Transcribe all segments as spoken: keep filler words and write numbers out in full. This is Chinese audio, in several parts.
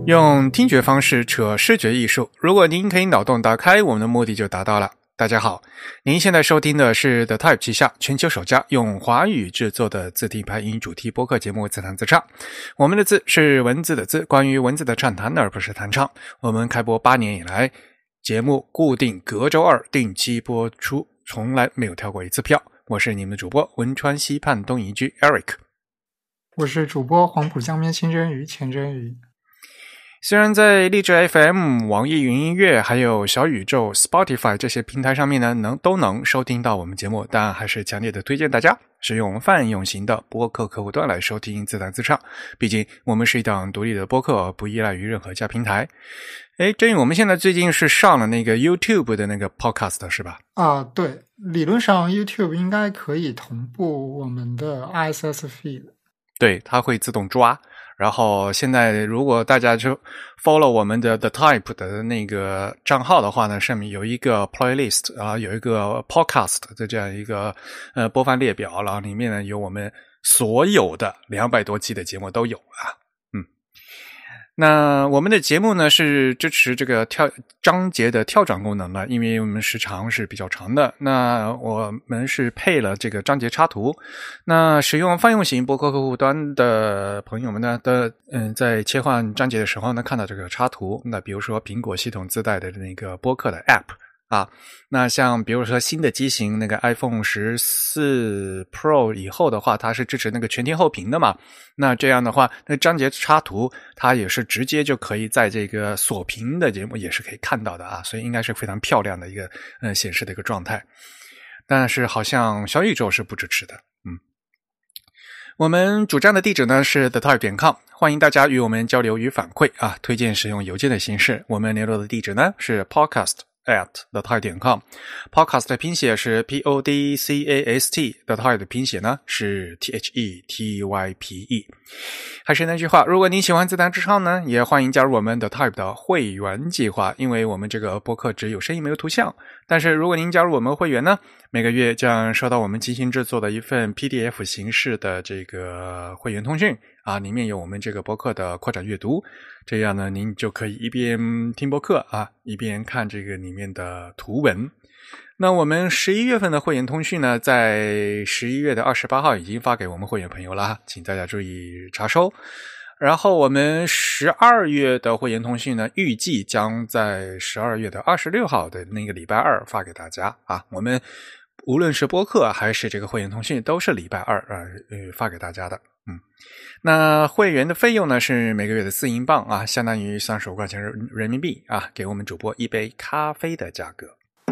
用听觉方式扯视觉艺术，如果您可以脑洞打开，我们的目的就达到了。大家好，您现在收听的是 The Type 旗下全球首家用华语制作的自听排音主题播客节目自弹自唱。我们的字是文字的字，关于文字的畅谈而不是弹唱。我们开播八年以来，节目固定隔周二定期播出，从来没有跳过一次票。我是你们的主播汶川西畔东一居 Eric， 我是主播黄浦江边清蒸鱼钱蒸鱼。 虽然在荔枝 F M、 网易云音乐还有小宇宙 Spotify 这些平台上面呢能都能收听到我们节目，但还是强烈的推荐大家使用泛用型的播客客户端来收听自弹自唱，毕竟我们是一档独立的播客，不依赖于任何家平台。诶，真宇，我们现在最近是上了那个 YouTube 的那个 podcast 是吧？ 啊，对，理论上 YouTube 应该可以同步我们的 R S S feed。 对，它会自动抓。然后现在如果大家就 follow 我们的 The Type 的那个账号的话呢，上面有一个 playlist 啊，有一个 podcast 的这样一个呃播放列表，然后里面呢有我们所有的两百多期的节目都有啊。嗯，那我们的节目呢是支持这个跳章节的跳转功能的，因为我们时长是比较长的，那我们是配了这个章节插图。那使用泛用型播客客户端的朋友们呢的嗯，在切换章节的时候呢看到这个插图，那比如说苹果系统自带的那个播客的 App啊，那像比如说新的机型那个 iPhone 十四 Pro 以后的话，它是支持那个全天候屏的嘛，那这样的话那章节插图它也是直接就可以在这个锁屏的节目也是可以看到的啊，所以应该是非常漂亮的一个呃显示的一个状态。但是好像小宇宙是不支持的。嗯，我们主站的地址呢是 the type 点 com， 欢迎大家与我们交流与反馈啊，推荐使用邮件的形式。我们联络的地址呢是 podcast at the type 点 com， podcast 的拼写是 P O D C A S T， the type 的拼写呢是 T H E T Y P E。 还是那句话，如果您喜欢自弹自唱呢，也欢迎加入我们的 Type 的会员计划，因为我们这个播客只有声音没有图像，但是如果您加入我们会员呢，每个月将收到我们精心制作的一份 P D F 形式的这个会员通讯啊，里面有我们这个播客的扩展阅读，这样呢您就可以一边听播客啊，一边看这个里面的图文。那我们十一月份的会员通讯呢，在十一月的二十八号已经发给我们会员朋友了，请大家注意查收。然后我们十二月的会员通讯呢，预计将在十二月的二十六号的那个礼拜二发给大家啊。我们无论是播客还是这个会员通讯都是礼拜二呃发给大家的。嗯，那会员的费用呢是每个月的四英镑啊，相当于三十五块钱人民币啊，给我们主播一杯咖啡的价格。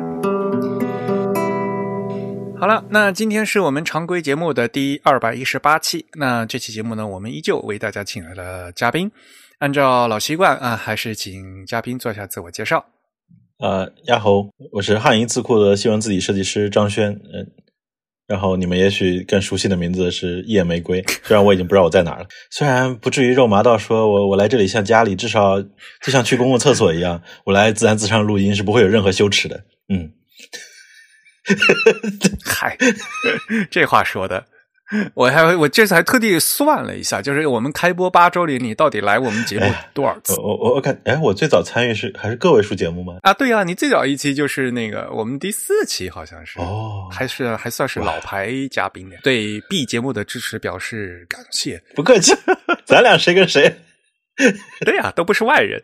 好了，那今天是我们常规节目的第二百一十八期。那这期节目呢，我们依旧为大家请来了嘉宾。按照老习惯啊，还是请嘉宾做一下自我介绍。 呃，亚猴，我是汉仪字库的新闻字体设计师张轩。嗯，然后你们也许更熟悉的名字是夜玫瑰，虽然我已经不知道我在哪儿了。虽然不至于肉麻到说我我来这里像家里，至少就像去公共厕所一样，我来自弹自唱录音是不会有任何羞耻的。嗯。 嗨，这话说的，我还我这次还特地算了一下，就是我们开播八周里，你到底来我们节目多少次？ 哎、我我我看，哎，我最早参与是还是个位数节目吗？ 啊，对啊，你最早一期就是那个我们第四期，好像是哦， 还是还算是老牌嘉宾的，对 B 节目的支持表示感谢。 不客气，咱俩谁跟谁？ 对啊，都不是外人。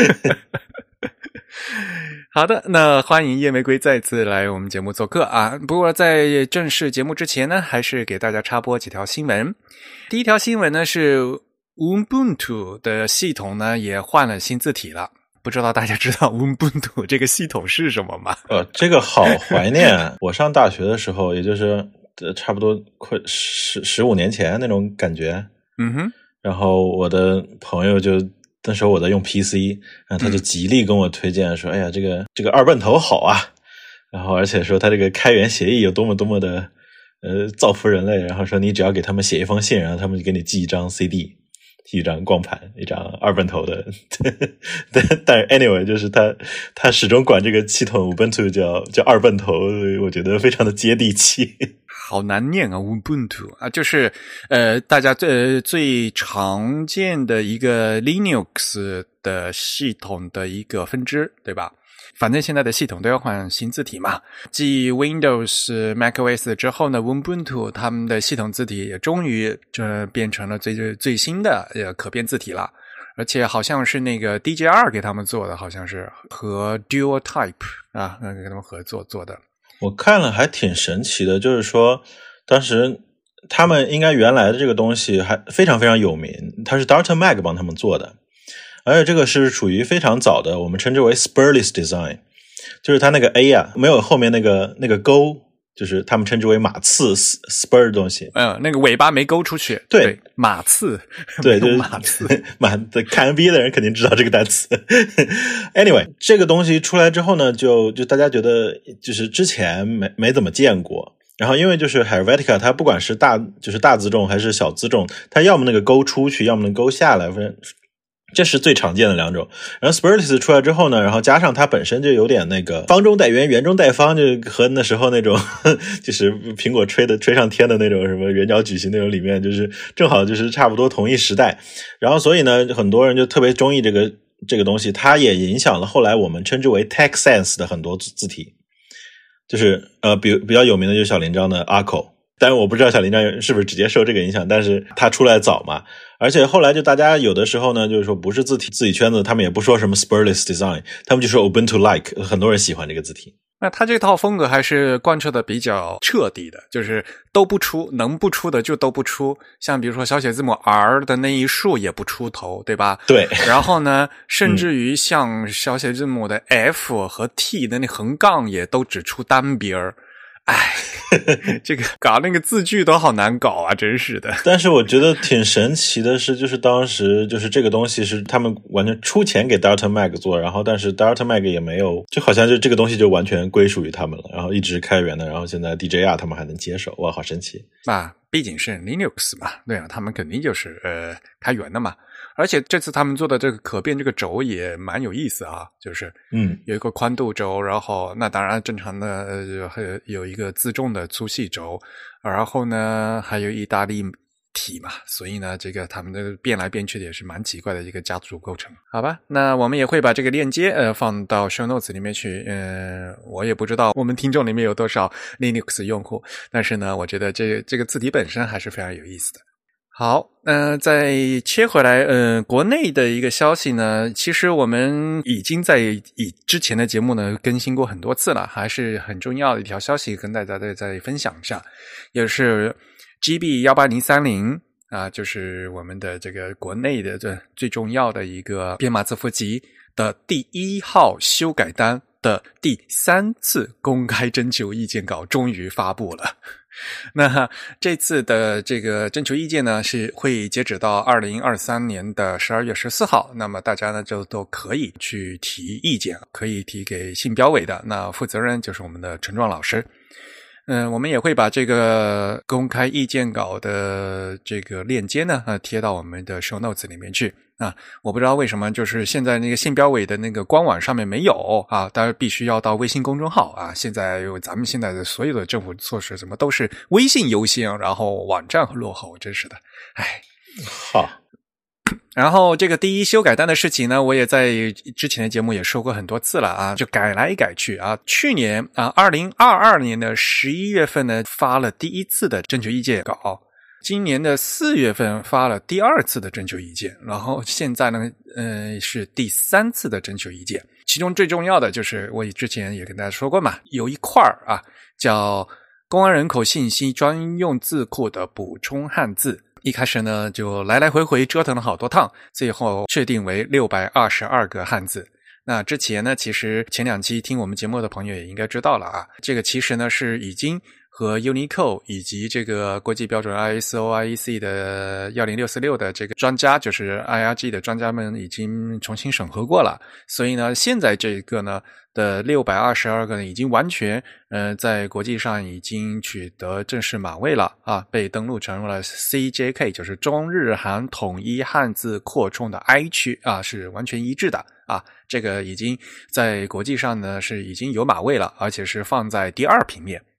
好的，那欢迎夜玫瑰再次来我们节目做客啊！不过在正式节目之前呢，还是给大家插播几条新闻。第一条新闻呢是 Ubuntu 的系统呢也换了新字体了，不知道大家知道 Ubuntu 这个系统是什么吗？ 呃，这个好怀念。我上大学的时候，也就是呃差不多快十十五年前那种感觉。 嗯哼。 然后我的朋友就。那时候我在用 P C， 然后他就极力跟我推荐说：“嗯、哎呀，这个这个二奔头好啊！”然后而且说他这个开源协议有多么多么的呃造福人类。然后说你只要给他们写一封信，然后他们就给你寄一张 C D， 寄一张光盘，一张二奔头的。但但是 anyway， 就是他他始终管这个系统 Ubuntu 叫叫二奔头，所以我觉得非常的接地气。 好难念啊 Ubuntu 啊，就是呃大家最最常见的一个 Linux 的系统的一个分支，对吧？反正现在的系统都要换新字体嘛，继 Windows、macOS 之后呢 Ubuntu 他们的系统字体也终于这变成了最最新的呃可变字体了。而且好像是那个 D J R 给他们做的，好像是和 Dual Type 啊，跟他们合作做的。 我看了还挺神奇的，就是说当时他们应该原来的这个东西还非常非常有名，它是 Dart Mag 帮他们做的，而且这个是属于非常早的，我们称之为 Spurless Design， 就是它那个 A 啊没有后面那个那个勾，就是他们称之为马刺 spur 的东西， 嗯，那个尾巴没勾出去， 对， 对马刺， 对，就是马刺， 马看 N B A 的人肯定知道这个单词。Anyway， 这个东西出来之后呢，就就大家觉得就是之前没没怎么见过。然后因为就是 Helvetica 它不管是大就是大字重还是小字重，它要么那个勾出去，要么那个勾下来，反正这是最常见的两种。然后 Spurless 出来之后呢，然后加上它本身就有点那个方中带圆，圆中带方，就和那时候那种就是苹果吹的吹上天的那种什么圆角矩形那种里面，就是正好就是差不多同一时代。然后所以呢，很多人就特别中意这个这个东西，它也影响了后来我们称之为 TextSense 的很多字体。就是呃，比比较有名的就是小林章的 Arco， 但是我不知道小林章是不是直接受这个影响，但是他出来早嘛，而且后来就大家有的时候呢，就是说不是字体字体圈子，他们也不说什么 Spurless Design， 他们就说 Ubuntu Like， 很多人喜欢这个字体。 那他这套风格还是贯彻的比较彻底的，就是都不出，能不出的就都不出。像比如说小写字母 R 的那一竖也不出头，对吧？ 对。 然后呢，甚至于像小写字母的 F 和 T 的那横杠也都只出单边儿。哎，这个搞那个字句都好难搞啊，真是的。 但是我觉得挺神奇的是，就是当时就是这个东西是他们完全出钱给 Dart Mag 做，然后但是 Dart Mag 也没有，就好像就这个东西就完全归属于他们了，然后一直开源的，然后现在 D J R 他们还能接受，哇，好神奇啊！毕竟是 Linux 嘛，对啊，他们肯定就是呃开源的嘛。而且这次他们做的这个可变这个轴也蛮有意思啊，就是嗯有一个宽度轴，然后那当然正常的呃有一个自重的粗细轴，然后呢还有意大利体嘛，所以呢这个他们这个变来变去的也是蛮奇怪的一个家族构成。好吧，那我们也会把这个链接呃放到 show notes 里面去。呃我也不知道我们听众里面有多少 Linux 用户，但是呢我觉得这这个字体本身还是非常有意思的。好，呃，再切回来，呃，国内的一个消息呢，其实我们已经在以之前的节目呢更新过很多次了，还是很重要的一条消息，跟大家再再分享一下，也是 G B 一八零三零啊，就是我们的这个国内的这最重要的一个编码字符集的第一号修改单的第三次公开征求意见稿终于发布了。那这次的这个征求意见呢，是会截止到二零二三年的十二月十四号。那么大家呢就都可以去提意见，可以提给信标委的。那负责人就是我们的陈壮老师。嗯，我们也会把这个公开意见稿的这个链接呢，呃，贴到我们的 show notes 里面去啊。我不知道为什么，就是现在那个信标委的那个官网上面没有啊，当然必须要到微信公众号啊。现在咱们现在的所有的政府措施，怎么都是微信优先，然后网站落后，真是的，唉。 好。 然后这个第一修改单的事情呢，我也在之前的节目也说过很多次了啊，就改来改去啊。去年啊，二零二二年的十一月份呢，发了第一次的征求意见稿，今年的四月份发了第二次的征求意见，然后现在呢，呃，是第三次的征求意见。其中最重要的就是我之前也跟大家说过嘛，有一块啊叫公安人口信息专用字库的补充汉字。一开始呢就来来回回折腾了好多趟，最后确定为六百二十二个汉字。那之前呢，其实前两期听我们节目的朋友也应该知道了啊，这个其实呢是已经和 Unicode 以及这个国际标准 I S O I E C 的一零六四六的这个专家，就是 I R G 的专家们已经重新审核过了。所以呢，现在这个呢的六百二十二个呢，已经完全呃在国际上已经取得正式码位了啊，被登录成了 C J K， 就是中日韩统一汉字扩充的 I 区啊，是完全一致的啊。这个已经在国际上呢是已经有码位了，而且是放在第二平面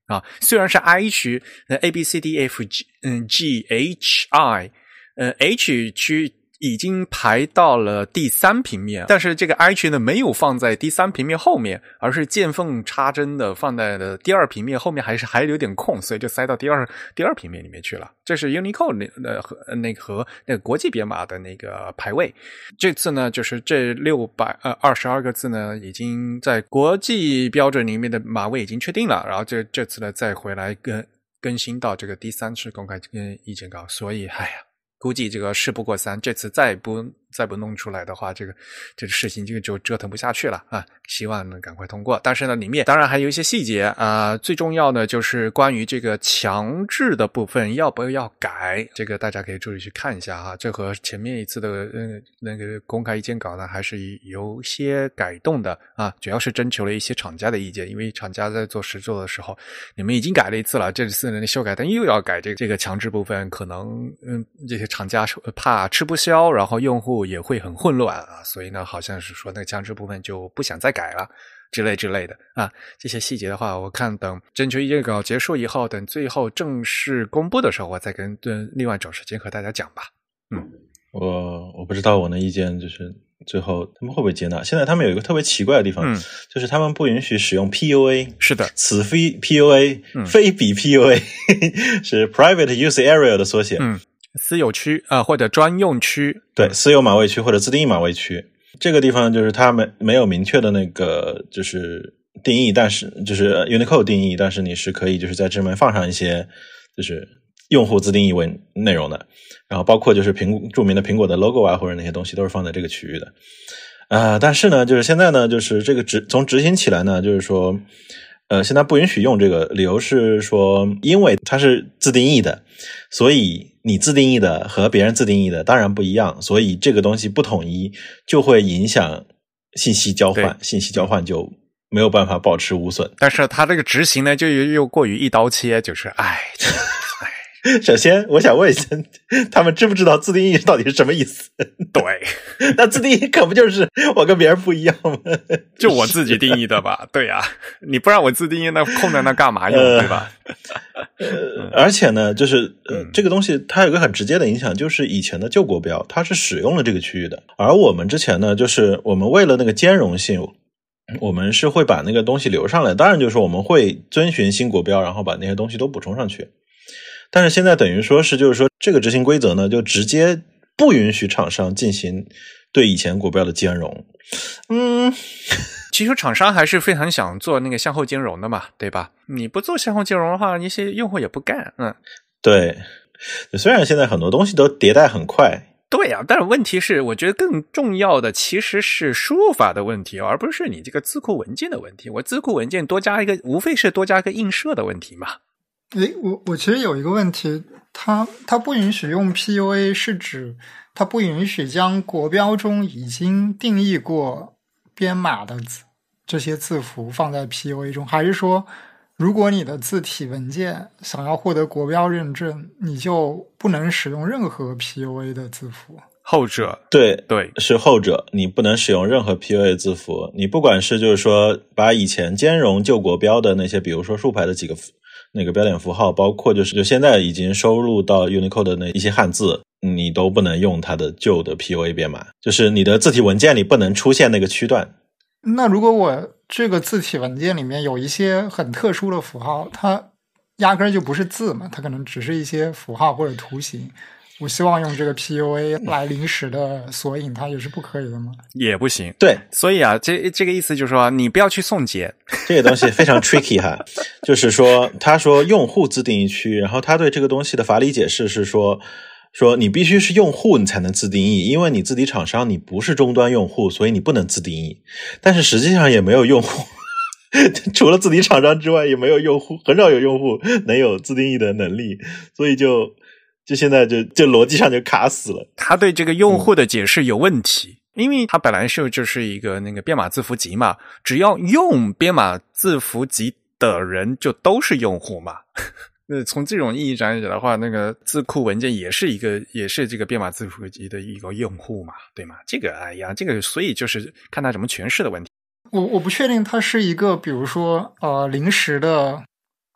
啊。虽然是 I 区，那 A B C D F G 嗯 G H I， 呃 H 区已经排到了第三平面，但是这个 I 区呢没有放在第三平面后面，而是见缝插针的放在了第二平面后面，还是还有点空，所以就塞到第二第二平面里面去了。这是 Unicode 那和那个和那个国际编码的那个排位。这次呢，就是这六百呃二十二个字呢，已经在国际标准里面的码位已经确定了，然后这这次呢再回来更更新到这个第三次公开意见稿，所以哎呀。估计这个事不过三，这次再不再不弄出来的话，这个这个事情这个就折腾不下去了啊！希望能赶快通过。但是呢，里面当然还有一些细节啊、呃，最重要的就是关于这个强制的部分要不要改，这个大家可以注意去看一下哈。这和前面一次的呃那个公开意见稿呢，还是有些改动的啊，主要是征求了一些厂家的意见，因为厂家在做实作的时候，你们已经改了一次了，这次呢修改，但又要改这个这个强制部分，可能嗯这些厂家怕吃不消，然后用户也会很混乱啊，所以呢，好像是说那个强制部分就不想再改了，之类之类的啊。这些细节的话，我看等征求意见稿结束以后，等最后正式公布的时候，我再跟嗯另外找时间和大家讲吧。嗯， 我我不知道我的意见就是最后他们会不会接纳。现在他们有一个特别奇怪的地方，嗯、就是他们不允许使用 P U A。 是的， 此非 P U A，、嗯、非比 P U A 是 Private Use Area 的缩写。 嗯。私有区啊、呃，或者专用区， 对，私有码位区或者自定义码位区，这个地方就是它没没有明确的那个就是定义，但是就是 Unicode 定义，但是你是可以就是在这面放上一些就是用户自定义为内容的，然后包括就是苹著名的苹果的 logo 啊或者那些东西都是放在这个区域的啊、呃，但是呢，就是现在呢，就是这个执从执行起来呢，就是说。呃，现在不允许用这个，理由是说，因为它是自定义的，所以你自定义的和别人自定义的当然不一样，所以这个东西不统一就会影响信息交换，信息交换就没有办法保持无损。 但是它这个执行呢，就又过于一刀切，就是唉。 首先我想问一下他们知不知道自定义到底是什么意思？ 对， 那自定义可不就是我跟别人不一样吗？ 就我自己定义的吧。对呀、啊，你不让我自定义那空在那干嘛用、呃、对吧、 呃、而且呢就是呃、嗯、这个东西它有个很直接的影响，就是以前的旧国标它是使用了这个区域的，而我们之前呢就是我们为了那个兼容性我们是会把那个东西留上来，当然就是说我们会遵循新国标然后把那些东西都补充上去，但是现在等于说是就是说这个执行规则呢就直接不允许厂商进行对以前国标的兼容。嗯， 其实厂商还是非常想做那个向后兼容的嘛，对吧？你不做向后兼容的话，一些用户也不干。嗯， 对，虽然现在很多东西都迭代很快， 对啊，但是问题是我觉得更重要的其实是输入法的问题，而不是你这个字库文件的问题。我字库文件多加一个无非是多加一个映射的问题嘛。 诶，我我其实有一个问题，它它不允许用 P U A 是指它不允许将国标中已经定义过编码的字这些字符放在 P U A 中，还是说如果你的字体文件想要获得国标认证，你就不能使用任何 P U A 的字符？ 后者， 对对， 是后者，你不能使用任何 P U A 字符，你不管是就是说把以前兼容旧国标的那些比如说竖排的几个那个标点符号，包括就是就现在已经收录到 Unicode 的那一些汉字，你都不能用它的旧的 P U A 编码，就是你的字体文件里不能出现那个区段。 那如果我这个字体文件里面有一些很特殊的符号，它压根就不是字嘛，它可能只是一些符号或者图形，我希望用这个 P U A 来临时的索引，它也是不可以的吗？ 也不行。 对， 所以啊，这这个意思就是说，你不要去送检。 这个东西非常 tricky 哈，就是说，他说用户自定义区，然后他对这个东西的法理解释是说，说你必须是用户你才能自定义，因为你字体厂商你不是终端用户，所以你不能自定义。但是实际上也没有用户。除了字体厂商之外，也没有用户，很少有用户能有自定义的能力，所以就就现在就就逻辑上就卡死了。 他对这个用户的解释有问题，嗯、因为他本来是就是一个那个编码字符集嘛，只要用编码字符集的人就都是用户嘛。那从这种意义上来讲的话，那个字库文件也是一个也是这个编码字符集的一个用户嘛，对吗？这个哎呀，这个所以就是看他怎么诠释的问题。 我我不确定它是一个比如说呃临时的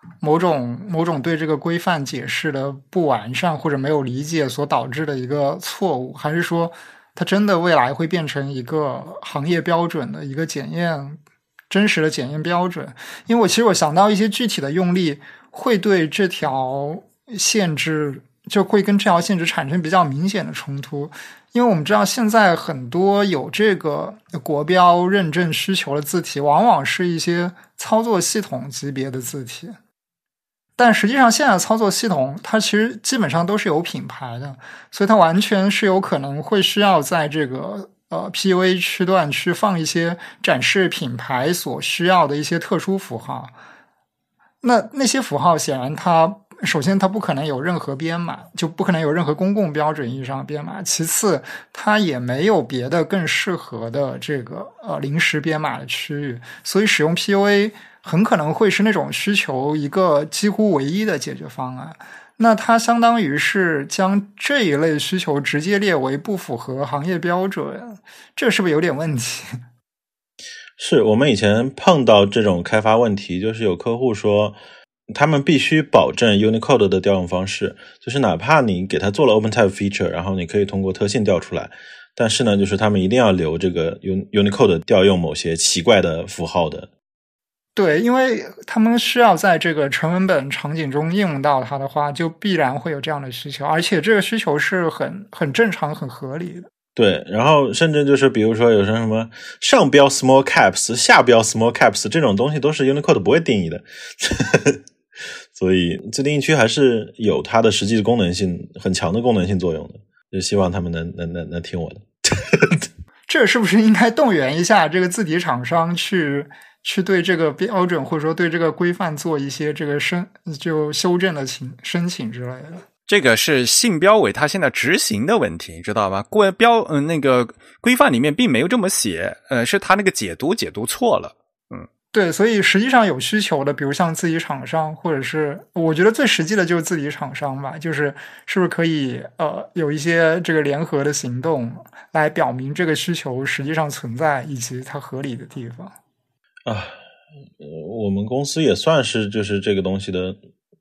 某种某种对这个规范解释的不完善或者没有理解所导致的一个错误，还是说它真的未来会变成一个行业标准的一个检验真实的检验标准？因为我其实我想到一些具体的用例会对这条限制就会跟这条限制产生比较明显的冲突，因为我们知道现在很多有这个国标认证需求的字体往往是一些操作系统级别的字体，但实际上现在的操作系统它其实基本上都是有品牌的，所以它完全是有可能会需要在这个呃 P U A 区段去放一些展示品牌所需要的一些特殊符号。那那些符号显然它首先它不可能有任何编码，就不可能有任何公共标准意义上的编码，其次它也没有别的更适合的这个呃临时编码的区域，所以使用 P U A 很可能会是那种需求一个几乎唯一的解决方案。那它相当于是将这一类需求直接列为不符合行业标准，这是不是有点问题？ 是，我们以前碰到这种开发问题，就是有客户说他们必须保证 Unicode 的调用方式，就是哪怕你给它做了 OpenType feature， 然后你可以通过特性调出来，但是呢就是他们一定要留这个 Unicode 调用某些奇怪的符号的。 对，因为他们需要在这个纯文本场景中应用到它的话，就必然会有这样的需求，而且这个需求是很很正常很合理的。 对，然后甚至就是比如说有什么上标 small caps 下标 small caps 这种东西都是 Unicode 不会定义的所以自定义区还是有它的实际的功能性，很强的功能性作用的，就希望他们能能能能听我的这是不是应该动员一下这个字体厂商去去对这个标准或者说对这个规范做一些这个申就修正的请申请之类的？ 这个是信标委它现在执行的问题，知道吧？规标嗯、呃、那个规范里面并没有这么写，呃，是他那个解读解读错了。嗯， 对，所以实际上有需求的，比如像字体厂商，或者是我觉得最实际的就是字体厂商吧，就是是不是可以呃有一些这个联合的行动来表明这个需求实际上存在以及它合理的地方啊？我们公司也算是就是这个东西的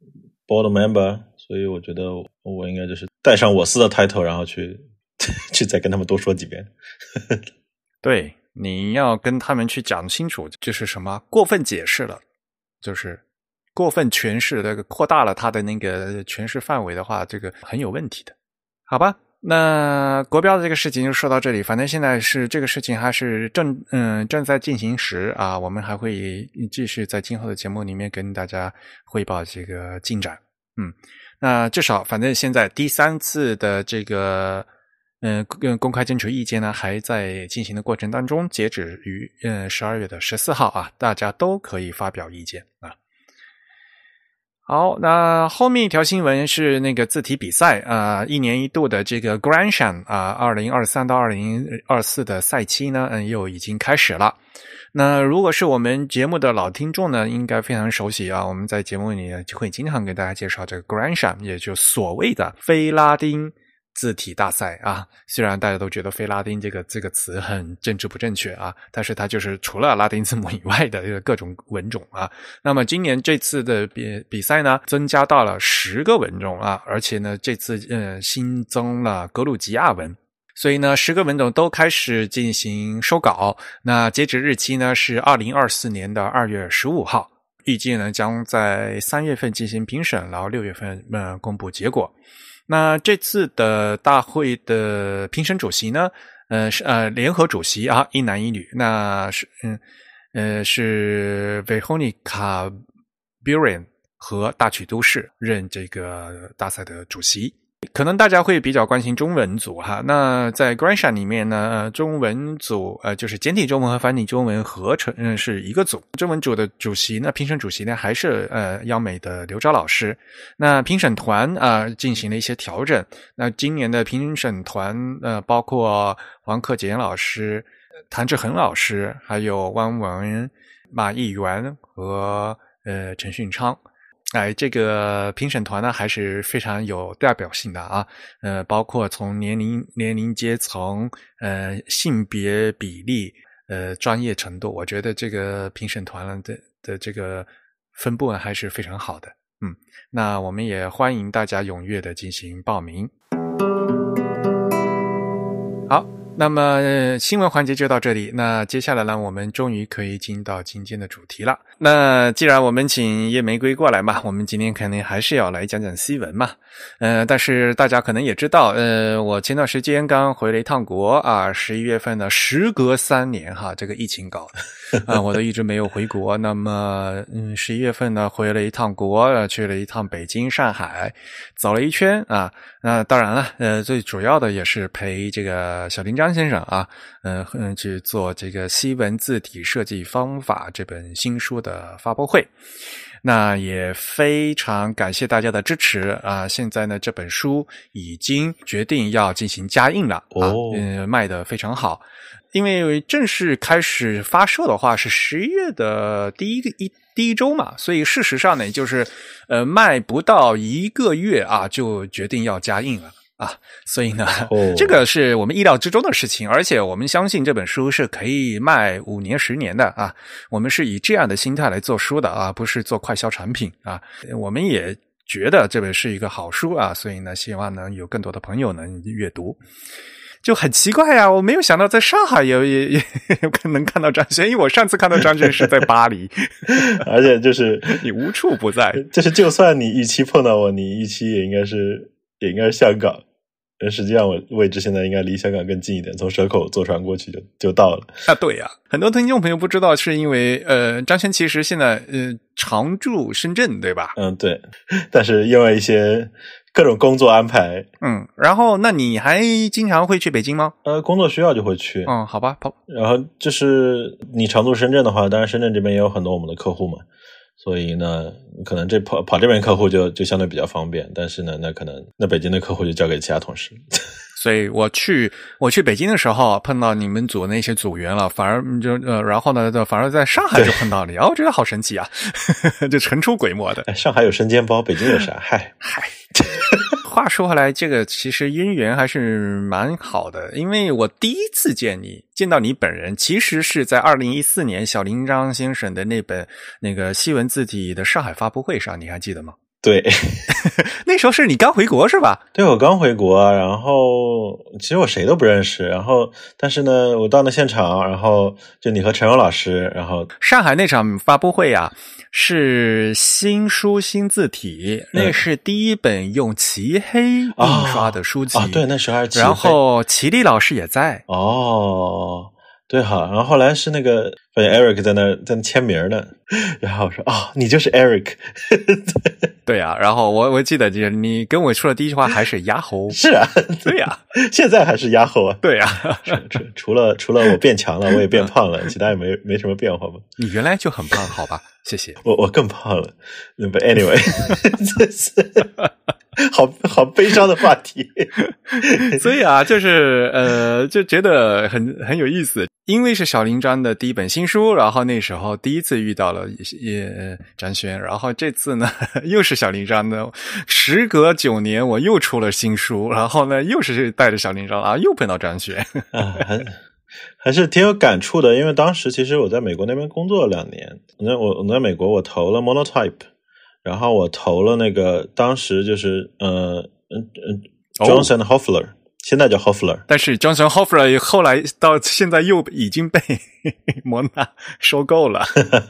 board member。所以我觉得我应该就是带上我司的 title， 然后去去再跟他们多说几遍对，你要跟他们去讲清楚，就是什么过分解释了，就是过分诠释的扩大了它的那个诠释范围的话，这个很有问题的。好吧，那国标的这个事情就说到这里，反正现在是这个事情还是正嗯正在进行时啊，我们还会继续在今后的节目里面跟大家汇报这个进展。嗯，那至少反正现在第三次的这个嗯、呃、公开征求意见呢还在进行的过程当中，截止于嗯十二月的十四号啊，大家都可以发表意见啊。好，那后面一条新闻是那个字体比赛啊、呃，一年一度的这个 Grandchamp 啊，二零二三到二零二四的赛期呢，嗯，又已经开始了。那如果是我们节目的老听众呢，应该非常熟悉啊，我们在节目里呢就会经常给大家介绍这个 Grandchamp， 也就所谓的非拉丁字体大赛啊。虽然大家都觉得非拉丁这个这个词很政治不正确啊，但是它就是除了拉丁字母以外的各种文种啊。那么今年这次的比比赛呢，增加到了十个文种啊，而且呢这次呃新增了格鲁吉亚文。所以呢，十个文种都开始进行收稿。那截止日期呢是二零二四年的二月十五号，预计呢将在三月份进行评审，然后六月份呃公布结果。那这次的大会的评审主席呢，呃是呃联合主席啊，一男一女，那是嗯呃是 Veronica Buren 和大曲都市任这个大赛的主席。可能大家会比较关心中文组哈，那在 Grandchamp 里面呢，中文组呃就是简体中文和繁体中文合成、呃、是一个组。中文组的主席呢，评审主席呢还是呃央美的刘钊老师。那评审团啊、呃、进行了一些调整。那今年的评审团呃包括黄克俭老师、谭志恒老师，还有汪文、马议员和呃陈训昌。哎，这个评审团呢还是非常有代表性的啊，呃，包括从年龄、年龄阶层、呃性别比例、呃专业程度，我觉得这个评审团的的这个分布还是非常好的。嗯，那我们也欢迎大家踊跃的进行报名。好，那么、呃、新闻环节就到这里，那接下来呢，我们终于可以进到今天的主题了。那既然我们请叶玫瑰过来嘛，我们今天肯定还是要来讲讲新闻嘛。呃，但是大家可能也知道，呃，我前段时间刚回了一趟国啊，十一月份呢，时隔三年哈，这个疫情搞的啊、呃，我都一直没有回国。那么，嗯，十一月份呢，回了一趟国，呃，去了一趟北京、上海，走了一圈啊。那当然了，呃，最主要的也是陪这个小林章先生啊，嗯、呃，去做这个西文字体设计方法这本新书的发布会。那也非常感谢大家的支持啊！现在呢，这本书已经决定要进行加印了啊， 哦， 嗯，卖得非常好。因为正式开始发售的话是十一月的第一个一第一周嘛，所以事实上呢，就是呃卖不到一个月啊，就决定要加印了。啊，所以呢， 哦， 这个是我们意料之中的事情，而且我们相信这本书是可以卖五年、十年的啊。我们是以这样的心态来做书的啊，不是做快销产品啊。我们也觉得这本是一个好书啊，所以呢，希望能有更多的朋友能阅读。就很奇怪呀、啊，我没有想到在上海也也也能看到张轩，因为我上次看到张轩是在巴黎， 而且就是你无处不在， 就是就算你预期碰到我，你预期也应该是也应该是香港。实际上我位置现在应该离香港更近一点，从蛇口坐船过去就就到了啊。对呀、啊，很多听众朋友不知道，是因为呃，张轩其实现在呃常驻深圳，对吧？ 嗯，对。但是因为一些各种工作安排， 嗯，然后那你还经常会去北京吗？ 呃，工作需要就会去。 嗯，好吧，跑。 然后就是你常驻深圳的话，当然深圳这边也有很多我们的客户嘛。所以呢，可能这跑跑这边客户就就相对比较方便，但是呢，那可能那北京的客户就交给其他同事。 所以我去我去北京的时候碰到你们组那些组员了，反而就呃，然后呢，反而在上海就碰到你，哦，我觉得好神奇啊，就神出鬼没的。 哎，上海有生煎包，北京有啥？嗨嗨。话说回来，这个其实渊源还是蛮好的，因为我第一次见你见到你本人，其实是在二零一四年小林章先生的那本那个西文字体的上海发布会上，你还记得吗？ 对， 那时候是你刚回国是吧？ 对，我刚回国，然后其实我谁都不认识，然后但是呢，我到那现场，然后就你和陈荣老师，然后上海那场发布会啊，是新书新字体，嗯、那是第一本用漆黑印刷的书籍啊、哦哦，对，那时候还是漆黑， 然后齐力老师也在哦。对哈，然后后来是那个发现 Eric 在那在那签名呢，然后我说啊、哦，你就是 Eric， 对啊，然后我我记得就是你跟我说的第一句话还是呀吼， 是啊， 对呀、啊， 现在还是呀吼啊， 对啊， 除除了除了我变强了，我也变胖了，其他也没没什么变化吧？ 你原来就很胖，好吧？谢谢， 我我更胖了， But anyway， 这是好好悲伤的话题， 所以啊，就是呃，就觉得很很有意思。因为是小林章的第一本新书，然后那时候第一次遇到了也张轩，然后这次呢又是小林章的，时隔九年我又出了新书，然后呢又是带着小林章啊，又碰到张轩啊，还还是挺有感触的，因为当时其实我在美国那边工作了两年，那我我在美国我投了 Monotype， 然后我投了那个当时就是呃嗯嗯 Johnson Hoffler。Oh.现在叫 Hoffler， 但是 Johnson Hoffler 后来到现在又已经被摩纳收购了。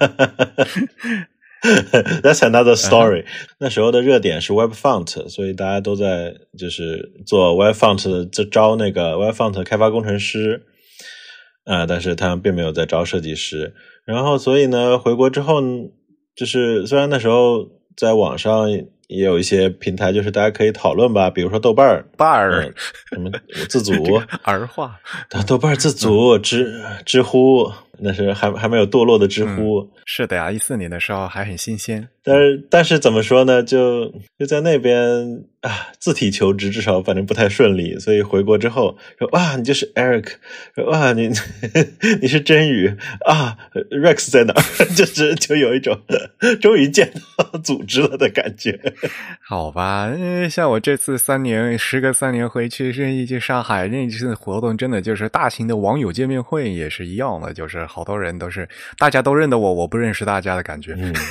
That's another story、uh-huh. 那时候的热点是 Web Font， 所以大家都在就是做 Web Font 的招那个 Web Font 开发工程师啊、呃，但是他们并没有在招设计师。然后所以呢，回国之后就是虽然那时候在网上也有一些平台，就是大家可以讨论吧，比如说豆瓣儿、 瓣儿、 嗯、什么自组、 儿化、 豆瓣自组、嗯、知知乎，那是还还没有堕落的知乎。 嗯、是的呀，一四年的时候还很新鲜。 但是但是怎么说呢？就就在那边啊，字体求职至少反正不太顺利，所以回国之后说哇，你就是 Eric， 说哇你你是真宇啊 ，Rex 在哪儿？就是就有一种终于见到组织了的感觉。 好吧，像我这次三年，时隔三年回去，是一去上海那次活动，真的就是大型的网友见面会，也是一样的，就是好多人都是大家都认得我，我不认识大家的感觉。 嗯，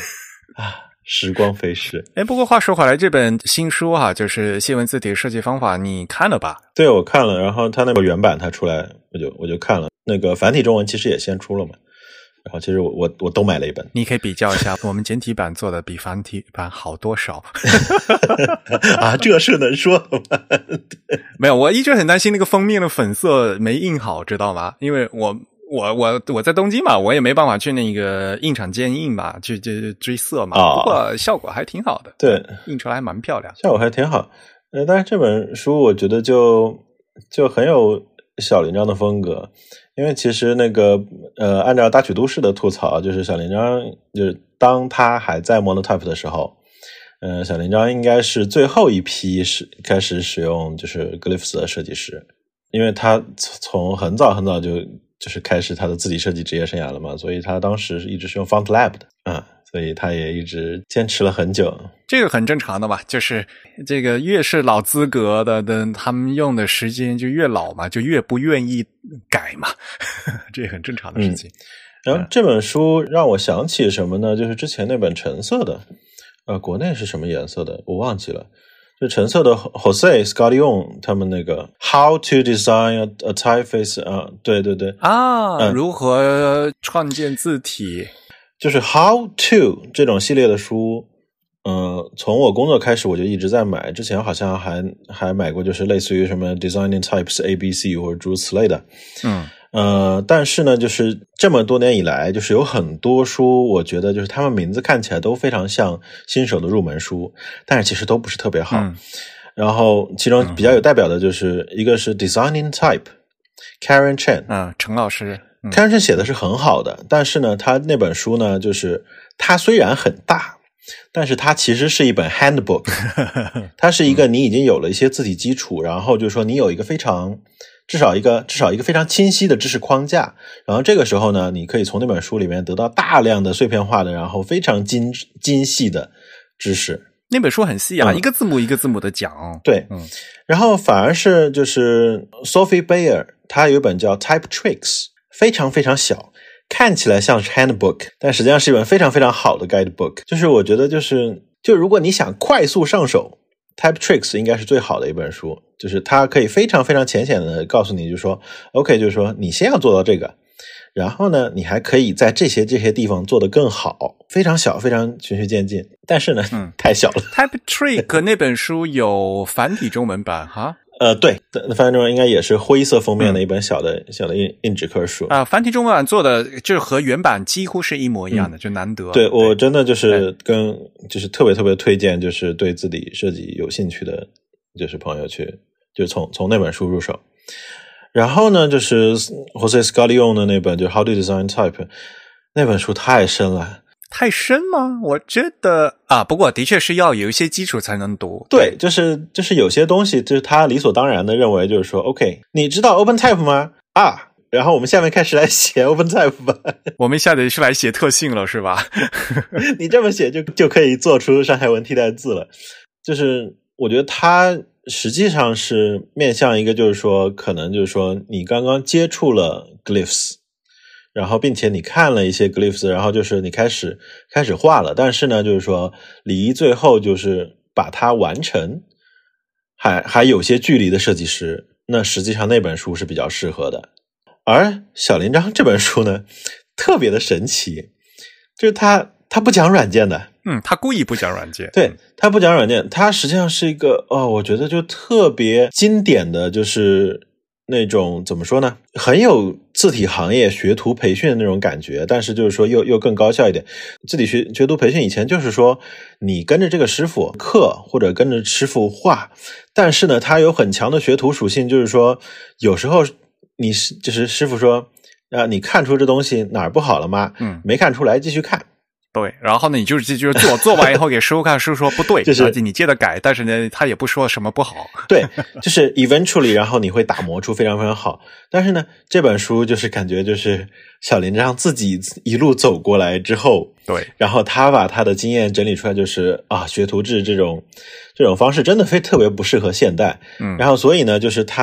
啊，时光飞逝。 哎，不过话说回来，这本新书哈、啊，就是西文字体设计方法，你看了吧？ 对，我看了，然后它那个原版它出来，我就我就看了。那个繁体中文其实也先出了嘛。然后其实我我我都买了一本， 你可以比较一下，我们简体版做的比繁体版好多少啊？这是能说的吗？ 没有，我一直很担心那个封面的粉色没印好，知道吗？因为我我我我在东京嘛，我也没办法去那个印厂鉴印嘛，去去追色嘛。哦、不过效果还挺好的， 对， 印出来还蛮漂亮， 效果还挺好。呃，但是这本书我觉得就就很有小林章的风格。因为其实那个呃，按照大曲都市的吐槽，就是小林章就是当他还在 Monotype 的时候，呃，小林章应该是最后一批是开始使用就是 Glyphs 的设计师，因为他从很早很早就就是开始他的自己设计职业生涯了嘛，所以他当时一直是用 FontLab 的啊、嗯，所以他也一直坚持了很久。 这个很正常的嘛，就是这个越是老资格的的，他们用的时间就越老嘛，就越不愿意改嘛，这很正常的事情。 嗯、然后这本书让我想起什么呢？就是之前那本橙色的，呃，国内是什么颜色的？我忘记了。就橙色的 Jose Scardion 他们那个 How to Design a, a Typeface 啊，对对对啊、 嗯， 如何创建字体？ 就是 How to 这种系列的书。呃，从我工作开始我就一直在买，之前好像还还买过，就是类似于什么 Designing Types A B C 或者诸如此类的。 嗯， 呃，但是呢，就是这么多年以来，就是有很多书，我觉得就是他们名字看起来都非常像新手的入门书，但是其实都不是特别好。 嗯、 然后其中比较有代表的就是、嗯、一个是 Designing Type Karen Chen， 嗯，陈老师。 嗯、Karen Chen 写的是很好的，但是呢，他那本书呢，就是它虽然很大。但是它其实是一本 handbook， 它是一个你已经有了一些字体基础，然后就是说你有一个非常至少一个至少一个非常清晰的知识框架，然后这个时候呢，你可以从那本书里面得到大量的碎片化的，然后非常精精细的知识。 那本书很细啊、嗯，一个字母一个字母的讲。 对，嗯，然后反而是就是 Sophie Bayer， 她有一本叫 Type Tricks， 非常非常小。看起来像是 handbook， 但实际上是一本非常非常好的 guidebook。就是我觉得就是就如果你想快速上手 Type Tricks 应该是最好的一本书，就是它可以非常非常浅显的告诉你，就是说 OK， 就是说你先要做到这个，然后呢你还可以在这些这些地方做得更好，非常小，非常循序渐进，但是呢、嗯、太小了。 Type Trick 那本书有繁体中文版哈。 呃，对，繁体中文应该也是灰色封面的一本小的、嗯、小的硬硬纸壳书啊、呃。繁体中文版做的就是和原版几乎是一模一样的，嗯、就难得。 对，我真的就是跟就是特别特别推荐，就是对字体设计有兴趣的，就是朋友去就从从那本书入手。然后呢，就是 Jose Scardion 的那本就 How to Design Type 那本书太深了。 太深吗？我觉得啊，不过的确是要有一些基础才能读。 对，就是就是有些东西，就是他理所当然的认为，就是说 ，OK， 你知道 OpenType 吗？啊，然后我们下面开始来写 OpenType 吧。 我们下得是来写特性了，是吧？ 你这么写就就可以做出上下文替代字了。就是我觉得它实际上是面向一个，就是说，可能就是说你刚刚接触了 Glyphs。然后并且你看了一些 glyphs， 然后就是你开始开始画了，但是呢就是说离最后就是把它完成还还有些距离的设计师，那实际上那本书是比较适合的。而小林章这本书呢特别的神奇，就是他他不讲软件的。 嗯，他故意不讲软件。 对，他不讲软件，他实际上是一个哦，我觉得就特别经典的就是那种怎么说呢，很有字体行业学徒培训的那种感觉，但是就是说又又更高效一点。字体学学徒培训以前就是说你跟着这个师傅课或者跟着师傅画，但是呢他有很强的学徒属性，就是说有时候你就是师傅说啊，你看出这东西哪儿不好了吗？ 嗯， 没看出来继续看。 对，然后呢你就是就是做做完以后给师傅看，师傅说不对，就是你接着改，但是呢他也不说什么不好。 对，就是 eventually 然后你会打磨出非常非常好。但是呢这本书就是感觉就是小林章自己一路走过来之后， 对， 然后他把他的经验整理出来，就是啊学徒制这种这种方式真的非特别不适合现代。 嗯， 然后所以呢就是他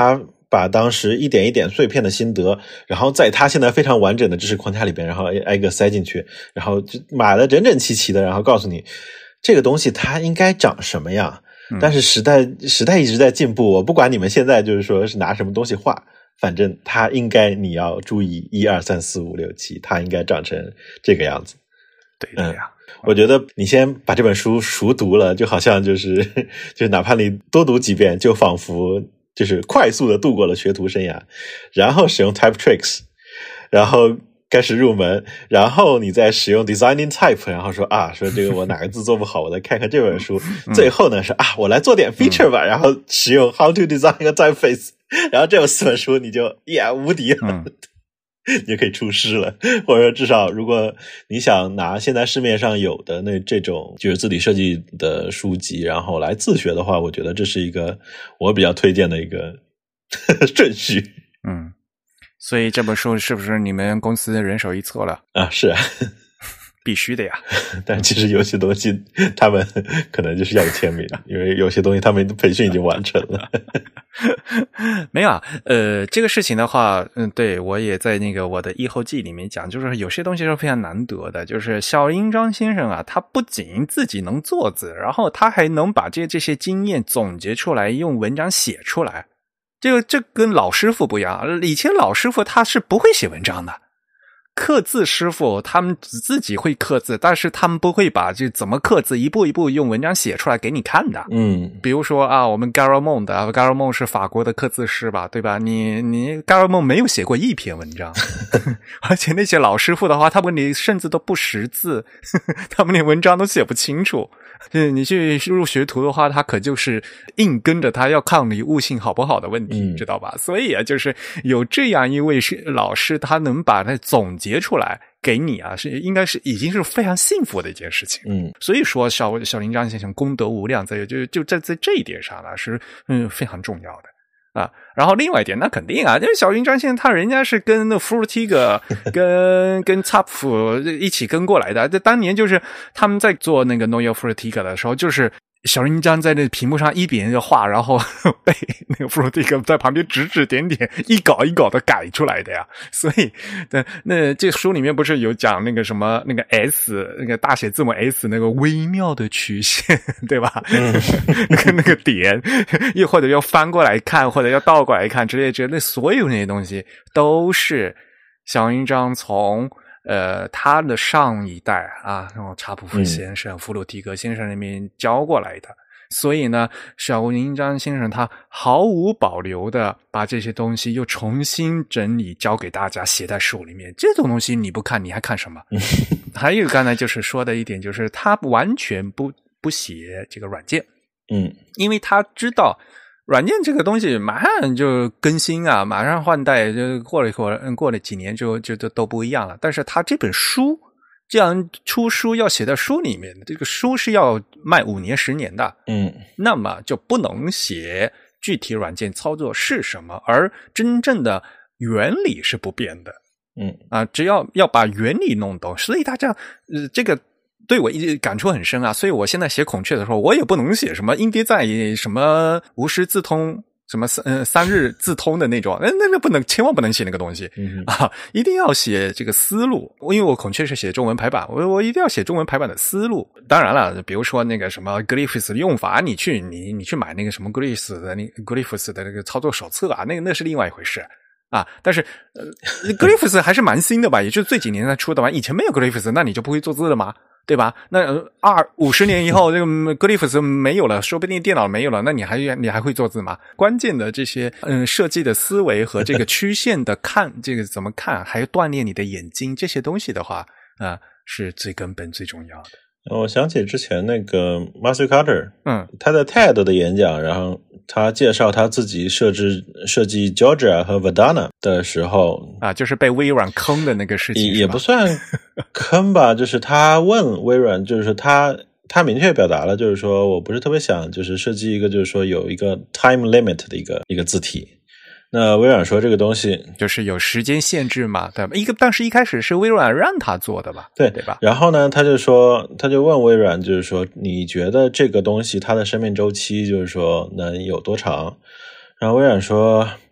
把当时一点一点碎片的心得，然后在他现在非常完整的知识框架里边，然后挨个塞进去，然后就码得整整齐齐的，然后告诉你这个东西它应该长什么样。但是时代时代一直在进步，我不管你们现在就是说是拿什么东西画，反正它应该你要注意一二三四五六七，它应该长成这个样子。 对的呀、 嗯，我觉得你先把这本书熟读了，就好像就是就哪怕你多读几遍，就仿佛就是快速的度过了学徒生涯，然后使用 Type Tricks， 然后开始入门，然后你再使用 Designing Type， 然后说啊，说这个我哪个字做不好，我再看看这本书。嗯、最后呢是啊，我来做点 feature 吧，嗯、然后使用 How to Design a Typeface， 然后这四本书你就呀无敌了。嗯你就可以出师了，或者说至少如果你想拿现在市面上有的那这种就是字体设计的书籍然后来自学的话，我觉得这是一个我比较推荐的一个顺序。 嗯，所以这本书是不是你们公司人手一册了啊？是啊， 必须的呀。 但其实有些东西他们可能就是要签名，因为有些东西他们培训已经完成了。 没有啊，呃，这个事情的话，嗯，对，我也在那个我的译后记里面讲，就是有些东西是非常难得的，就是小英章先生啊，他不仅自己能做字，然后他还能把这这些经验总结出来，用文章写出来。这个这跟老师傅不一样，以前老师傅他是不会写文章的。刻字师傅他们自己会刻字，但是他们不会把这怎么刻字一步一步用文章写出来给你看的。 嗯， 比如说啊，我们 Garamond 的 Garamond 是法国的刻字师吧，对吧？你你 Garamond 没有写过一篇文章，而且那些老师傅的话，他们连甚至都不识字，他们连文章都写不清楚。就是你去入学徒的话，他可就是硬跟着他要看你悟性好不好的问题， 嗯、 知道吧？所以啊，就是有这样一位老师，他能把它总结出来给你啊，是应该是已经是非常幸福的一件事情。 嗯， 所以说小小林章先生功德无量，在就就在在这一点上呢，是嗯非常重要的。啊，然后另外一点，那肯定啊，就是小林章先生他人家是跟那 Frutiger 跟跟 Zapf 一起跟过来的。这当年就是他们在做那个 Know Your Frutiger 的时候，就是小林章在那屏幕上一笔一个画，然后被那个 Frutiger 在旁边指指点点，一稿一稿的改出来的呀。所以，那那这书里面不是有讲那个什么那个 S 那个大写字母 S 那个微妙的曲线，对吧？嗯、那个那个点，又或者要翻过来看，或者要倒过来看之类之类，那所有那些东西都是小林章从。呃，他的上一代啊，然后查普夫先生、嗯、弗鲁提格先生那边教过来的，所以呢，小林章先生他毫无保留的把这些东西又重新整理教给大家，写在书里面。这种东西你不看，你还看什么？还有刚才就是说的一点，就是他完全不不写这个软件， 嗯， 因为他知道。软件这个东西马上就更新啊，马上换代，就过了一会儿，过了几年就就都都不一样了。但是他这本书这样出书要写在书里面，这个书是要卖五年十年的， 嗯， 那么就不能写具体软件操作是什么，而真正的原理是不变的， 嗯啊，只要要把原理弄懂，所以大家呃这个。对我感触很深啊，所以我现在写孔雀的时候，我也不能写什么音叠在什么无师自通，什么三呃三日自通的那种，那那那不能，千万不能写那个东西、 嗯、 啊！一定要写这个思路，因为我孔雀是写中文排版，我我一定要写中文排版的思路。当然了，比如说那个什么 Glyphs 的用法，你去你你去买那个什么 Glyphs 的那 Glyphs 的那个操作手册啊，那个那是另外一回事。啊，但是呃 Glyphs 还是蛮新的吧，也就是这几年才出的吧，以前没有 Glyphs， 那你就不会做字了吗？对吧？那二五十年以后，这个 Glyphs 没有了，说不定电脑没有了，那你还你还会做字吗？关键的这些嗯设计的思维和这个曲线的看，这个怎么看，还有锻炼你的眼睛这些东西的话，啊、呃，是最根本最重要的。 我想起之前那个 Matthew Carter， 嗯， 他在 TED 的演讲，然后他介绍他自己设置设计 Georgia 和 Verdana 的时候啊，就是被微软坑的那个事情， 也不算坑吧，就是他问微软，就是他他明确表达了，就是说我不是特别想就是设计一个就是说有一个 time limit 的一个一个字体。那微软说这个东西就是有时间限制嘛，对吧？一个当时一开始是微软让他做的吧， 对对吧？ 然后呢，他就说，他就问微软，就是说，你觉得这个东西它的生命周期就是说能有多长？然后微软说，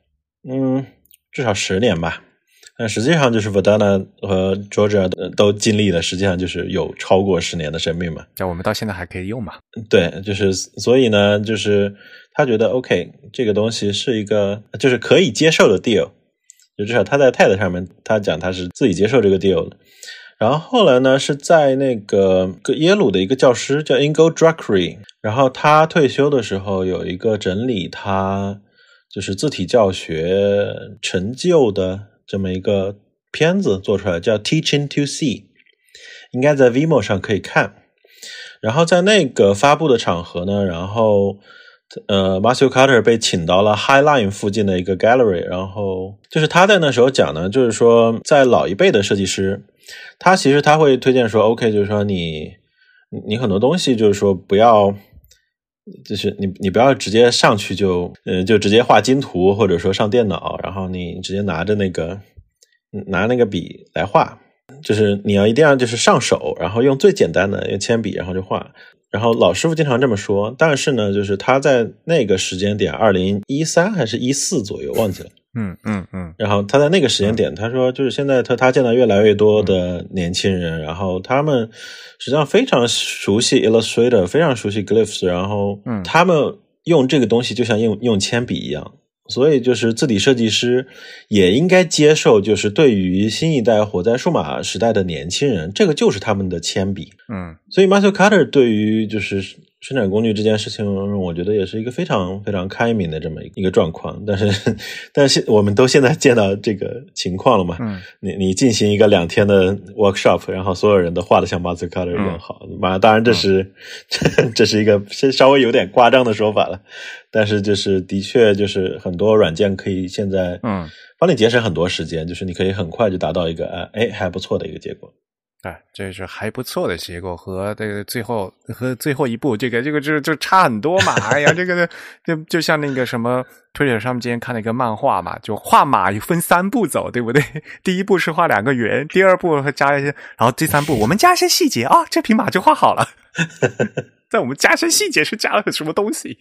嗯，至少十年吧。但实际上就是 Verdana 和 Georgia 都经历了，实际上就是有超过十年的生命嘛。 那我们到现在还可以用嘛？ 对，就是所以呢，就是他觉得 OK， 这个东西是一个就是可以接受的 deal， 就至少他在 T E D 上面他讲他是自己接受这个 deal 的。然后后来呢，是在那个耶鲁的一个教师叫 Ingo Druckery， 然后他退休的时候有一个整理他就是字体教学成就的这么一个片子做出来，叫 Teaching to See， 应该在 Vimeo 上可以看。然后在那个发布的场合呢，然后呃 Matthew Carter 被请到了 High Line 附近的一个 gallery， 然后就是他在那时候讲呢，就是说在老一辈的设计师，他其实他会推荐说 OK， 就是说你你很多东西就是说不要就是你你不要直接上去就呃就直接画精图，或者说上电脑，然后你直接拿着那个拿那个笔来画，就是你要一定要就是上手，然后用最简单的用铅笔然后就画。然后老师傅经常这么说，但是呢就是他在那个时间点二零一三还是一四左右忘记了， 嗯嗯嗯， 然后他在那个时间点，他说就是现在他他见到越来越多的年轻人，然后他们实际上非常熟悉 Illustrator， 非常熟悉 Glyphs， 然后他们用这个东西就像用用铅笔一样，所以就是字体设计师也应该接受，就是对于新一代活在数码时代的年轻人，这个就是他们的铅笔。 嗯， 所以 Matthew Carter 对于就是生产工具这件事情，我觉得也是一个非常非常开明的这么一个状况。但是，但是我们都现在见到这个情况了嘛？嗯，你你进行一个两天的 workshop， 然后所有人都画得像 Matthew Carter 一样好，嘛、嗯，当然这是、嗯、这是一个稍微有点夸张的说法了。但是就是的确就是很多软件可以现在嗯帮你节省很多时间，就是你可以很快就达到一个哎还不错的一个结果。 对，这是还不错的结果，和这个最后和最后一步，这个这个就就差很多嘛。哎呀，这个就就像那个什么 Twitter 上面今天看了一个漫画嘛，就画马分三步走，对不对？第一步是画两个圆，第二步加一些，然后第三步我们加一些细节啊、哦，这匹马就画好了。在我们加一些细节是加了什么东西？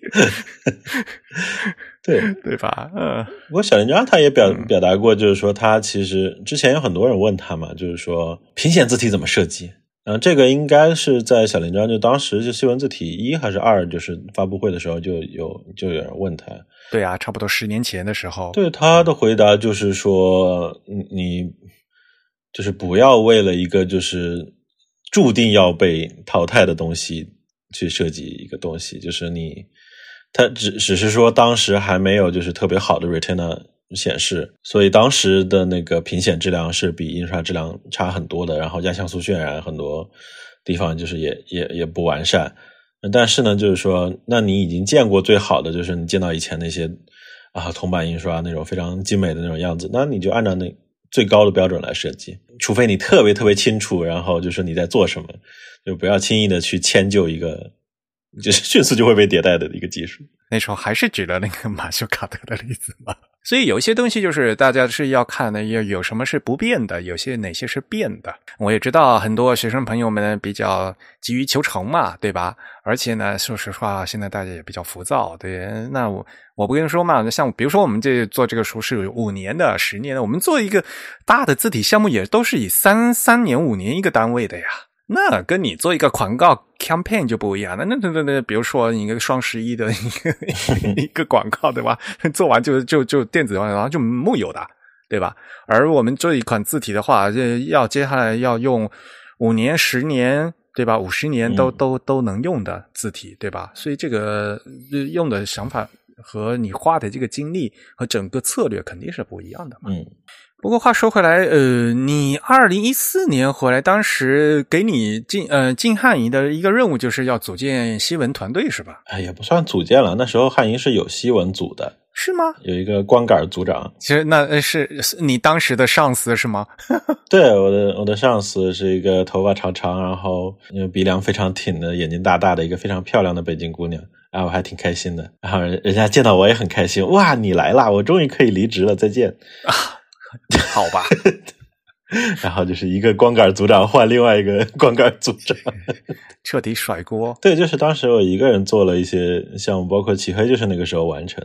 对对吧？嗯， 不过小林章他也表表达过，就是说他其实之前有很多人问他嘛，就是说平显字体怎么设计？嗯，这个应该是在小林章就当时就西文字体一还是二，就是发布会的时候就有就有人问他。 对啊，差不多十年前的时候。 对，他的回答就是说，你就是不要为了一个就是注定要被淘汰的东西去设计一个东西，就是你。它只只是说当时还没有就是特别好的 Retina 显示，所以当时的那个屏显质量是比印刷质量差很多的，然后加像素渲染很多地方就是也也也不完善。但是呢就是说那你已经见过最好的，就是你见到以前那些啊铜版印刷那种非常精美的那种样子，那你就按照那最高的标准来设计，除非你特别特别清楚然后就是你在做什么，就不要轻易的去迁就一个就是迅速就会被迭代的一个技术。 那时候还是举了那个马修卡特的例子嘛。所以有一些东西就是大家是要看的，有什么是不变的，有些哪些是变的。我也知道很多学生朋友们比较急于求成嘛，对吧？而且呢，说实话，现在大家也比较浮躁，对。那我我不跟你说嘛，像比如说我们这做这个书是五年的、十年的，我们做一个大的字体项目也都是以三三年、五年一个单位的呀。那跟你做一个广告 campaign 就不一样了。那那那那，比如说一个双十一的一个一个广告，对吧？做完就就就电子化，然后就木有的，对吧？而我们做一款字体的话，要接下来要用五年、十年，对吧？五十年都、嗯、都都能用的字体，对吧？所以这个用的想法和你花的这个精力和整个策略肯定是不一样的嘛。 嗯。 不过话说回来，呃，你二零一四年回来，当时给你进呃进汉仪的一个任务就是要组建西文团队是吧？ 哎，也不算组建了，那时候汉仪是有西文组的。 是吗？ 有一个光杆组长。 其实那是你当时的上司是吗？ 对，我的我的上司是一个头发长长，然后鼻梁非常挺的，眼睛大大的一个非常漂亮的北京姑娘。然后我还挺开心的，然后人家见到我也很开心，哇，你来啦，我终于可以离职了，再见。 啊好吧。 然后就是一个光杆组长换另外一个光杆组长， 彻底甩锅。 对，就是当时我一个人做了一些项目，包括漆黑就是那个时候完成的。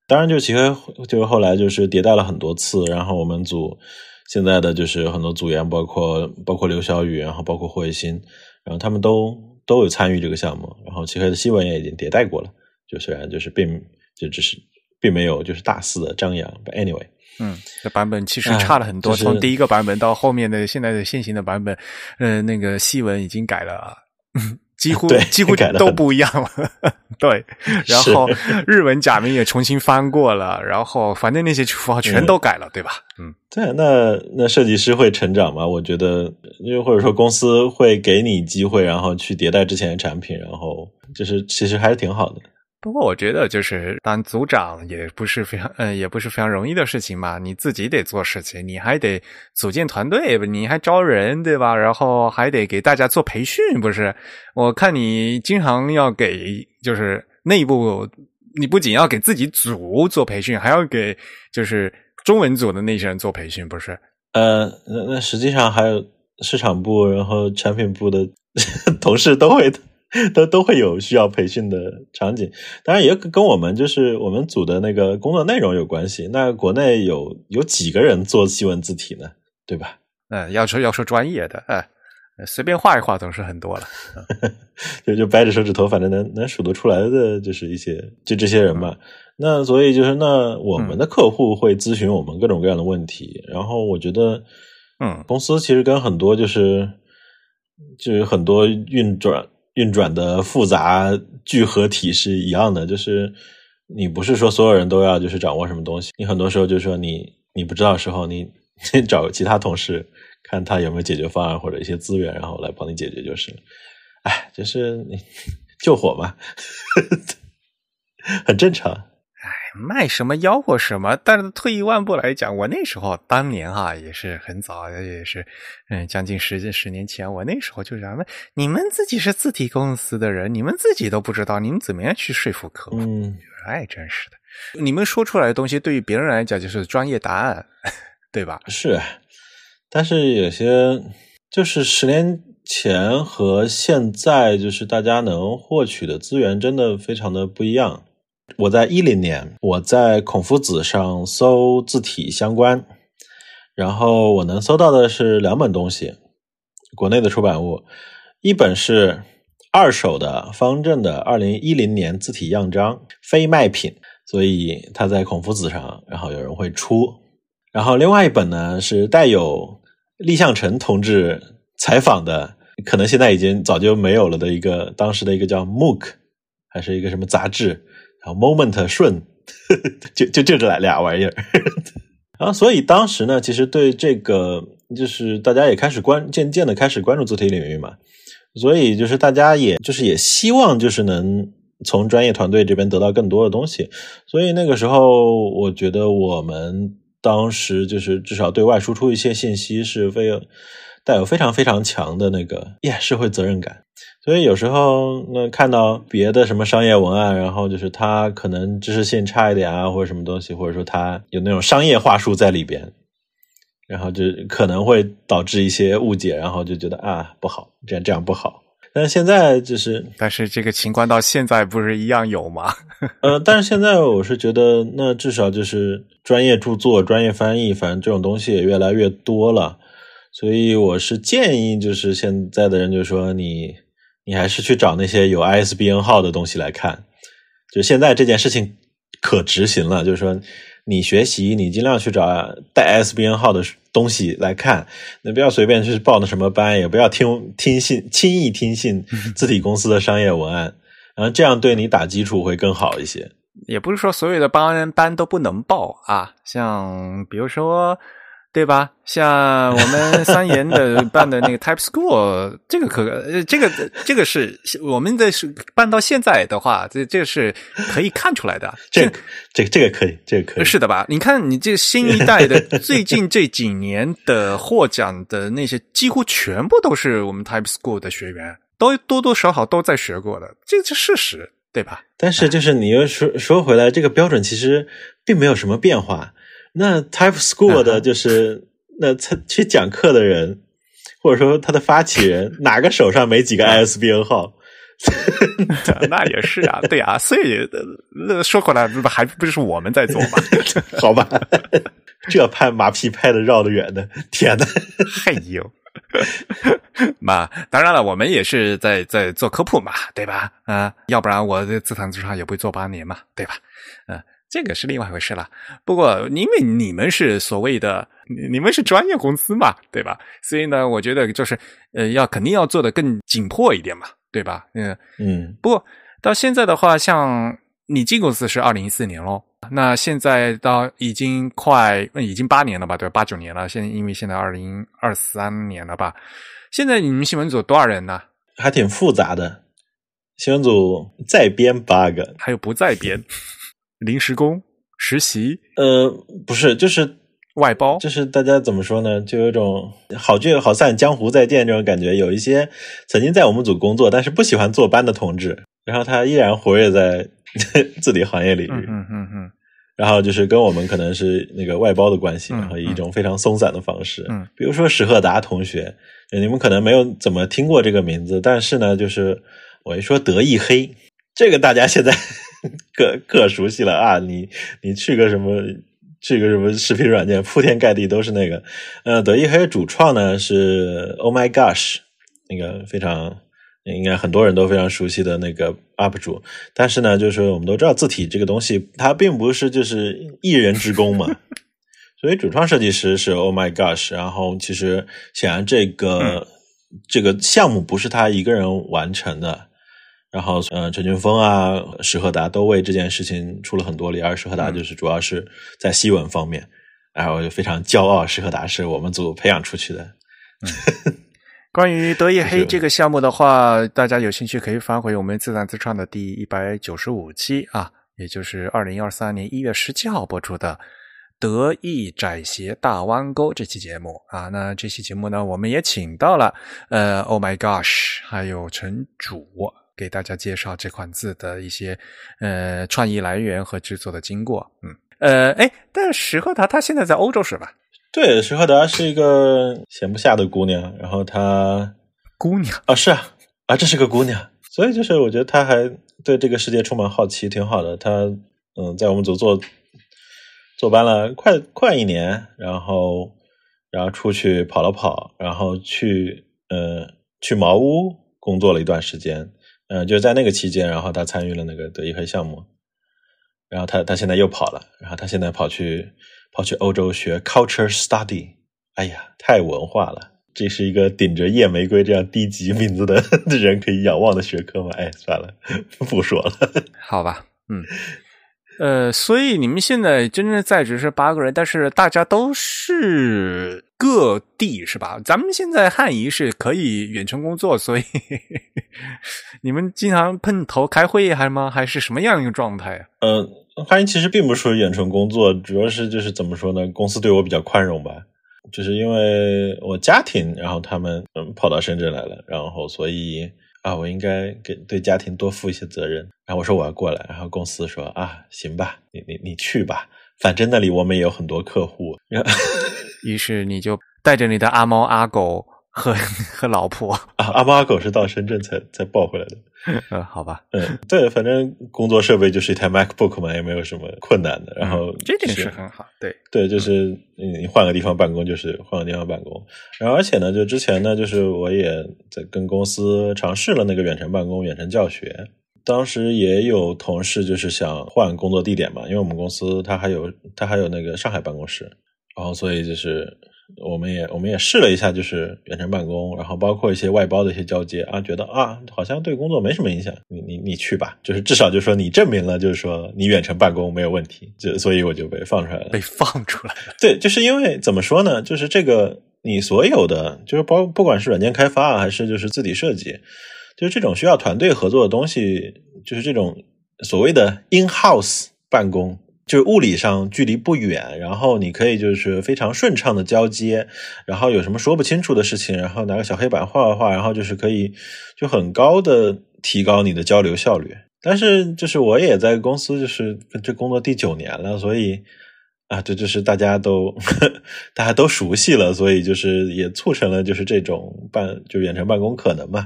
当然就奇辉就后来就是迭代了很多次，然后我们组现在的就是很多组员，包括包括刘晓宇，然后包括霍伟新，然后他们都都有参与这个项目，然后奇辉的西文也已经迭代过了，就虽然就是并就只是并没有就是大肆的张扬 ，but anyway。 嗯，这版本其实差了很多， 哎就是、 从第一个版本到后面的现在的现行的版本，呃，那个西文已经改了，几乎几乎都不一样了。对，然后日文假名也重新翻过了，然后反正那些符号全都改了，嗯、对吧？嗯， 对，那那设计师会成长吗？我觉得，就或者说公司会给你机会，然后去迭代之前的产品，然后就是其实还是挺好的。 不过我觉得就是当组长也不是非常呃也不是非常容易的事情嘛，你自己得做事情，你还得组建团队，你还招人对吧？然后还得给大家做培训，不是？我看你经常要给就是内部，你不仅要给自己组做培训，还要给就是中文组的那些人做培训，不是？ 呃，那那实际上还有市场部，然后产品部的同事都会。都都会有需要培训的场景，当然也跟我们就是我们组的那个工作内容有关系。那国内有有几个人做西文字体呢？对吧？ 嗯，要说要说专业的，哎，随便画一画总是很多了。 嗯、就就掰着手指头，反正能能数得出来的，就是一些就这些人吧。嗯、那所以就是那我们的客户会咨询我们各种各样的问题，嗯、然后我觉得， 嗯， 公司其实跟很多就是就是很多运转。运转的复杂聚合体是一样的，就是你不是说所有人都要就是掌握什么东西，你很多时候就是说你你不知道的时候，你你找其他同事看他有没有解决方案或者一些资源，然后来帮你解决就是了。哎，就是你救火嘛，很正常。 卖什么吆喝什么，但是退一万步来讲，我那时候当年哈也是很早，也是嗯将近十十年前，我那时候就想问，你们自己是字体公司的人，你们自己都不知道，你们怎么样去说服客户？ 嗯， 哎，真是的，你们说出来的东西对于别人来讲就是专业答案，对吧？ 是，但是有些就是十年前和现在，就是大家能获取的资源真的非常的不一样。我在一零年，我在孔夫子上搜字体相关，然后我能搜到的是两本东西，国内的出版物，一本是二手的方正的二零一零年字体样章，非卖品，所以它在孔夫子上，然后有人会出。然后另外一本呢是带有厉相程同志采访的，可能现在已经早就没有了的一个当时的一个叫 M O O C 还是一个什么杂志。然后 Moment 顺就就就这俩玩意儿然后所以当时呢其实对这个就是大家也开始关渐渐的开始关注字体领域嘛，所以就是大家也就是也希望就是能从专业团队这边得到更多的东西，所以那个时候我觉得我们当时就是至少对外输出一些信息是非带有非常非常强的那个耶社会责任感。所以有时候那看到别的什么商业文案，然后就是它可能知识性差一点啊，或者什么东西，或者说它有那种商业话术在里边，然后就可能会导致一些误解，然后就觉得啊不好，这样这样不好。但是现在就是， 但是这个情况到现在不是一样有吗？ 呃，但是现在我是觉得，那至少就是专业著作、专业翻译，反正这种东西也越来越多了，所以我是建议，就是现在的人就说你。你还是去找那些有 I S B N 号的东西来看，就现在这件事情可执行了，就是说你学习你尽量去找带 I S B N 号的东西来看，你不要随便去报的什么班，也不要听听信轻易听信字体公司的商业文案，然后这样对你打基础会更好一些。 也不是说所有的班班都不能报啊，像比如说对吧？像我们三研的办的那个 Type School， 这个可这个这个是我们的是办到现在的话，这这是可以看出来的。 这个这个这个可以，这个可以， 是的吧？你看你这新一代的最近这几年的获奖的那些，几乎全部都是我们 Type School 的学员，都多多少少都在学过的，这是事实，对吧？ 但是就是你又说说回来，这个标准其实并没有什么变化。那 Type School 的就是、嗯、那他去讲课的人，或者说他的发起人，哪个手上没几个 I S B N 号？ 那也是啊，对啊，所以呃说回来，还不是我们在做吗？ 好吧，这拍马屁拍的绕得远的，天哪！ 嘿呦，嘛，当然了，我们也是在在做科普嘛，对吧？啊、呃，要不然我的自弹自唱也不会做八年嘛，对吧？嗯、呃，这个是另外一回事了。不过因为你们是所谓的，你们是专业公司嘛，对吧？所以呢，我觉得就是呃，要肯定要做得更紧迫一点嘛。对吧？嗯嗯， 不过到现在的话，像你进公司是二零一四年咯，那现在到已经快已经八年了吧？对，八九年了。现在因为现在二零二三年了吧？现在你们新闻组多少人呢？ 还挺复杂的。新闻组在编八个， 还有不在编，临时工、实习， 呃，不是，就是外包， 就是大家怎么说呢？就有一种好聚好散，江湖再见这种感觉。有一些曾经在我们组工作，但是不喜欢坐班的同志，然后他依然活跃在自己行业领域。 嗯嗯嗯。 然后就是跟我们可能是那个外包的关系， 嗯、 然后以一种非常松散的方式。 嗯， 比如说史赫达同学，你们可能没有怎么听过这个名字，但是呢，就是我一说德意黑，这个大家现在可可熟悉了啊！你你去个什么？这个什么视频软件铺天盖地都是那个，呃，德意黑主创呢是 Oh My Gosh， 那个非常应该很多人都非常熟悉的那个 U P 主，但是呢，就是我们都知道字体这个东西，它并不是就是一人之功嘛，所以主创设计师是 Oh My Gosh， 然后其实显然这个、嗯、这个项目不是他一个人完成的。然后，呃，陈俊峰啊，史赫达都为这件事情出了很多力，而史赫达就是主要是在西文方面，然后就非常骄傲，史赫达是我们组培养出去的。 嗯、关于德意黑这个项目的话，大家有兴趣可以翻回我们自弹自唱的第一百九十五期啊，也就是二零二三年一月十七号播出的德意窄斜大弯钩这期节目啊。那这期节目呢，我们也请到了呃 Oh My Gosh 还有陈主给大家介绍这款字的一些呃创意来源和制作的经过。嗯，呃，哎，但是史赫达她现在在欧洲是吧？ 对，史赫达是一个闲不下的姑娘，然后她姑娘啊，是啊，啊，这是个姑娘，所以就是我觉得她还对这个世界充满好奇，挺好的。她嗯，在我们组做做班了快快一年，然后然后出去跑了跑，然后去呃去茅屋工作了一段时间。嗯，就在那个期间，然后他参与了那个德意黑项目，然后他他现在又跑了，然后他现在跑去跑去欧洲学 culture study， 哎呀，太文化了！这是一个顶着夜玫瑰这样低级名字的人可以仰望的学科吗？哎，算了，不说了。 好吧，嗯。呃，所以你们现在真正在职是八个人，但是大家都是各地是吧？咱们现在汉仪是可以远程工作，所以你们经常碰头开会还吗？还是什么样一个状态啊？ 嗯、呃，汉仪其实并不属于远程工作，主要是就是怎么说呢？公司对我比较宽容吧，就是因为我家庭，然后他们嗯跑到深圳来了，然后所以。啊，我应该给对家庭多负一些责任。然后我说我要过来，然后公司说啊，行吧，你你你去吧，反正那里我们也有很多客户。 于是你就带着你的阿猫阿狗和和老婆啊，阿猫阿狗是到深圳才才抱回来的。 呃，好吧， 嗯，对，反正工作设备就是一台 MacBook 嘛，也没有什么困难的。然后、 嗯、这点是很好，对对，就是你换个地方办公，就是换个地方办公。然后而且呢，就之前呢，就是我也在跟公司尝试了那个远程办公、远程教学。当时也有同事就是想换工作地点嘛，因为我们公司它还有它还有那个上海办公室，然后所以就是我们也我们也试了一下，就是远程办公，然后包括一些外包的一些交接啊，觉得啊好像对工作没什么影响，你你你去吧，就是至少就是说你证明了，就是说你远程办公没有问题，就所以我就被放出来了， 被放出来了。 对，就是因为怎么说呢，就是这个你所有的就是包不管是软件开发啊，还是就是字体设计，就是这种需要团队合作的东西，就是这种所谓的 in-house 办公。就是物理上距离不远，然后你可以就是非常顺畅的交接，然后有什么说不清楚的事情，然后拿个小黑板画一画，然后就是可以就很高的提高你的交流效率。但是就是我也在公司就是这工作第九年了，所以啊，这就是大家都大家都熟悉了，所以就是也促成了就是这种办就远程办公可能嘛。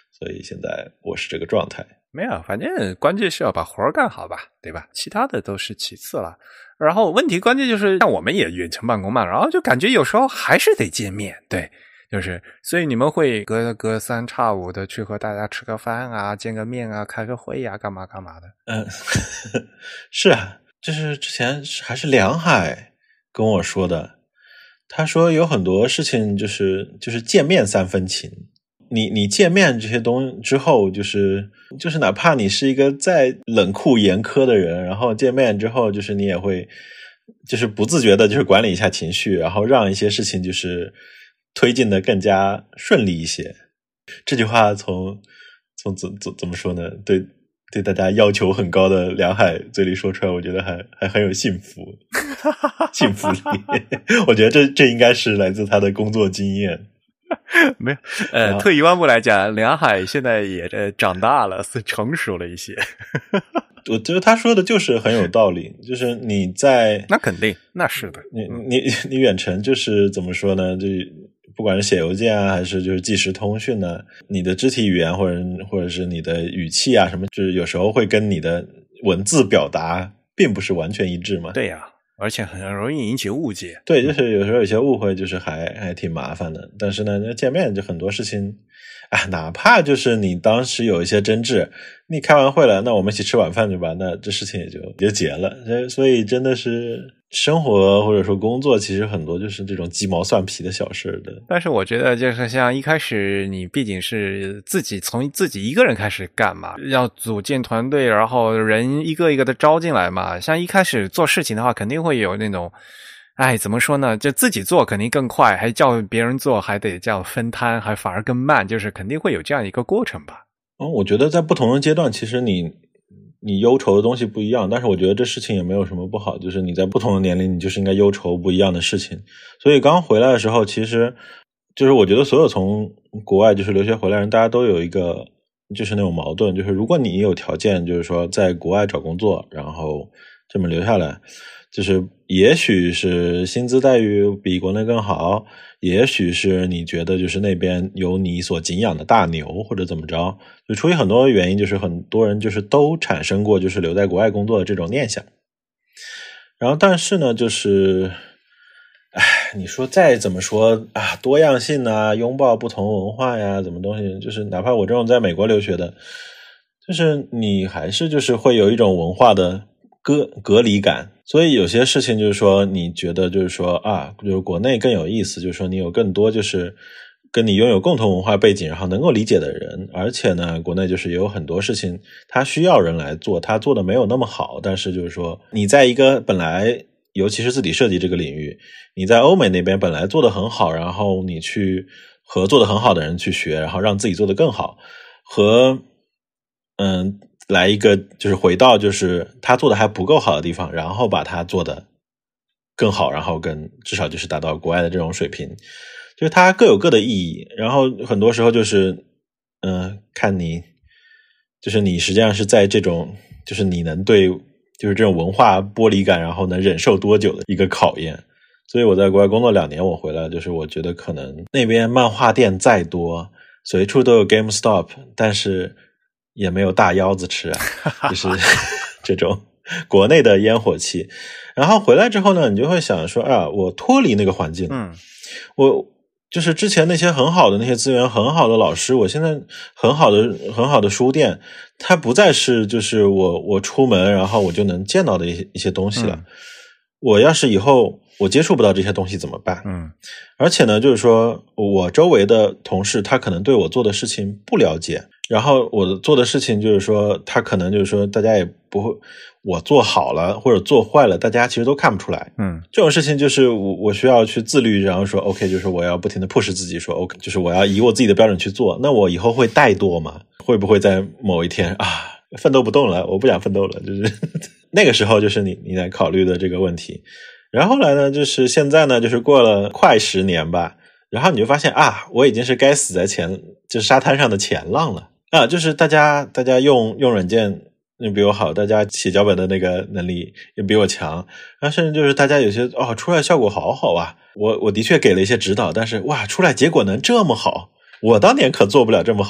所以现在我是这个状态。 没有，反正关键是要把活儿干好吧，对吧？其他的都是其次了。然后问题关键就是像我们也远程办公嘛，然后就感觉有时候还是得见面，对，就是所以你们会隔隔三差五的去和大家吃个饭啊，见个面啊，开个会啊，干嘛干嘛的。 嗯，是啊，就是之前还是梁海跟我说的，他说有很多事情就是就是见面三分情。你你见面这些东西之后，就是就是哪怕你是一个再冷酷严苛的人，然后见面之后，就是你也会就是不自觉的，就是管理一下情绪，然后让一些事情就是推进的更加顺利一些。这句话从从怎怎怎么说呢？对对，大家要求很高的梁海嘴里说出来，我觉得还还很有幸福幸福力。我觉得这这应该是来自他的工作经验。 没有，呃，退一万步来讲，梁海现在也呃长大了，是成熟了一些。 我觉得他说的就是很有道理，就是你在那肯定，那是的。 你你你远程就是怎么说呢？就不管是写邮件啊，还是就是即时通讯呢、啊，你的肢体语言或者或者是你的语气啊什么，就是有时候会跟你的文字表达并不是完全一致嘛。 对呀、啊。而且很容易引起误解。 对，就是有时候有些误会，就是还还挺麻烦的。但是呢，见面就很多事情，啊，哪怕就是你当时有一些争执，你开完会了，那我们一起吃晚饭对吧？那这事情也就也就结了。所以真的是生活或者说工作，其实很多就是这种鸡毛蒜皮的小事的。 但是我觉得就是像一开始你毕竟是自己从自己一个人开始干嘛，要组建团队，然后人一个一个的招进来嘛。像一开始做事情的话，肯定会有那种，哎，怎么说呢？就自己做肯定更快，还叫别人做还得这样分摊，还反而更慢，就是肯定会有这样一个过程吧。 嗯，我觉得在不同的阶段，其实你你忧愁的东西不一样，但是我觉得这事情也没有什么不好，就是你在不同的年龄，你就是应该忧愁不一样的事情。所以刚回来的时候，其实就是我觉得所有从国外就是留学回来人，大家都有一个就是那种矛盾，就是如果你有条件，就是说在国外找工作，然后这么留下来，就是也许是薪资待遇比国内更好，也许是你觉得就是那边有你所敬仰的大牛或者怎么着，就出于很多原因，就是很多人就是都产生过就是留在国外工作的这种念想。然后但是呢，就是哎，你说再怎么说啊，多样性啊，拥抱不同文化呀，怎么东西，就是哪怕我这种在美国留学的，就是你还是就是会有一种文化的隔隔离感。所以有些事情就是说你觉得就是说啊，就是国内更有意思，就是说你有更多就是跟你拥有共同文化背景然后能够理解的人，而且呢国内就是也有很多事情他需要人来做，他做的没有那么好，但是就是说你在一个本来尤其是字体设计这个领域，你在欧美那边本来做的很好，然后你去和做的很好的人去学，然后让自己做的更好，和嗯来一个就是回到就是他做的还不够好的地方，然后把他做的更好，然后跟至少就是达到国外的这种水平，就是它各有各的意义。然后很多时候就是嗯、呃，看你就是你实际上是在这种就是你能对就是这种文化剥离感然后能忍受多久的一个考验。所以我在国外工作两年，我回来就是我觉得可能那边漫画店再多，随处都有 GameStop， 但是也没有大腰子吃啊，就是这种国内的烟火气。然后回来之后呢，你就会想说啊，我脱离那个环境， 嗯， 我就是之前那些很好的那些资源，很好的老师，我现在很好的很好的书店，它不再是就是我我出门然后我就能见到的一些一些东西了。嗯，我要是以后我接触不到这些东西怎么办？ 嗯， 而且呢，就是说我周围的同事他可能对我做的事情不了解，然后我做的事情就是说他可能就是说大家也不会，我做好了或者做坏了大家其实都看不出来。 嗯， 这种事情就是我我需要去自律，然后说 OK， 就是我要不停的 push 自己说 OK， 就是我要以我自己的标准去做。那我以后会怠惰吗？会不会在某一天啊奋斗不动了，我不想奋斗了，就是那个时候就是你你在考虑的这个问题。然后来呢，就是现在呢，就是过了快十年吧，然后你就发现啊，我已经是该死在前就是沙滩上的前浪了啊！就是大家大家用用软件也比我好，大家写脚本的那个能力也比我强，然后甚至就是大家有些哦出来效果好好啊，我我的确给了一些指导，但是哇出来结果能这么好，我当年可做不了这么好。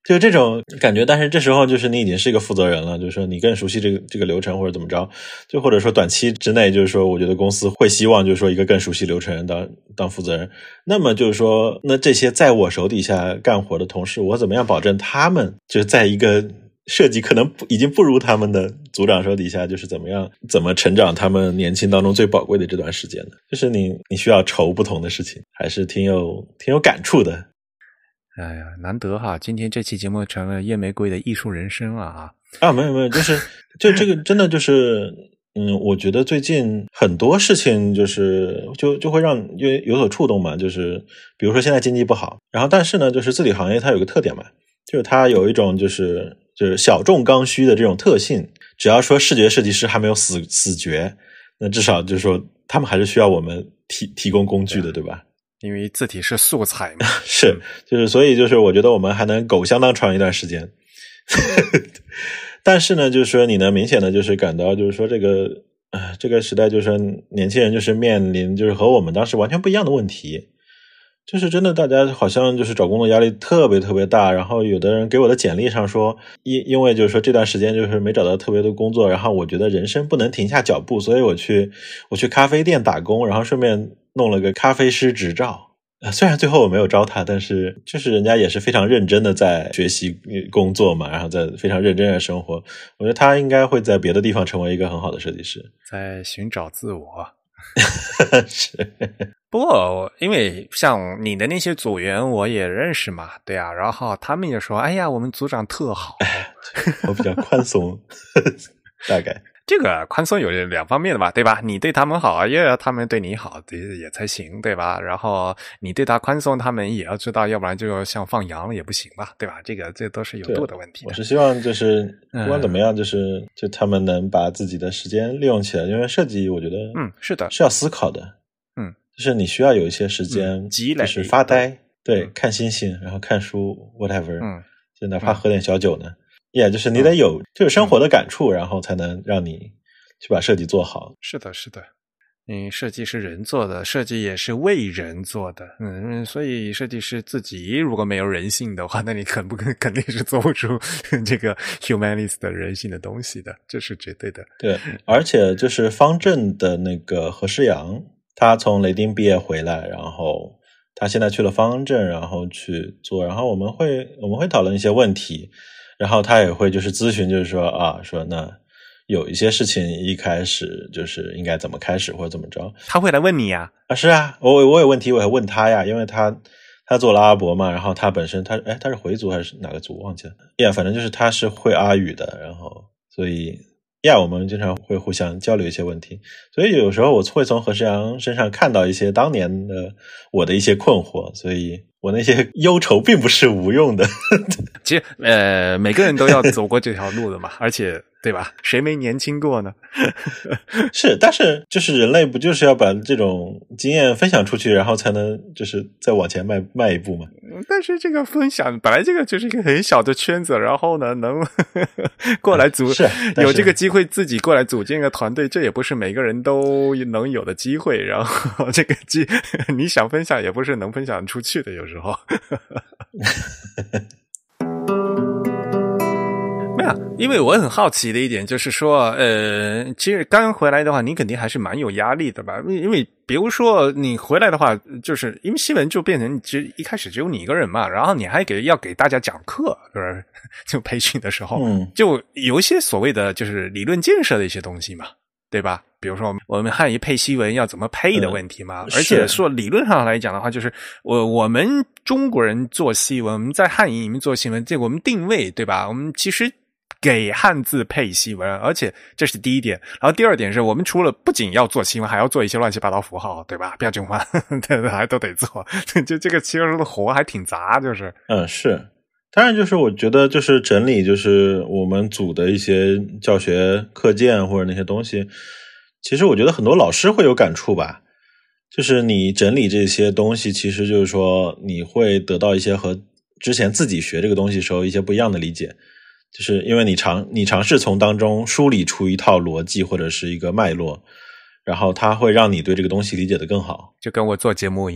就这种感觉，但是这时候就是你已经是一个负责人了，就是说你更熟悉这个这个流程或者怎么着，就或者说短期之内，就是说我觉得公司会希望就是说一个更熟悉流程人当当负责人。那么就是说，那这些在我手底下干活的同事，我怎么样保证他们就是在一个设计可能已经不如他们的组长手底下，就是怎么样怎么成长他们年轻当中最宝贵的这段时间呢？就是你你需要愁不同的事情，还是挺有挺有感触的。 哎呀，难得哈！今天这期节目成了夜玫瑰的艺术人生啊！ 啊，没有没有，就是就这个真的就是，嗯，我觉得最近很多事情就是就就会让就有所触动嘛，就是比如说现在经济不好，然后但是呢，就是字体行业它有个特点嘛，就是它有一种就是就是小众刚需的这种特性，只要说视觉设计师还没有死死绝，那至少就是说他们还是需要我们提提供工具的，对吧？ 因为字体是素材嘛。 是，就是所以就是我觉得我们还能苟相当长一段时间。但是呢，就是说你能明显的就是感到就是说这个呃这个时代就是说年轻人就是面临就是和我们当时完全不一样的问题。就是真的大家好像就是找工作压力特别特别大，然后有的人给我的简历上说因因为就是说这段时间就是没找到特别多工作，然后我觉得人生不能停下脚步，所以我去我去咖啡店打工，然后顺便弄了个咖啡师执照。呃，虽然最后我没有招他，但是就是人家也是非常认真的在学习工作嘛，然后在非常认真的生活。我觉得他应该会在别的地方成为一个很好的设计师， 在寻找自我。 是， 不过因为像你的那些组员我也认识嘛，对啊，然后他们也说，哎呀，我们组长特好， 我比较宽松，大概。 这个宽松有两方面的吧，对吧？你对他们好，也要他们对你好也才行，对吧？然后你对他宽松，他们也要知道，要不然就像放羊了也不行吧，对吧？这个这都是有度的问题的。 我是希望就是不管怎么样，就是、嗯、就他们能把自己的时间利用起来，因为设计我觉得嗯是的是要思考的， 嗯， 就是你需要有一些时间、 嗯、积累， 就是发呆，对、 嗯， 看星星，然后看书 whatever， 嗯， 就哪怕喝点小酒呢，也、嗯 yeah, 就是你得有、嗯、就有生活的感触、嗯，然后才能让你去把设计做好。 是的，是的。嗯，设计是人做的，设计也是为人做的。嗯，所以设计师自己如果没有人性的话，那你肯不肯定是做不出这个 humanist 的人性的东西的，这是绝对的。 对，而且就是方正的那个何诗阳，他从雷丁毕业回来，然后他现在去了方正，然后去做，然后我们会我们会讨论一些问题，然后他也会就是咨询，就是说啊，说那有一些事情一开始就是应该怎么开始或者怎么着， 他会来问你呀？ 啊，是啊，我我有问题我也问他呀，因为他他做了阿拉伯嘛，然后他本身他哎他是回族还是哪个族忘记了呀，反正就是他是会阿语的，然后所以呀我们经常会互相交流一些问题，所以有时候我会从何诗阳身上看到一些当年的我的一些困惑，所以我那些忧愁并不是无用的。 其实呃每个人都要走过这条路的嘛，而且对吧？谁没年轻过呢？ 是，但是就是人类不就是要把这种经验分享出去，然后才能就是再往前迈迈一步吗？ 但是这个分享本来这个就是一个很小的圈子，然后呢能过来组是有这个机会自己过来组建一个团队，这也不是每个人都能有的机会，然后这个机你想分享也不是能分享出去的，有时候。没有，因为我很好奇的一点就是说，呃，其实刚回来的话，你肯定还是蛮有压力的吧？因为比如说你回来的话，就是因为新闻就变成其实一开始只有你一个人嘛，然后你还给要给大家讲课，就是就培训的时候， 嗯， 就有一些所谓的就是理论建设的一些东西嘛，对吧？比如说我们汉语配西文要怎么配的问题嘛，嗯、而且说理论上来讲的话，就是我我们中国人做西文，我们在汉语里面做西文，这个我们定位对吧？我们其实给汉字配西文，而且这是第一点。然后第二点是我们除了不仅要做西文，还要做一些乱七八糟符号，对吧？标准化对对，还都得做。就这个其实的活还挺杂，就是嗯是。当然就是我觉得就是整理就是我们组的一些教学课件或者那些东西，其实我觉得很多老师会有感触吧。就是你整理这些东西，其实就是说你会得到一些和之前自己学这个东西时候一些不一样的理解。就是因为你尝你尝试从当中梳理出一套逻辑或者是一个脉络，然后它会让你对这个东西理解得更好。 就跟我做节目一样。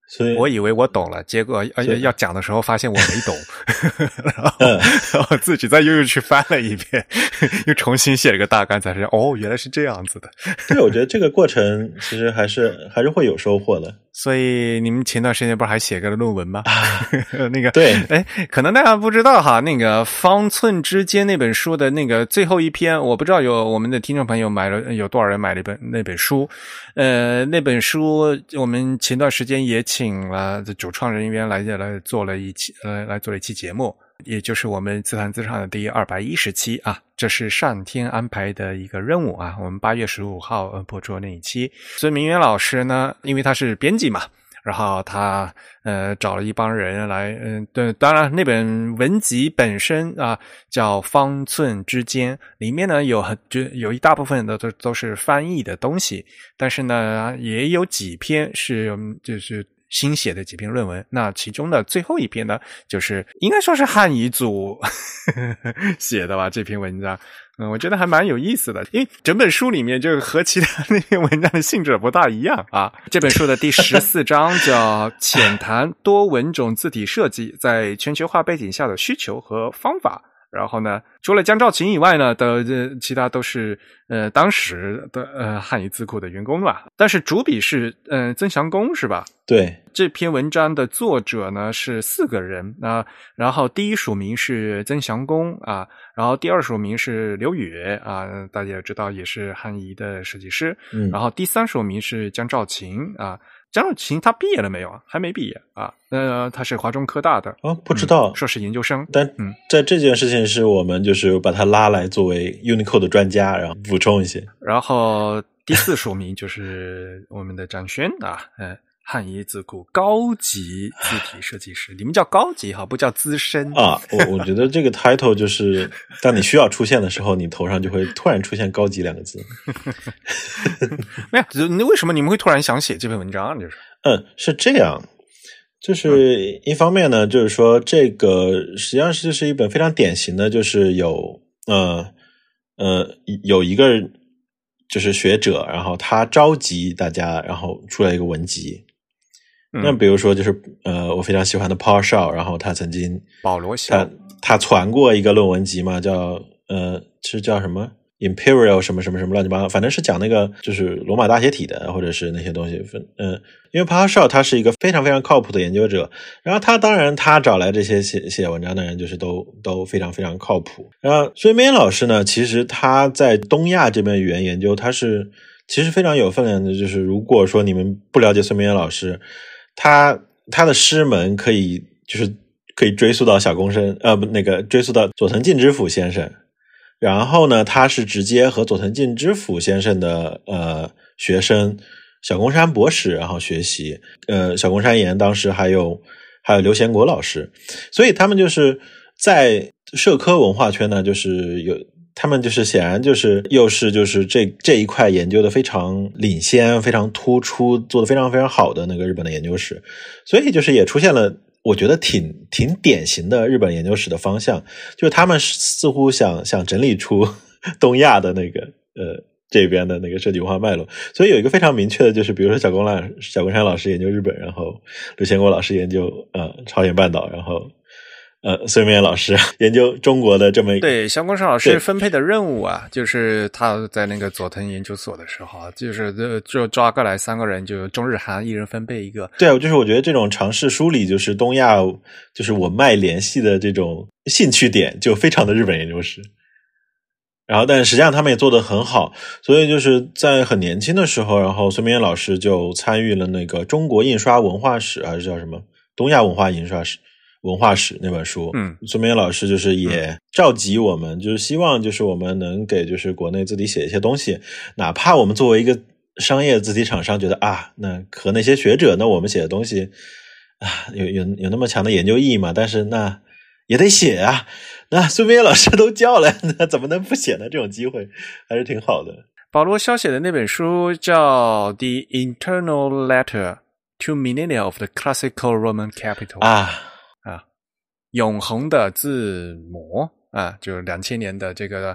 所以我以为我懂了，结果要要讲的时候发现我没懂，然, 后嗯、 然后自己再又又去翻了一遍，又重新写了个大纲，才知道哦，原来是这样子的。 对，我觉得这个过程其实还是还是会有收获的。 所以你们前段时间不是还写个论文吗？ 啊、 那个对， 哎，可能大家不知道哈，那个《方寸之间》那本书的那个最后一篇，我不知道有我们的听众朋友买了有多少人买了一本那本书。呃，那本书我们前段时间也请了主创人员来来做了一期呃来做了一期节目，也就是我们自弹自唱的第二百一十期啊，这是上天安排的一个任务啊。我们八月十五号呃播出那一期，孙明远老师呢，因为他是编辑嘛。然后他呃找了一帮人来，嗯、呃，对，当然那本文集本身啊叫《方寸之间》，里面呢有很就有一大部分的都都是翻译的东西，但是呢也有几篇是就是新写的几篇论文。那其中的最后一篇呢，就是应该说是汉语组写的吧，这篇文章。嗯，我觉得还蛮有意思的，因为整本书里面就和其他那篇文章的性质不大一样啊。这本书的第十四章叫浅谈多文种字体设计在全球化背景下的需求和方法。然后呢，除了江兆勤以外呢的呃其他都是呃当时的呃汉语字库的员工吧。但是主笔是呃曾祥公是吧？ 对， 这篇文章的作者呢是四个人啊，然后第一署名是曾祥公啊，然后第二署名是刘宇啊，大家也知道也是汉仪的设计师， 嗯， 然后第三署名是江兆勤啊。江兆勤他毕业了没有啊？还没毕业啊。呃，他是华中科大的哦，不知道、 嗯、硕士研究生。 但嗯， 在这件事情是我们就是把他拉来作为 Unicode 的专家，然后补充一些。 然后第四署名就是我们的张轩啊，嗯。汉仪字库高级字体设计师，你们叫高级哈，不叫资深啊。我我觉得这个 title 就是当你需要出现的时候，你头上就会突然出现高级两个字。 没有，那为什么你们会突然想写这篇文章？就是嗯，是这样，就是一方面呢，就是说这个实际上是就是一本非常典型的，就是有呃呃有一个就是学者，然后他召集大家，然后出来一个文集。那比如说就是呃我非常喜欢的 Paul Shaw， 然后他曾经保罗肖他他传过一个论文集嘛，叫呃是叫什么 Imperial 什么什么什么乱七八糟，反正是讲那个就是罗马大写体的或者是那些东西。嗯、呃，因为 Paul Shaw 他是一个非常非常靠谱的研究者，然后他当然他找来这些写写文章的人就是都都非常非常靠谱。然后孙明老师呢，其实他在东亚这边语言研究他是其实非常有分量的，就是如果说你们不了解孙明老师，他他的师门可以就是可以追溯到小公生，呃不那个追溯到佐藤敬之辅先生，然后呢他是直接和佐藤敬之辅先生的呃学生小宫山博士然后学习，呃小宫山研当时还有还有刘贤国老师，所以他们就是在社科文化圈呢，就是有他们就是显然就是又是就是这这一块研究的非常领先非常突出做得非常非常好的那个日本的研究史，所以就是也出现了我觉得挺挺典型的日本研究史的方向，就是他们似乎想想整理出东亚的那个呃这边的那个设计文化脉络，所以有一个非常明确的就是比如说小宫兰小宫山老师研究日本，然后刘贤国老师研究呃朝鲜半岛，然后呃，孙明老师研究中国的这么一个对小宫山老师分配的任务啊，就是他在那个佐藤研究所的时候，就是就抓过来三个人，就中日韩一人分配一个。 对啊，就是我觉得这种尝试梳理就是东亚就是我脉联系的这种兴趣点，就非常的日本研究史。然后，但实际上他们也做得很好，所以就是在很年轻的时候，然后孙明老师就参与了那个中国印刷文化史，还是叫什么东亚文化印刷史。文化史那本书， 嗯， 孙明老师就是也召集我们，嗯、就是希望就是我们能给就是国内字体写一些东西，哪怕我们作为一个商业字体厂商觉得啊，那和那些学者，那我们写的东西啊，有有有那么强的研究意义吗？但是那也得写啊，那孙明老师都叫了，那怎么能不写呢？这种机会还是挺好的。 保罗肖写的那本书叫《The Internal Letter to Millennia of the Classical Roman Capital》 啊。 啊，永恒的字母啊，就是两千年的这个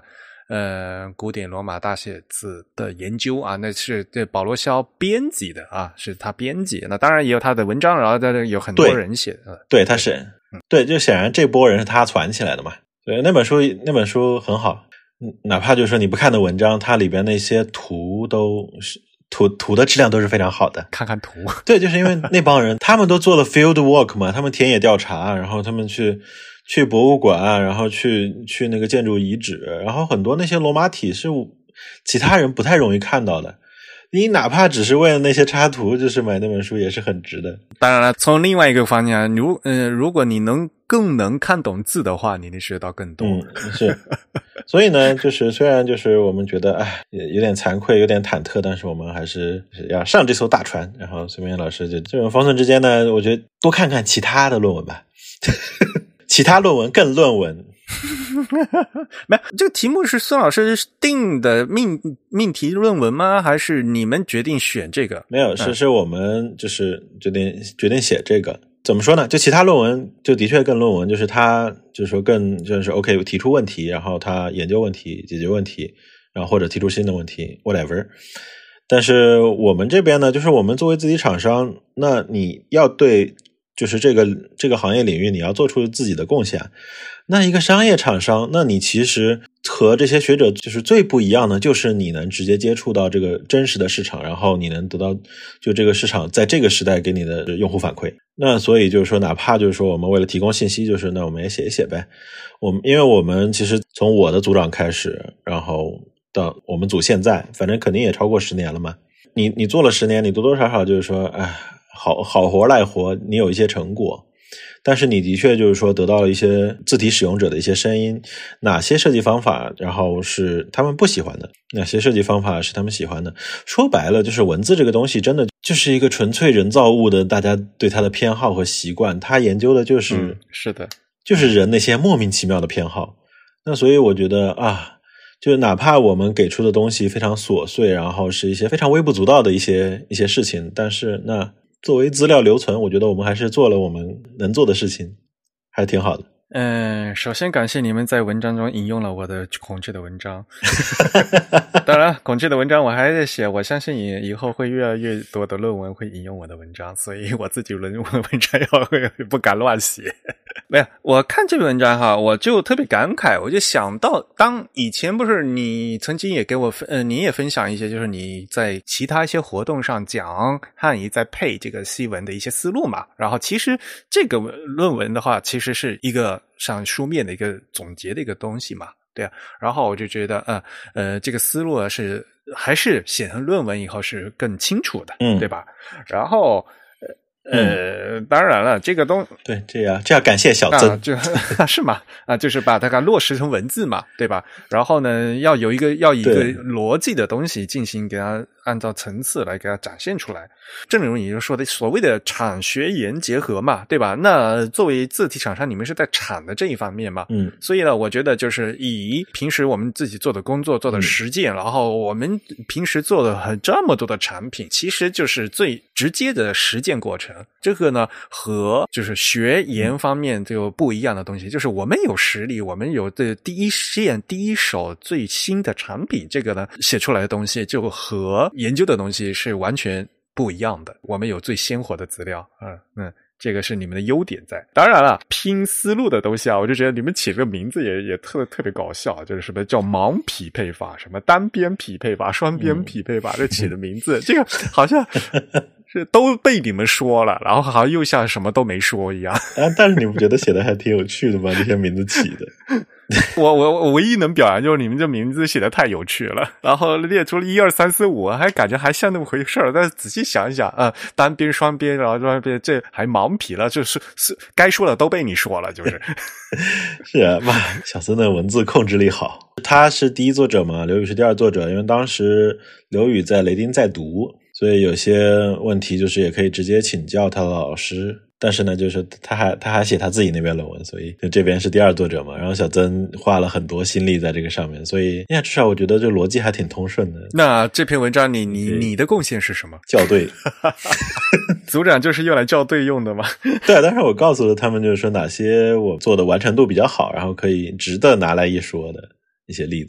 呃古典罗马大写字的研究啊，那是这保罗肖编辑的啊，是他编辑。那当然也有他的文章，然后在有很多人写的。 对，他是嗯、 对，就显然这波人是他传起来的嘛。对，那本书那本书很好，哪怕就是说你不看的文章，它里边那些图都是。图图的质量都是非常好的， 看看图。 对，就是因为那帮人他们都做了 field work 嘛，他们田野调查，然后他们去去博物馆，然后去去那个建筑遗址，然后很多那些罗马体是其他人不太容易看到的。你哪怕只是为了那些插图，就是买那本书也是很值的。 当然了，从另外一个方向，如呃，如果你能更能看懂字的话，你能学到更多。 嗯，是。所以呢，就是虽然就是我们觉得哎有点惭愧，有点忐忑，但是我们还是要上这艘大船。然后孙明老师就这种方寸之间呢，我觉得多看看其他的论文吧，其他论文更论文。 没有，这个题目是孙老师定的命命题论文吗？还是你们决定选这个？ 没有，是是我们就是决定决定写这个。怎么说呢？就其他论文就的确更论文，就是他就是说更就是 OK 提出问题，然后他研究问题、解决问题，然后或者提出新的问题 whatever。但是我们这边呢，就是我们作为自己厂商，那你要对就是这个这个行业领域你要做出自己的贡献。那一个商业厂商，那你其实和这些学者就是最不一样的，就是你能直接接触到这个真实的市场，然后你能得到就这个市场在这个时代给你的用户反馈。那所以就是说，哪怕就是说我们为了提供信息，就是那我们也写一写呗。我们因为我们其实从我的组长开始，然后到我们组现在，反正肯定也超过十年了嘛。你你做了十年，你多多少少就是说，哎，好好活赖活，你有一些成果。但是你的确就是说得到了一些字体使用者的一些声音，哪些设计方法然后是他们不喜欢的，哪些设计方法是他们喜欢的。说白了就是文字这个东西真的就是一个纯粹人造物的，大家对它的偏好和习惯，它研究的就是、 嗯、是的， 就是人那些莫名其妙的偏好。那所以我觉得啊，就是哪怕我们给出的东西非常琐碎，然后是一些非常微不足道的一些一些事情，但是那作为资料留存，我觉得我们还是做了我们能做的事情，还挺好的。 嗯，首先感谢你们在文章中引用了我的孔雀的文章。当然，孔雀的文章我还在写，我相信以以后会越来越多的论文会引用我的文章，所以我自己论文文章要不敢乱写。没有，我看这篇文章哈，我就特别感慨，我就想到，当以前不是你曾经也给我分，呃，你也分享一些，就是你在其他一些活动上讲汉仪在配这个西文的一些思路嘛。然后其实这个论文的话，其实是一个上书面的一个总结的一个东西嘛，对啊。然后我就觉得，呃呃，这个思路啊是还是写成论文以后是更清楚的， 嗯， 对吧？然后。呃，当然了，这个东对，这样这样感谢小曾， 啊、就是嘛啊，就是把它给落实成文字嘛，对吧？然后呢，要有一个要以一个逻辑的东西进行给它按照层次来给它展现出来。正如你就说的，所谓的产学研结合嘛，对吧？那作为字体厂商，你们是在产的这一方面嘛， 嗯， 所以呢，我觉得就是以平时我们自己做的工作、做的实践，嗯、然后我们平时做的很这么多的产品，其实就是最直接的实践过程。这个呢，和就是学研方面就不一样的东西，就是我们有实力，我们有这第一线、第一手最新的产品，这个呢写出来的东西就和研究的东西是完全不一样的。我们有最鲜活的资料，嗯嗯。这个是你们的优点在。当然了，拼思路的东西啊，我就觉得你们起这个名字也也特特别搞笑，就是什么叫盲匹配法，什么单边匹配法、双边匹配法，这起的名字，这个好像是都被你们说了，然后好像又像什么都没说一样。 啊，但是你不觉得写的还挺有趣的吗？这些名字起的。 我我我唯一能表扬就是你们这名字写的太有趣了，然后列出了一二三四五，还感觉还像那么回事儿。但是仔细想一想，啊、呃，单边、双边，然后双边，这还盲匹了，就是是该说的都被你说了，就是。 是啊，妈，小森的文字控制力好。他是第一作者嘛，刘宇是第二作者，因为当时刘宇在雷丁在读，所以有些问题就是也可以直接请教他的老师。但是呢，就是他还他还写他自己那边论文，所以就这边是第二作者嘛。然后小曾花了很多心力在这个上面，所以呀，至少我觉得这逻辑还挺通顺的。 那这篇文章你你你的贡献是什么？ 校对， 组长就是用来校对用的吗？ 对，但是我告诉了他们，就是说哪些我做的完成度比较好，然后可以值得拿来一说的一些例子。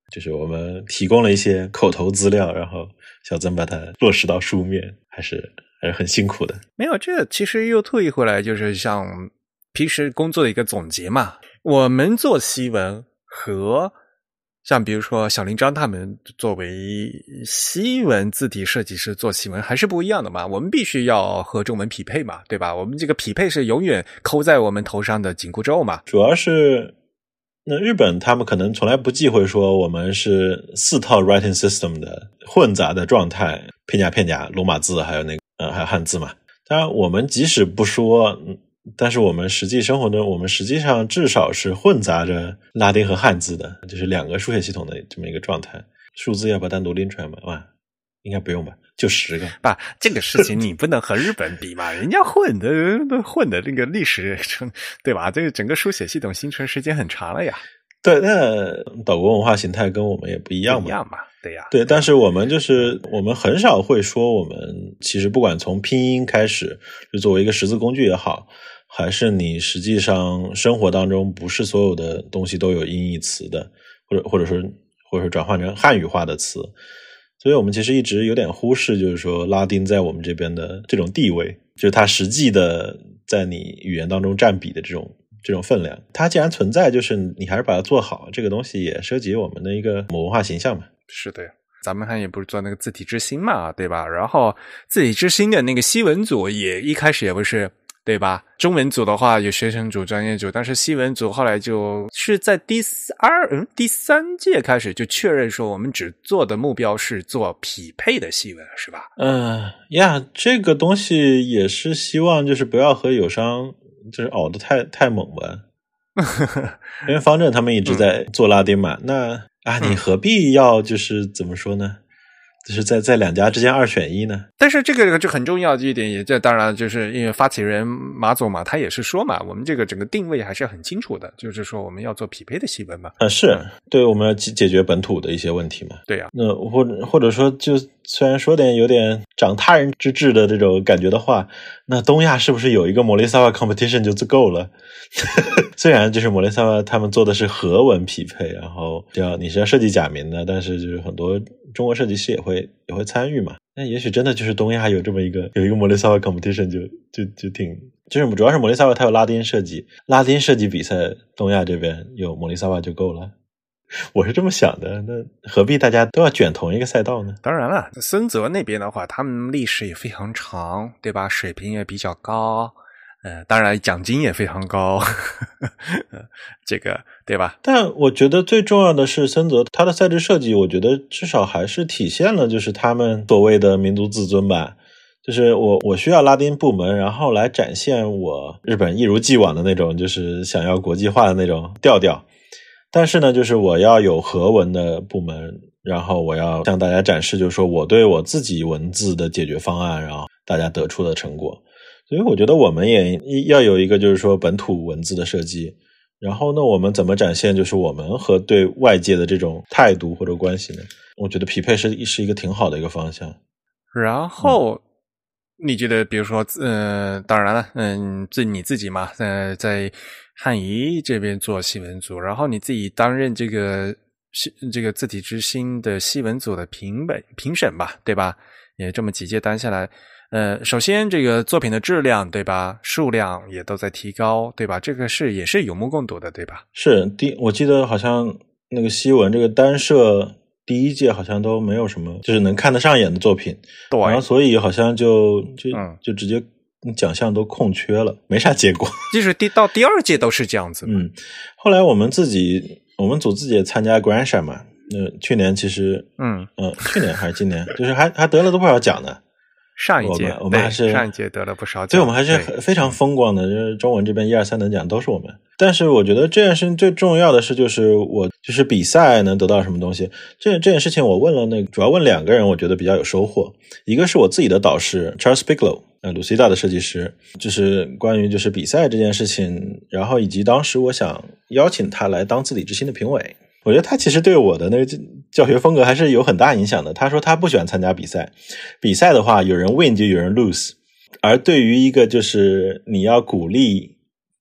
就是我们提供了一些口头资料，然后小曾把它落实到书面，还是还是很辛苦的。 没有，这其实又退回来，就是像平时工作的一个总结嘛。我们做西文和像比如说小林章他们作为西文字体设计师做西文还是不一样的嘛，我们必须要和中文匹配嘛，对吧？我们这个匹配是永远扣在我们头上的紧箍咒嘛。 主要是那日本他们可能从来不忌讳说我们是四套 writing system 的混杂的状态，片假片假罗马字还有那个呃还有汉字嘛。当然我们即使不说，但是我们实际生活中，我们实际上至少是混杂着拉丁和汉字的，就是两个书写系统的这么一个状态。数字要不要单独拎出来吗？哇，应该不用吧，就十个。 吧，这个事情你不能和日本比嘛，人家混的混的那个历史，对吧？这个整个书写系统形成时间很长了呀。 对，那岛国文化形态跟我们也不一样嘛。 不一样嘛，对呀。 对，但是我们就是我们很少会说，我们其实不管从拼音开始，就作为一个识字工具也好，还是你实际上生活当中不是所有的东西都有音译词的，或者或者说或者说转换成汉语化的词，所以我们其实一直有点忽视，就是说拉丁在我们这边的这种地位，就是它实际的在你语言当中占比的这种这种分量。它既然存在，就是你还是把它做好，这个东西也涉及我们的一个文化形象嘛。 是的，咱们还也不是做那个字体之星嘛，对吧？然后字体之星的那个西文组也一开始也不是，对吧？中文组的话有学生组、专业组，但是西文组后来就是在第二嗯第三届开始就确认说，我们只做的目标是做匹配的西文，是吧？ 嗯呀，这个东西也是希望就是不要和友商就是熬得太太猛吧。因为方正他们一直在做拉丁嘛，嗯、那啊，你何必要就是怎么说呢？就是在在两家之间二选一呢？ 但是这个就很重要的一点，也这当然就是因为发起人马总嘛，他也是说嘛，我们这个整个定位还是很清楚的，就是说我们要做匹配的西文嘛。 啊，是对，我们要解决本土的一些问题嘛。 对呀、啊， 那或者或者说，就虽然说点有点长他人之志的这种感觉的话，那东亚是不是有一个莫雷萨瓦 competition 就足够了？虽然就是莫雷萨瓦他们做的是和文匹配，然后要你是要设计假名的，但是就是很多中国设计师也会也会参与嘛。那也许真的就是东亚有这么一个有一个莫雷萨瓦 competition 就就就挺，就是主要是莫雷萨瓦它有拉丁设计，拉丁设计比赛东亚这边有莫雷萨瓦就够了。我是这么想的，那何必大家都要卷同一个赛道呢？ 当然了，森泽那边的话，他们历史也非常长，对吧？水平也比较高，呃，当然奖金也非常高，这个对吧？ 但我觉得最重要的是森泽他的赛制设计，我觉得至少还是体现了就是他们所谓的民族自尊吧。就是我我需要拉丁部门，然后来展现我日本一如既往的那种就是想要国际化的那种调调。但是呢，就是我要有和文的部门，然后我要向大家展示，就是说我对我自己文字的解决方案，然后大家得出的成果。所以我觉得我们也要有一个就是说本土文字的设计，然后呢，我们怎么展现就是我们和对外界的这种态度或者关系呢？我觉得匹配是是一个挺好的一个方向。 然后、嗯、你觉得比如说呃当然了嗯自你自己嘛呃在汉仪这边做西文组，然后你自己担任这个这个字体之星的西文组的评本评审吧，对吧？也这么几届担下来，呃，首先这个作品的质量，对吧？数量也都在提高，对吧？这个是也是有目共睹的，对吧？ 是第，我记得好像那个西文这个单社第一届好像都没有什么就是能看得上眼的作品， 对， 然后所以好像就就、嗯、就直接奖项都空缺了，没啥结果。 就是第到第二届都是这样子。 嗯，后来我们自己我们组自己也参加 Gransha 嘛，呃，去年其实嗯呃去年还是今年，就是还还得了多少奖呢？ 上一届我们我们还是上一届得了不少奖， 对，我们还是非常风光的，就是中文这边一二三等奖都是我们。但是我觉得这件事情最重要的是，就是我就是比赛能得到什么东西。这这件事情我问了那个主要问两个人，我觉得比较有收获。一个是我自己的导师 Charles Bigelow， 呃 Lucida 的设计师，就是关于就是比赛这件事情，然后以及当时我想邀请他来当字体之星的评委。我觉得他其实对我的那个教学风格还是有很大影响的。他说他不喜欢参加比赛，比赛的话有人 win 就有人 lose， 而对于一个就是你要鼓励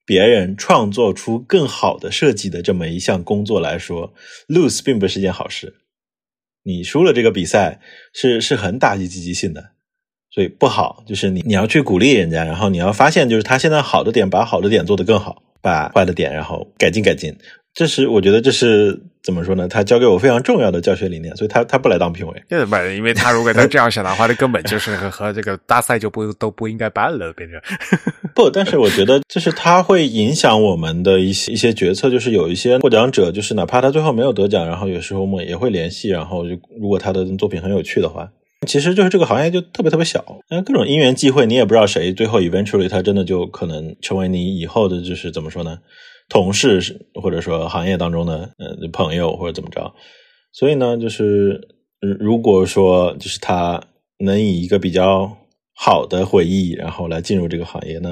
别人创作出更好的设计的这么一项工作来说 lose 并不是一件好事，你输了这个比赛是是很打击积极性的，所以不好，就是你你要去鼓励人家，然后你要发现就是他现在好的点，把好的点做得更好，把坏的点然后改进改进，这是我觉得这是怎么说呢，他教给我非常重要的教学理念，所以他他不来当评委。 对吧？因为他如果他这样想的话，那根本就是和和这个大赛就不都不应该办了，变成不，但是我觉得就是他会影响我们的一些一些决策，就是有一些获奖者，就是哪怕他最后没有得奖，然后有时候我们也会联系，然后就如果他的作品很有趣的话，其实就是这个行业就特别特别小，各种因缘际会，你也不知道谁最后 eventually 他真的就可能成为你以后的就是怎么说呢，同事或者说行业当中的呃朋友或者怎么着。所以呢就是如果说就是他能以一个比较好的回忆然后来进入这个行业，那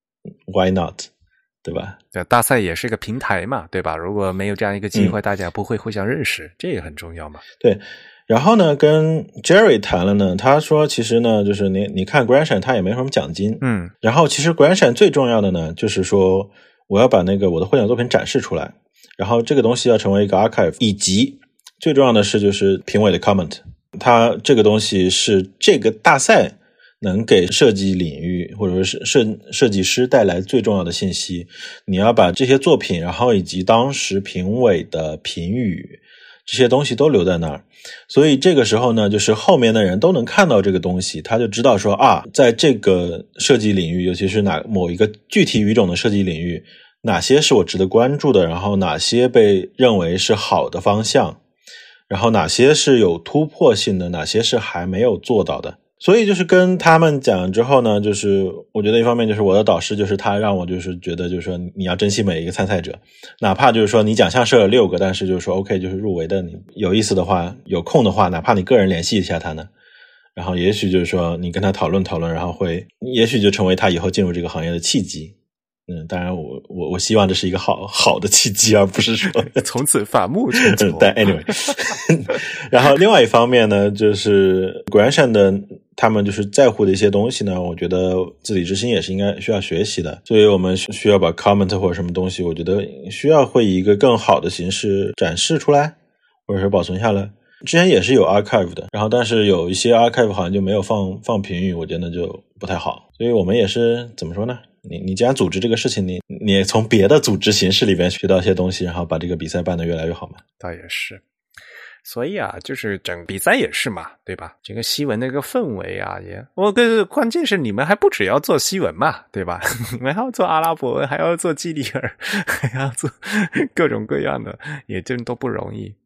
why not， 对吧？ 对，大赛也是一个平台嘛，对吧？如果没有这样一个机会，嗯、大家不会互相认识，这也很重要嘛。 对。然后呢跟 Jerry 谈了呢，他说其实呢就是你你看 Grandstand 他也没什么奖金， 嗯， 然后其实 Grandstand 最重要的呢就是说我要把那个我的获奖作品展示出来，然后这个东西要成为一个 archive， 以及最重要的是就是评委的 comment， 它这个东西是这个大赛能给设计领域或者说是设设计师带来最重要的信息，你要把这些作品然后以及当时评委的评语这些东西都留在那儿，所以这个时候呢就是后面的人都能看到这个东西，他就知道说啊，在这个设计领域，尤其是哪某一个具体语种的设计领域，哪些是我值得关注的，然后哪些被认为是好的方向，然后哪些是有突破性的，哪些是还没有做到的。所以就是跟他们讲之后呢，就是我觉得一方面就是我的导师就是他让我就是觉得就是说你要珍惜每一个参赛者，哪怕就是说你奖项设了六个，但是就是说 OK 就是入围的，你有意思的话有空的话哪怕你个人联系一下他呢，然后也许就是说你跟他讨论讨论，然后会也许就成为他以后进入这个行业的契机。嗯，当然我我我希望这是一个好好的契机，而不是说从此反目成仇。 但 anyway 然后另外一方面呢就是 Grandstand 的他们就是在乎的一些东西呢，我觉得自理之心也是应该需要学习的，所以我们需要把 comment 或者什么东西我觉得需要会以一个更好的形式展示出来或者是保存下来。之前也是有 archive 的，然后但是有一些 archive 好像就没有放放评语，我觉得就不太好，所以我们也是怎么说呢，你你既然组织这个事情，你你也从别的组织形式里边学到一些东西，然后把这个比赛办得越来越好嘛。 倒也是，所以啊，就是整个比赛也是嘛，对吧？整个西文那个氛围啊，也我个关键是你们还不只要做西文嘛，对吧？你们还要做阿拉伯文，还要做基里尔，还要做各种各样的，也真都不容易。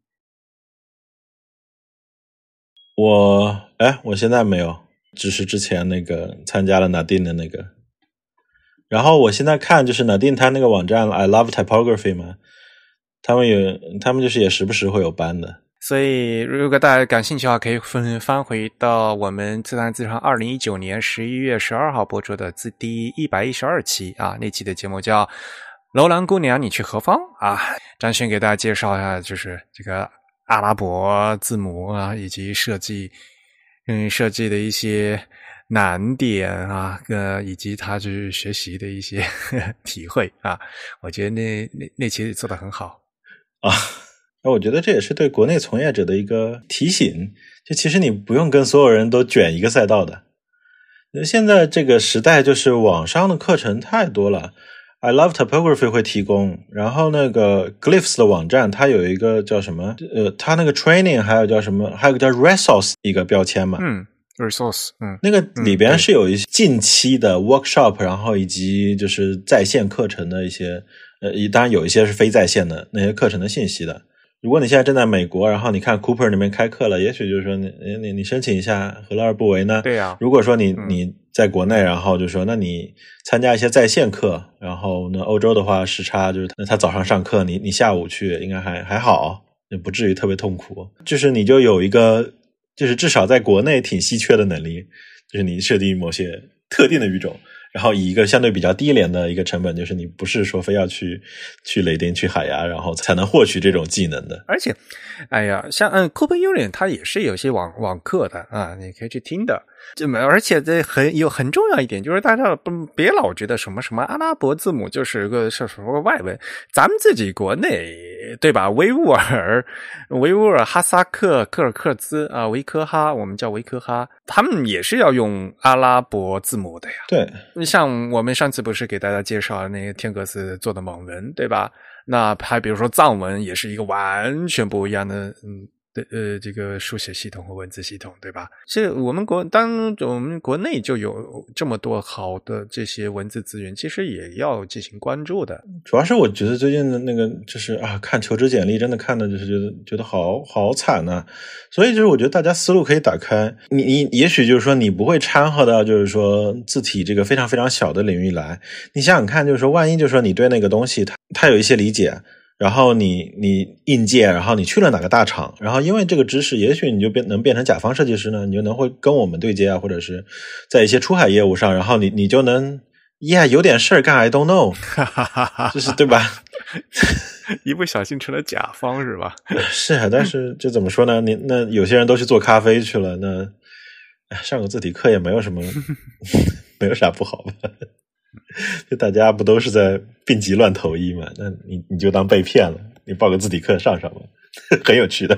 我哎，我现在没有，只是之前那个参加了 Nadine 的那个。然后我现在看就是 Nadine 他那个网站 I Love Typography 嘛，他们有他们就是也时不时会有班的。 所以如果大家感兴趣的话，可以翻翻回到我们自弹自唱二零一九年十一月十二号播出的自第一百一十二期啊，那期的节目叫楼兰姑娘你去何方啊，张轩给大家介绍一下就是这个阿拉伯字母啊，以及设计，嗯，设计的一些难点啊，呃，以及他就是学习的一些呵呵体会啊，我觉得那那那其实做得很好啊。那我觉得这也是对国内从业者的一个提醒，就其实你不用跟所有人都卷一个赛道的。现在这个时代就是网上的课程太多了。I Love Typography 会提供，然后那个 Glyphs 的网站它有一个叫什么呃，它那个 training 还有叫什么，还有个叫 resource 一个标签嘛， 嗯 resource 嗯， 那个里边是有一些近期的 workshop、嗯、然后以及就是在线课程的一些呃，当然有一些是非在线的那些课程的信息的。如果你现在正在美国，然后你看 Cooper 那边开课了，也许就是说你你你申请一下何乐而不为呢？ 对呀、啊。 如果说你、嗯、你在国内，然后就说那你参加一些在线课，然后呢欧洲的话时差就是那他早上上课，你你下午去应该还还好，也不至于特别痛苦。就是你就有一个就是至少在国内挺稀缺的能力，就是你设定某些特定的语种， 然后以一个相对比较低廉的一个成本，就是你不是说非要去去雷丁去海牙然后才能获取这种技能的。 而且哎呀像嗯 Cooper Union 它也是有些网网课的啊，你可以去听的。这么而且这很有很重要一点，就是大家不别老觉得什么什么阿拉伯字母就是个是什么外文，咱们自己国内对吧？维吾尔、维吾尔、哈萨克、柯尔克孜啊、维科哈，我们叫维科哈，他们也是要用阿拉伯字母的呀。 对， 像我们上次不是给大家介绍那个天格斯做的蒙文，对吧？那还比如说藏文也是一个完全不一样的，嗯。的呃，这个书写系统和文字系统，对吧？这我们国当我们国内就有这么多好的这些文字资源，其实也要进行关注的。 主要是我觉得最近的那个就是啊，看求职简历真的看的就是觉得觉得好好惨呐、啊。所以就是我觉得大家思路可以打开，你你也许就是说你不会掺和到就是说字体这个非常非常小的领域来，你想想看，就是说万一就是说你对那个东西它它有一些理解。然后你你应届，然后你去了哪个大厂，然后因为这个知识，也许你就变能变成甲方设计师呢，你就能会跟我们对接啊，或者是在一些出海业务上，然后你你就能，yeah 有点事儿干 ，I don't know， 就是对吧？ 一不小心成了甲方是吧？ 是啊，但是就怎么说呢？你那有些人都去做咖啡去了，那上个字体课也没有什么，没有啥不好吧？就大家不都是在病急乱投医嘛？那你你就当被骗了，你报个字体课上上吧，很有趣的。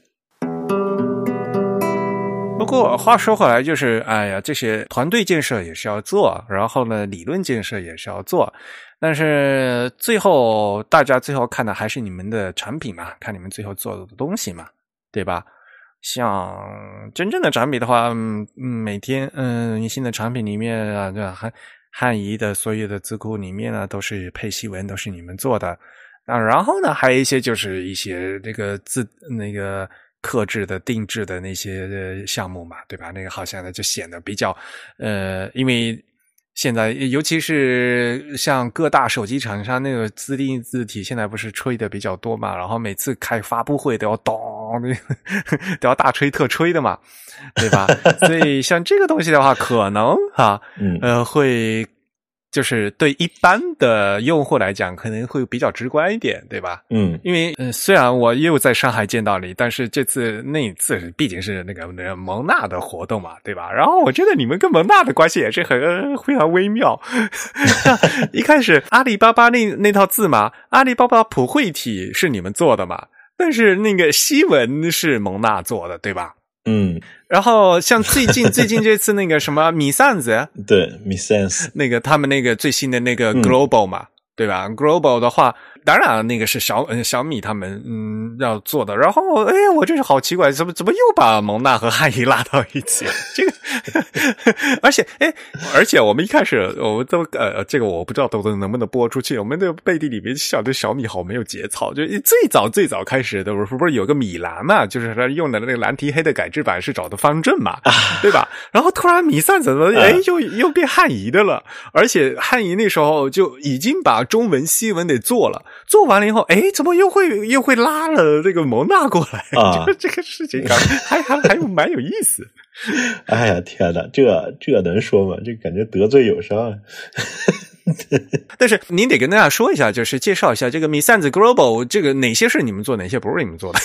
不过话说回来，就是哎呀，这些团队建设也是要做，然后呢，理论建设也是要做，但是最后大家最后看的还是你们的产品嘛，看你们最后做的东西嘛，对吧？像真正的产品的话，嗯，每天嗯，新的产品里面啊，对吧？还汉仪的所有的字库里面呢，都是配西文，都是你们做的。啊，然后呢，还有一些就是一些这个字那个客制的、定制的那些项目嘛，对吧？那个好像呢就显得比较呃，因为现在尤其是像各大手机厂商那个自定义字体，现在不是吹的比较多嘛，然后每次开发布会都要咚，都要大吹特吹的嘛。对吧？所以像这个东西的话，可能哈，呃，会就是对一般的用户来讲，可能会比较直观一点，对吧？ 嗯， 因为呃，虽然我又在上海见到你，但是这次那一次毕竟是那个那个蒙纳的活动嘛，对吧？然后我觉得你们跟蒙纳的关系也是很非常微妙。一开始阿里巴巴那那套字嘛，阿里巴巴普惠体是你们做的嘛，但是那个西文是蒙纳做的，对吧？ 嗯， 然后像最近最近这次那个什么米扇子， 对米扇子， 那个他们那个最新的那个 Global 嘛，嗯、对吧 ？Global 的话，当然那个是小呃小米他们嗯要做的。然后哎，我真是好奇怪，怎么怎么又把蒙纳和汉仪拉到一起？这个，而且哎，而且我们一开始我们都呃这个我不知道都能不能播出去。我们的背地里面笑对小米好没有节操，就最早最早开始的不是不是有个米兰嘛，就是他用的那个蓝提黑的改制版是找的方正嘛，对吧？然后突然米扇怎么哎又又变汉仪的了，而且汉仪那时候就已经把中文西文给做了。做完了以后，哎，怎么又会又会拉了这个蒙纳过来？啊，这这个事情还还还有蛮有意思。 哎呀，天哪，这这能说吗？这感觉得罪友商。 但是您得跟大家说一下，就是介绍一下这个 Misanz Global 这个哪些是你们做，哪些不是你们做的。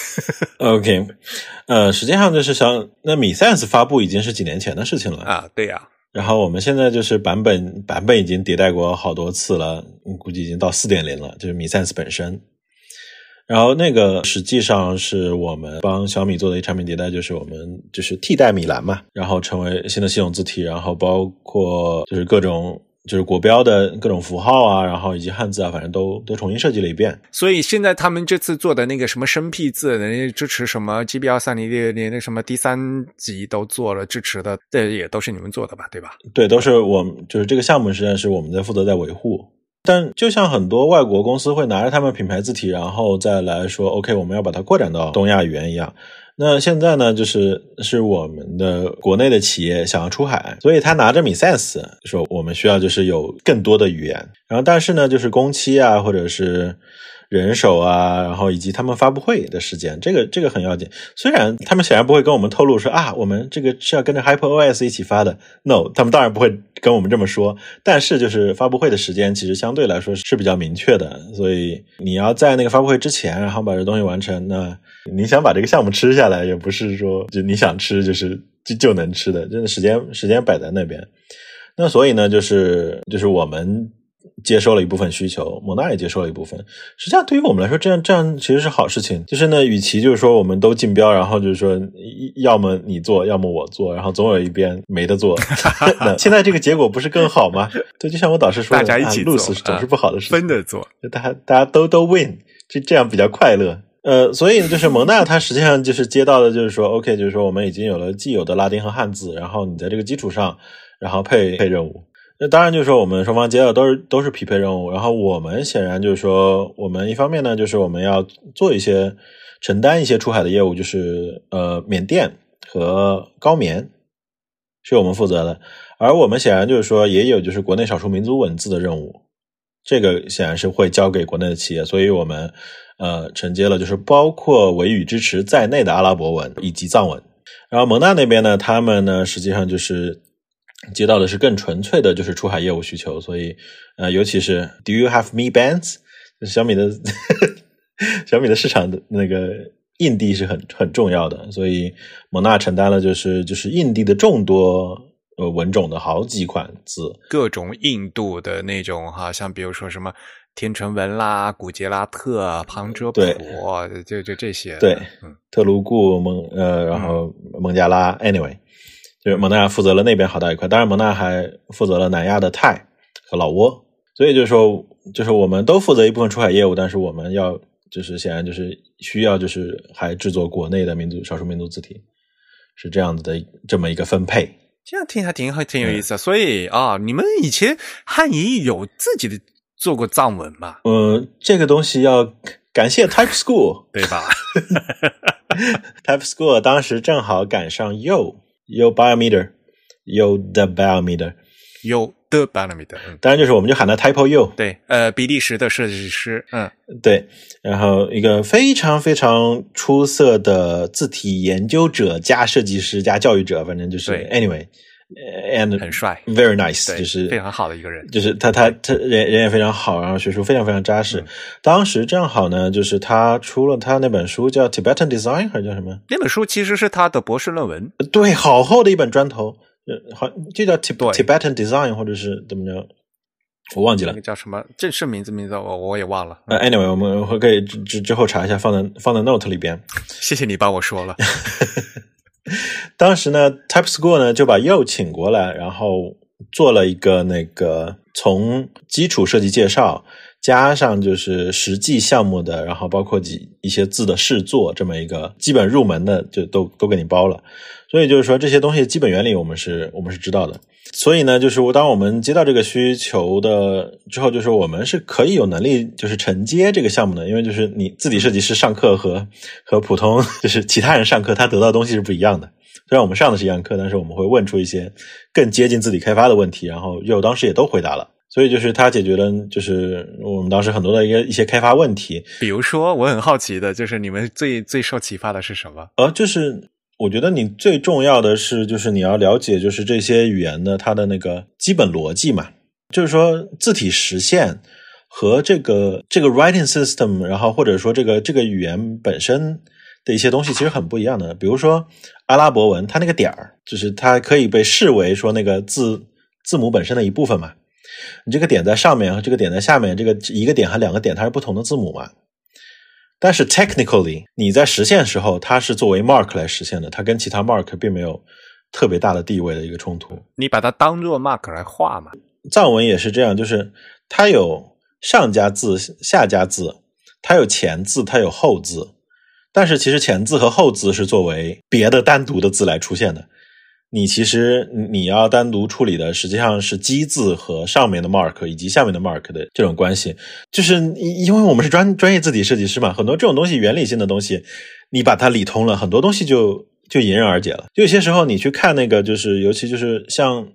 OK， 呃，实际上就是想，那 Misanz 发布已经是几年前的事情了啊，对呀、啊。 然后我们现在就是版本版本已经迭代过好多次了，估计已经到 四点零 了，就是 Misanz 本身。然后那个实际上是我们帮小米做的一产品迭代，就是我们就是替代米兰嘛，然后成为新的系统字体，然后包括就是各种就是国标的各种符号啊，然后以及汉字啊，反正都都重新设计了一遍。 所以现在他们这次做的那个什么生僻字，人家支持什么 G B 二三零 连那什么第三级都做了支持的，这也都是你们做的吧，对吧？ 对，都是我们就是这个项目实际上是我们在负责在维护。但就像很多外国公司会拿着他们品牌字体，然后再来说 OK 我们要把它扩展到东亚语言一样，那现在呢就是是我们的国内的企业想要出海，所以他拿着 Misanz 说我们需要就是有更多的语言，然后但是呢就是工期啊或者是人手啊，然后以及他们发布会的时间，这个这个很要紧。虽然他们显然不会跟我们透露说啊，我们这个是要跟着 HyperOS 一起发的 ，no， 他们当然不会跟我们这么说。但是就是发布会的时间其实相对来说是比较明确的，所以你要在那个发布会之前，然后把这东西完成，那你想把这个项目吃下来，也不是说就你想吃就是就就能吃的，真的时间时间摆在那边。那所以呢，就是就是我们接收了一部分需求，蒙纳也接收了一部分。实际上对于我们来说，这样这样其实是好事情。就是呢，与其就是说我们都竞标，然后就是说要么你做，要么我做，然后总有一边没得做。那现在这个结果不是更好吗？对，就像我导师说的， 大家一起做， 啊、lose 总是不好的事情， 分着做， 大家大家都都 win， 就这样比较快乐。呃，所以就是蒙纳它实际上就是接到的就是说 OK， 就是说我们已经有了既有的拉丁和汉字，然后你在这个基础上然后配配任务。那当然就是说我们双方接到都是都是匹配任务，然后我们显然就是说我们一方面呢就是我们要做一些承担一些出海的业务，就是呃缅甸和高棉是我们负责的，而我们显然就是说也有就是国内少数民族文字的任务，这个显然是会交给国内的企业，所以我们呃承接了就是包括维语支持在内的阿拉伯文以及藏文。然后蒙纳那边呢，他们呢实际上就是接到的是更纯粹的就是出海业务需求，所以呃尤其是 Do you have me bands， 小米的小米的市场的那个印地是很很重要的，所以蒙纳承担了就是就是印地的众多呃文种的好几款字， 各种印度的那种哈，像比如说什么天成文啦、古杰拉特、旁遮普，就就这些。 对， 嗯， 特卢固蒙呃，然后孟加拉、嗯、，anyway， 就是蒙纳负责了那边好大一块，当然蒙纳还负责了南亚的泰和老挝，所以就是说，就是我们都负责一部分出海业务，但是我们要就是显然就是需要就是还制作国内的民族少数民族字体，是这样子的这么一个分配。 这样听还挺挺有意思、嗯、所以啊，你们以前汉仪有自己的做过藏文吗？ 嗯，这个东西要感谢 Type School 对吧 Type School 当时正好赶上 Yo Yo Biometer Yo the Biometer Yo the Biometer、嗯、 当然就是我们就喊他 Typo Yo， 对，呃，比利时的设计师，嗯， 对，然后一个非常非常出色的字体研究者加设计师加教育者，反正就是 anyway and 很帅 very nice， 就是非常好的一个人， 就是他他他人人也非常好，然后学术非常非常扎实、嗯、当时正好呢就是他出了他那本书叫 Tibetan Design 还是叫什么， 那本书其实是他的博士论文， 对，好厚的一本砖头，好就叫 Tibetan Design 或者是怎么着我忘记了， 那个叫什么正式名字名字我我也忘了、 嗯、anyway 我们会可以之之后查一下，放在放在 note 里边谢谢你帮我说了当时呢 Type School 呢就把 Yo 请过来，然后做了一个那个从基础设计介绍加上就是实际项目的，然后包括几一些字的试做，这么一个基本入门的就都都给你包了，所以就是说这些东西基本原理我们是我们是知道的，所以呢就是当我们接到这个需求的之后，就是我们是可以有能力就是承接这个项目的，因为就是你字体设计师上课和和普通就是其他人上课他得到的东西是不一样的，虽然我们上的是一样课，但是我们会问出一些更接近字体开发的问题，然后又当时也都回答了，所以就是它解决了就是我们当时很多的一个一些开发问题。 比如说我很好奇的就是你们最最受启发的是什么？ 呃，就是我觉得你最重要的是就是你要了解就是这些语言的它的那个基本逻辑嘛，就是说字体实现和这个这个 writing system， 然后或者说这个这个语言本身的一些东西其实很不一样的。比如说阿拉伯文它那个点儿就是它可以被视为说那个字字母本身的一部分嘛，你这个点在上面和这个点在下面，这个一个点和两个点它是不同的字母嘛，但是 technically 你在实现时候它是作为 mark 来实现的，它跟其他 mark 并没有特别大的地位的一个冲突， 你把它当作 mark 来画嘛。 藏文也是这样，就是它有上加字下加字，它有前字它有后字，但是其实前字和后字是作为别的单独的字来出现的，你其实你要单独处理的实际上是基字和上面的 mark 以及下面的 mark 的这种关系，就是因为我们是专专业字体设计师嘛，很多这种东西原理性的东西你把它理通了，很多东西就就迎刃而解了。就有些时候你去看那个就是尤其就是像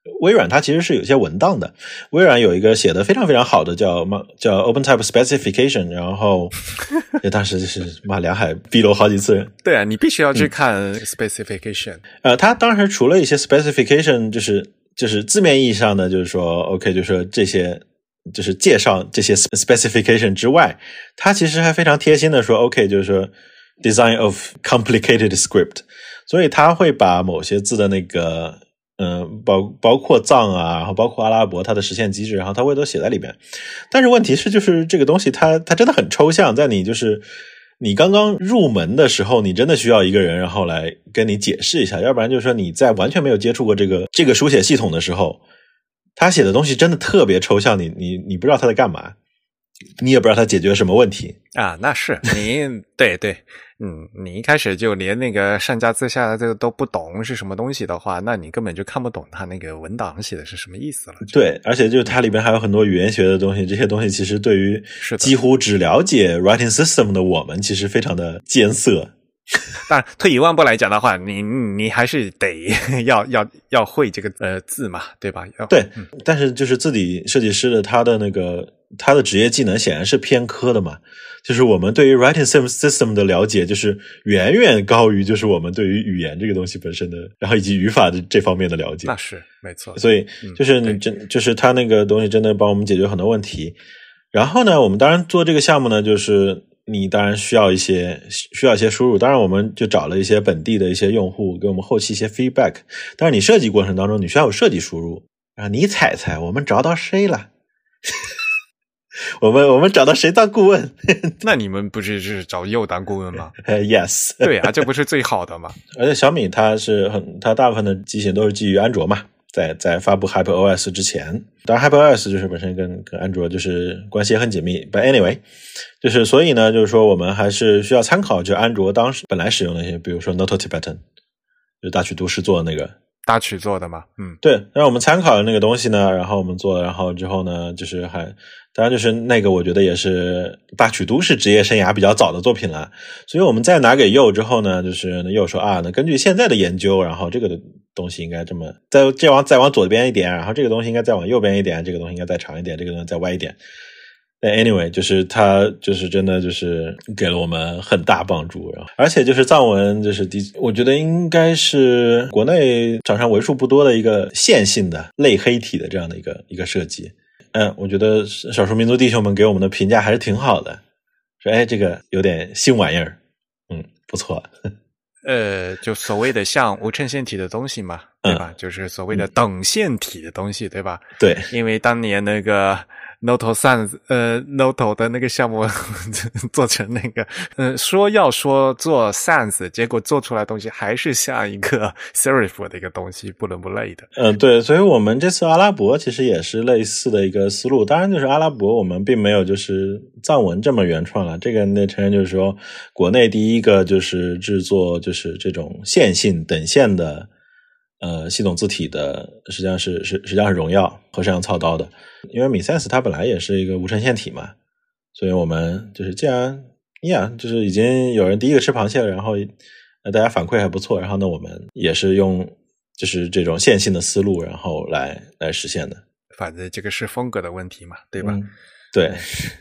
微软它其实是有些文档的，微软有一个写的非常非常好的叫叫 OpenType Specification， 然后当时就是妈梁海逼了我好几次。 对啊，你必须要去看 Specification。嗯、 呃，它当时除了一些 Specification， 就是就是字面意义上的，就是说 OK， 就是说这些就是介绍这些 Specification 之外，它其实还非常贴心的说 OK， 就是说 Design of complicated script， 所以它会把某些字的那个。嗯，包包括藏啊，然后包括阿拉伯它的实现机制，然后它会都写在里边。但是问题是，就是这个东西它它真的很抽象，在你就是你刚刚入门的时候，你真的需要一个人然后来跟你解释一下，要不然就是说你在完全没有接触过这个这个书写系统的时候，他写的东西真的特别抽象，你你你不知道他在干嘛，你也不知道他解决什么问题啊。那是你对对。嗯，你一开始就连那个上加自下这个都不懂是什么东西的话，那你根本就看不懂它那个文档写的是什么意思了。 对，而且就是它里边还有很多语言学的东西，这些东西其实对于几乎只了解 writing system 的我们其实非常的艰涩。 当然退一万步来讲的话，你你还是得要要要会这个呃字嘛，对吧？要对、嗯、但是就是字体设计师的他的那个他的职业技能显然是偏科的嘛，就是我们对于 writing system 的了解就是远远高于就是我们对于语言这个东西本身的，然后以及语法的这方面的了解。 那是没错， 所以就是你真、嗯、就是他那个东西真的帮我们解决很多问题。然后呢，我们当然做这个项目呢，就是你当然需要一些需要一些输入，当然我们就找了一些本地的一些用户给我们后期一些 feedback。但是你设计过程当中你需要有设计输入啊，你猜猜我们找到谁了？我们我们找到谁当顾问？ 那你们不是是找右当顾问吗 uh, ？Yes， 对啊，这不是最好的吗？ 而且小米它是很，它大部分的机型都是基于安卓嘛，在在发布 HyperOS 之前，当然 HyperOS 就是本身跟跟安卓就是关系也很紧密。But anyway， 就是所以呢，就是说我们还是需要参考就安卓当时本来使用的一些，比如说 Noto Tibetan， 就是大曲都市做的那个。 大曲做的嘛，嗯， 对，让我们参考的那个东西呢，然后我们做，然后之后呢，就是还，当然就是那个我觉得也是大曲都是职业生涯比较早的作品了，所以我们再拿给佑之后呢，就是佑说啊，那根据现在的研究，然后这个东西应该这么，再再往再往左边一点，然后这个东西应该再往右边一点，这个东西应该再长一点，这个东西再歪一点。但 anyway， 就是他就是真的就是给了我们很大帮助，然后而且就是藏文就是第，我觉得应该是国内厂商为数不多的一个线性的类黑体的这样的一个一个设计。嗯，我觉得少数民族弟兄们给我们的评价还是挺好的，说哎这个有点新玩意儿，嗯，不错。 呃，就所谓的像无衬线体的东西嘛，对吧？嗯、就是所谓的等线体的东西，对吧？ 对， 因为当年那个。Noto Sans 呃 Noto 的那个项目做成那个呃说要说做 Sans， 结果做出来的东西还是像一个 Serif 的一个东西，不伦不类的。 嗯、呃，对，所以我们这次阿拉伯其实也是类似的一个思路，当然就是阿拉伯我们并没有就是藏文这么原创了，这个那承认就是说国内第一个就是制作就是这种线性等线的呃系统字体的，实际上是是实际上是荣耀和摄像操刀的。因为米 Sans 它本来也是一个无衬线体嘛，所以我们就是既然呀，就是已经有人第一个吃螃蟹了，然后呃大家反馈还不错，然后呢我们也是用就是这种线性的思路，然后来来实现的。 反正这个是风格的问题嘛，对吧？ 嗯、对。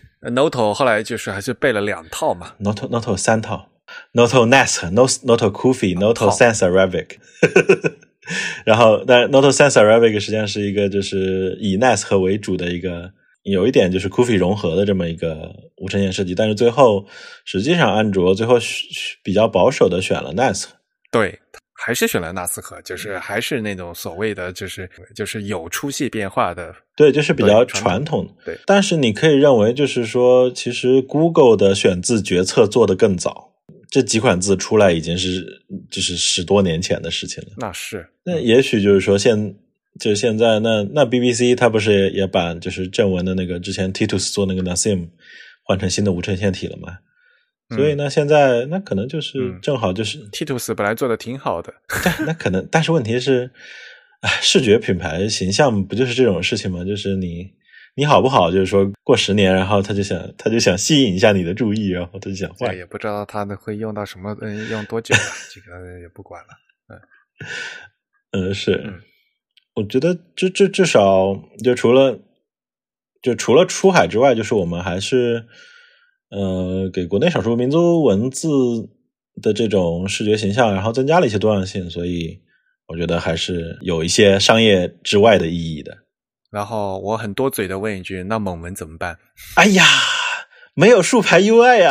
Noto 后来就是还是备了两套嘛 ，Noto Noto 三套 ，Noto Nask、Noto Kufi、Noto Sans Arabic。然后但 Noto Sans Arabic 实际上是一个就是以 N A S K 为主的一个有一点就是 Kufi 融合的这么一个无衬线设计，但是最后实际上安卓最后比较保守的选了 N A S K。 对，还是选了 N A S K， 就是还是那种所谓的就是就是有粗细变化的， 对，就是比较传统。 对， 但是你可以认为就是说其实 Google 的选字决策做得更早，这几款字出来已经是就是十多年前的事情了。 那是， 那也许就是说现就现在那那 B B C 它不是也也把就是正文的那个之前 Titus 做那个 Nassim 换成新的无衬线体了吗？所以呢、嗯、现在那可能就是正好就是、嗯、 Titus 本来做的挺好的， 但那可能但是问题是视觉品牌形象不就是这种事情吗？就是你你好不好，就是说过十年，然后他就想他就想吸引一下你的注意，然后他就想换， 也不知道他会用到什么，嗯，用多久了，这个也不管了，嗯， 嗯是，嗯我觉得至至至少就除了就除了出海之外，就是我们还是呃给国内少数民族文字的这种视觉形象，然后增加了一些多样性，所以我觉得还是有一些商业之外的意义的。 然后我很多嘴的问一句，那蒙文怎么办？ 哎呀，没有竖排 U I 啊，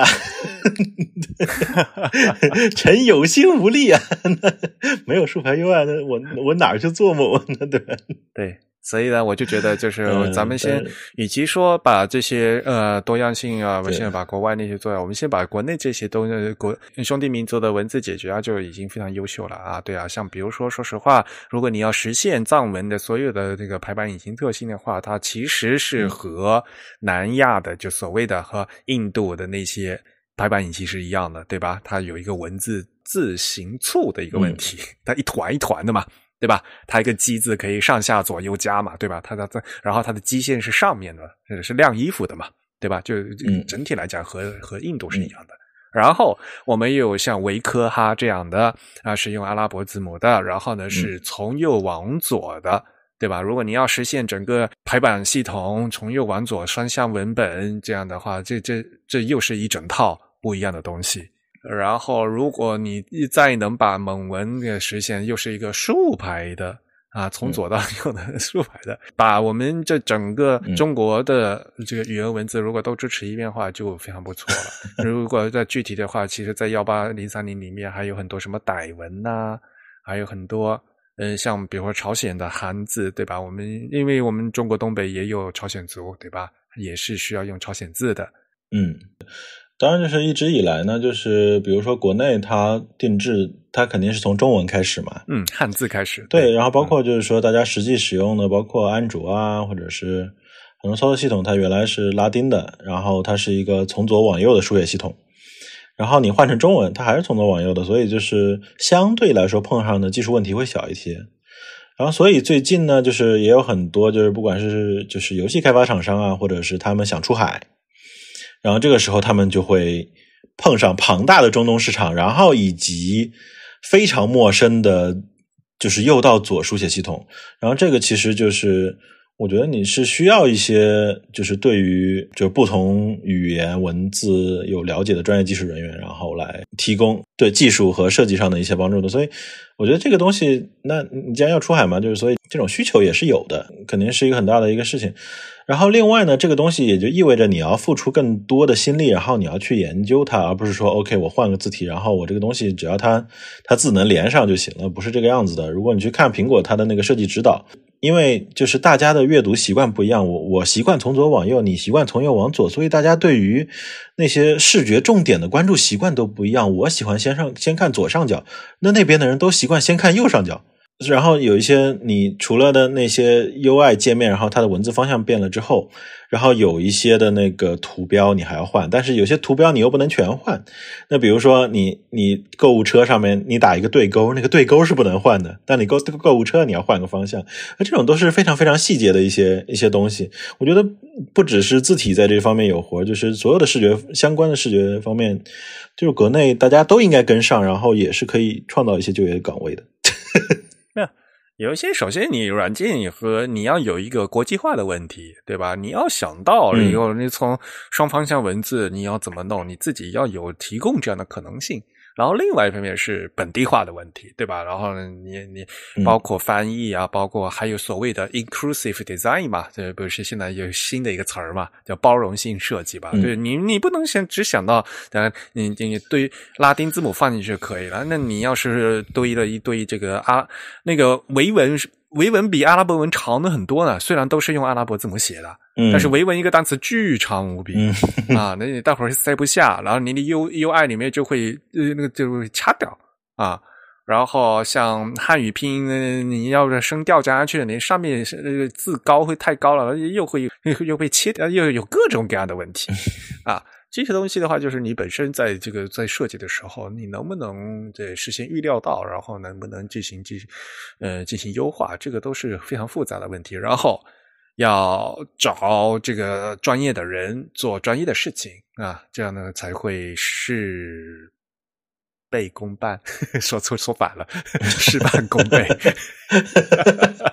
臣有心无力啊。没有竖排 U I， 那我我哪儿去做蒙文呢？对吧？ 对。所以呢，我就觉得就是咱们先， 嗯、 与其说把这些呃多样性啊，我现在把国外那些做，我们先把国内这些都国兄弟民族的文字解决啊，就已经非常优秀了啊。对啊，像比如说，说实话，如果你要实现藏文的所有的这个排版引擎特性的话，它其实是和南亚的就所谓的和印度的那些排版引擎是一样的，对吧？它有一个文字字形簇的一个问题，嗯、它一团一团的嘛。对吧？它一个机字可以上下左右加嘛，对吧？它的然后它的基线是上面的，是晾衣服的嘛，对吧？就整体来讲和、嗯、和印度是一样的。然后我们又有像维科哈这样的啊，是用阿拉伯字母的，然后呢是从右往左的，对吧？如果你要实现整个排版系统从右往左双向文本这样的话，这这这又是一整套不一样的东西。然后如果你再能把蒙文给实现，又是一个竖排的啊，从左到右的竖排的，把我们这整个中国的这个语言文字如果都支持一遍的话，就非常不错了。如果在具体的话，其实在一八零三零里面还有很多什么傣文啊，还有很多嗯、呃，像比如说朝鲜的汉字，对吧？我们因为我们中国东北也有朝鲜族，对吧？也是需要用朝鲜字的。 嗯。当然就是一直以来呢，就是比如说国内它定制，它肯定是从中文开始嘛， 嗯，汉字开始， 对，然后包括就是说大家实际使用的，包括安卓啊，或者是很多操作系统，它原来是拉丁的，然后它是一个从左往右的书写系统，然后你换成中文，它还是从左往右的，所以就是相对来说碰上的技术问题会小一些。然后所以最近呢，就是也有很多就是不管是就是游戏开发厂商啊，或者是他们想出海。然后这个时候他们就会碰上庞大的中东市场，然后以及非常陌生的就是右到左书写系统，然后这个其实就是我觉得你是需要一些就是对于就不同语言文字有了解的专业技术人员，然后来提供对技术和设计上的一些帮助的。所以我觉得这个东西，那你既然要出海嘛，就是所以这种需求也是有的，肯定是一个很大的一个事情。然后另外呢，这个东西也就意味着你要付出更多的心力，然后你要去研究它，而不是说 OK 我换个字体，然后我这个东西只要它它字能连上就行了，不是这个样子的。如果你去看苹果它的那个设计指导，因为就是大家的阅读习惯不一样，我我习惯从左往右，你习惯从右往左，所以大家对于那些视觉重点的关注习惯都不一样。我喜欢先上先看左上角，那那边的人都习惯先看右上角。然后有一些你除了的那些 U I 界面，然后它的文字方向变了之后，然后有一些的那个图标你还要换，但是有些图标你又不能全换。那比如说你你购物车上面你打一个对勾，那个对勾是不能换的，但你购购物车你要换个方向，那这种都是非常非常细节的一些一些东西。我觉得不只是字体在这方面有活，就是所有的视觉相关的视觉方面，就是国内大家都应该跟上，然后也是可以创造一些就业岗位的。 有一些，首先你软件和你要有一个国际化的问题，对吧？你要想到以后你从双方向文字你要怎么弄，你自己要有提供这样的可能性。然后另外一方面是本地化的问题，对吧？然后呢，你你包括翻译啊，包括还有所谓的 inclusive design 嘛，这不是现在有新的一个词儿嘛，叫包容性设计吧？对，你你不能想只想到，当然你你对拉丁字母放进去就可以了，那你要是堆了一堆这个啊那个维文维文比阿拉伯文长的很多呢，虽然都是用阿拉伯字母写的。嗯、但是维文一个单词巨长无比、嗯、啊，那你待会儿塞不下，然后你的 U U I 里面就会呃那个就会掐掉啊。然后像汉语拼音，你要是声调加上去，你上面呃字高会太高了，又会又被切掉，又有各种各样的问题啊。这些东西的话，就是你本身在这个在设计的时候，你能不能对事先预料到，然后能不能进行进呃进行优化，这个都是非常复杂的问题。然后要找这个专业的人做专业的事情啊，这样呢才会事倍功半，说错说反了，事半功倍。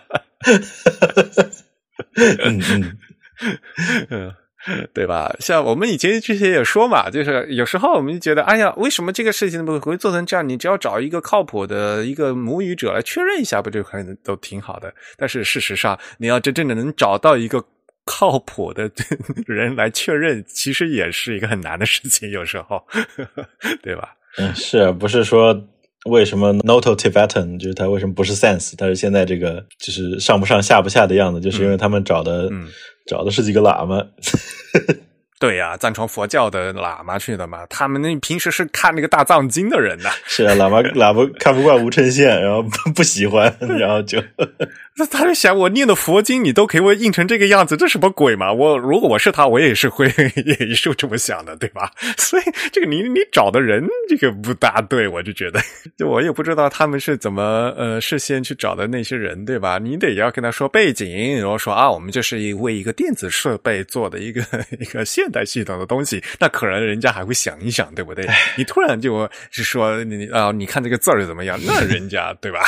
嗯嗯嗯。对吧？像我们以前之前也说嘛，就是有时候我们就觉得，哎呀，为什么这个事情不会做成这样？你只要找一个靠谱的一个母语者来确认一下，不就可能都挺好的？但是事实上，你要真正的能找到一个靠谱的人来确认，其实也是一个很难的事情，有时候，对吧？ 嗯，是不是说为什么 Noto Tibetan 就是他为什么不是 Sense？ 他是现在这个就是上不上下不下的样子，就是因为他们找的、嗯、找的是几个喇嘛。 对呀、啊，藏传佛教的喇嘛去的嘛，他们那平时是看那个大藏经的人呐。 是啊，喇嘛喇嘛看不惯无衬线，然后不不喜欢，然后就那他就想，我念的佛经你都给我印成这个样子，这什么鬼嘛？我如果我是他，我也是会也是这么想的，对吧？所以这个你你找的人这个不大对，我就觉得，就我也不知道他们是怎么呃事先去找的那些人，对吧？你得要跟他说背景，然后说啊，我们这是为一个电子设备做的一个一个现代系统的东西，那可能人家还会想一想，对不对？你突然就是说你啊，你看这个字儿怎么样？那人家对吧？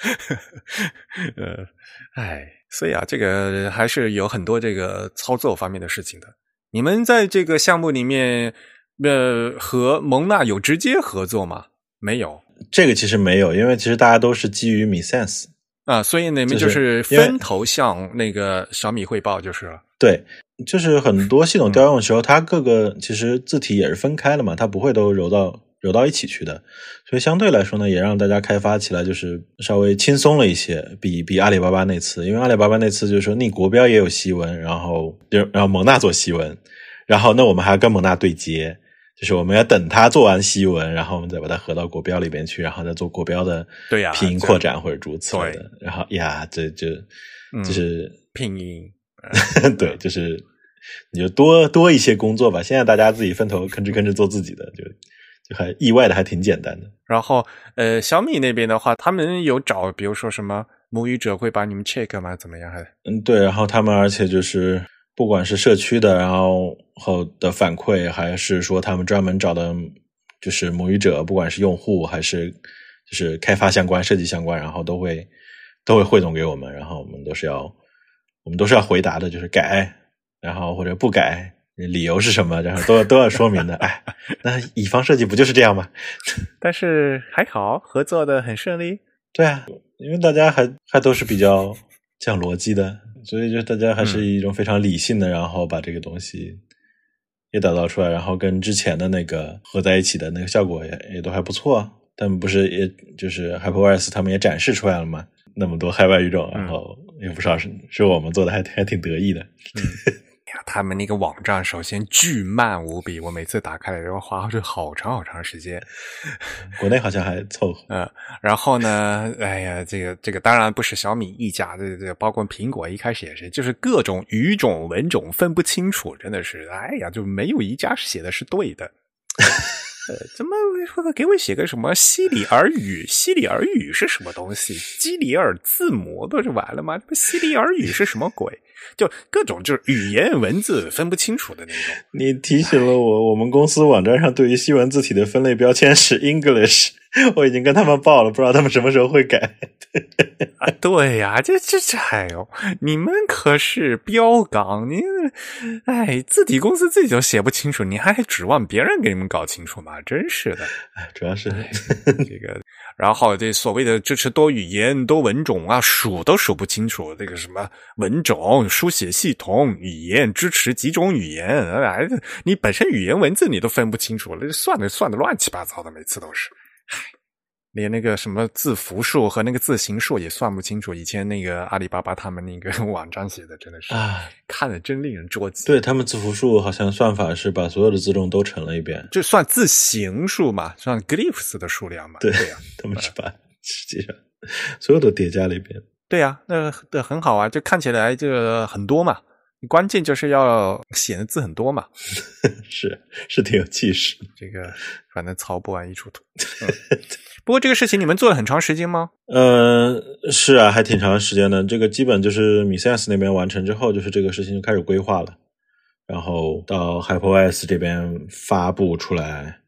呃，哎，所以啊，这个还是有很多这个操作方面的事情的。你们在这个项目里面，呃，和蒙纳有直接合作吗？没有， 这个其实没有，因为其实大家都是基于米 sense 啊，所以你们就是分头向那个小米汇报就是了。 对，就是很多系统调用的时候，嗯、它各个其实字体也是分开的嘛，它不会都揉到。揉到一起去的，所以相对来说呢，也让大家开发起来就是稍微轻松了一些，比比阿里巴巴那次，因为阿里巴巴那次就是说你国标也有西文，然后然后蒙纳做西文，然后那我们还要跟蒙纳对接，就是我们要等他做完西文，然后我们再把它合到国标里边去，然后再做国标的对呀拼音扩展或者诸此类的，然后呀，这就就是、 嗯、拼音， 对，就是你就多多一些工作吧。现在大家自己分头吭哧吭哧做自己的，就。就还意外的还挺简单的。 然后呃，小米那边的话，他们有找比如说什么母语者会把你们 check 吗？怎么样？还嗯，对，然后他们而且就是不管是社区的，然后后的反馈，还是说他们专门找的就是母语者，不管是用户还是就是开发相关、设计相关，然后都会都会汇总给我们，然后我们都是要我们都是要回答的，就是改，然后或者不改。理由是什么？然后都都要说明的。哎，那乙方设计不就是这样吗？ 但是还好，合作的很顺利。 对啊，因为大家还还都是比较讲逻辑的，所以就大家还是一种非常理性的，嗯、然后把这个东西也打造出来，然后跟之前的那个合在一起的那个效果也也都还不错。但不是也就是 HyperOS 他们也展示出来了嘛？那么多海外语种，然后也不少是是我们做的还，还还挺得意的。 嗯他们那个网站首先巨慢无比，我每次打开来然后花去好长好长时间。 国内好像还凑合。 嗯，然后呢，哎呀，这个这个当然不是小米一家，这这包括苹果一开始也是，就是各种语种文种分不清楚，真的是，哎呀，就没有一家写的是对的。呃，怎么给我写个什么西里尔语？西里尔语是什么东西？基里尔字母不是完了吗？西里尔语是什么鬼？就各种就是语言文字分不清楚的那种。 你提醒了我，我们公司网站上对于西文字体的分类标签是 English， 我已经跟他们报了，不知道他们什么时候会改。 啊，对呀，这这这，哎呦，你们可是标岗，你哎，字体公司自己都写不清楚，你还指望别人给你们搞清楚吗？真是的， 哎，主要是这个，然后这所谓的支持多语言、多文种啊，数都数不清楚，这个什么文种、书写系统、语言支持几种语言，哎，你本身语言文字你都分不清楚了，算的算的乱七八糟的，每次都是，唉。连那个什么字符数和那个字形数也算不清楚，以前那个阿里巴巴他们那个网站写的真的是看得真令人着急。 对，他们字符数好像算法是把所有的字重都乘了一遍， 就算字形数嘛，算 glyphs 的数量嘛。 对对呀、啊， 他们是把实际上所有都叠加了一遍。 对呀、啊，那那很好啊，就看起来这很多嘛。关键就是要写的字很多嘛。 是是挺有气势。 这个反正曹不完一出土。嗯不过这个事情你们做了很长时间吗？ 呃，是啊，还挺长时间的。这个基本就是米 sense 那边完成之后，就是这个事情就开始规划了，然后到 HyperOS 这边发布出来，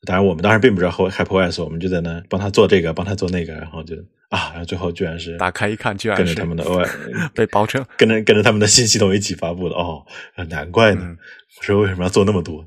当然我们当然并不知道 HyperOS， 我们就在那帮他做这个帮他做那个，然后就啊，然后最后居然是打开一看居然跟着他们的 O S 被包成跟着跟着他们的新系统一起发布的。哦，难怪呢， 嗯、 我说为什么要做那么多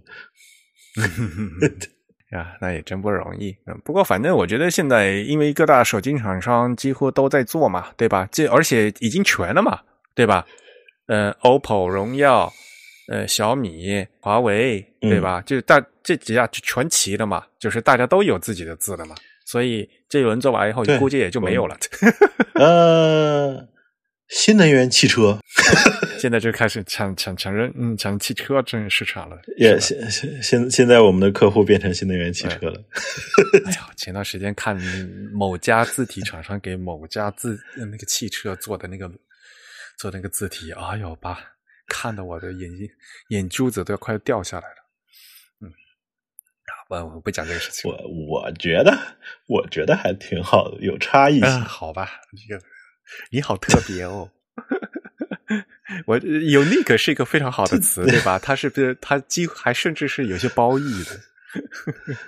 呀，那也真不容易。嗯，不过反正我觉得现在因为各大手机厂商几乎都在做嘛，对吧？这而且已经全了嘛，对吧？呃 ，O P P O、荣耀、呃小米、华为，对吧？嗯、就大这几家就全齐了嘛，就是大家都有自己的字了嘛，所以这一轮做完以后，估计也就没有了。 呃，新能源汽车现在就开始抢抢抢人，嗯，抢汽车这市场了。 也、yeah, 现现现在我们的客户变成新能源汽车了。 哎呀，前段时间看某家字体厂商给某家字那个汽车做的那个做那个字体，哎呦，把看得我的眼睛眼珠子都要快掉下来了。嗯，我我不讲这个事情。 我我觉得我觉得还挺好的，有差异性。 嗯、好吧，这个你好特别哦。我 unique 是一个非常好的词，对吧？它是不是它几乎还甚至是有些褒义的。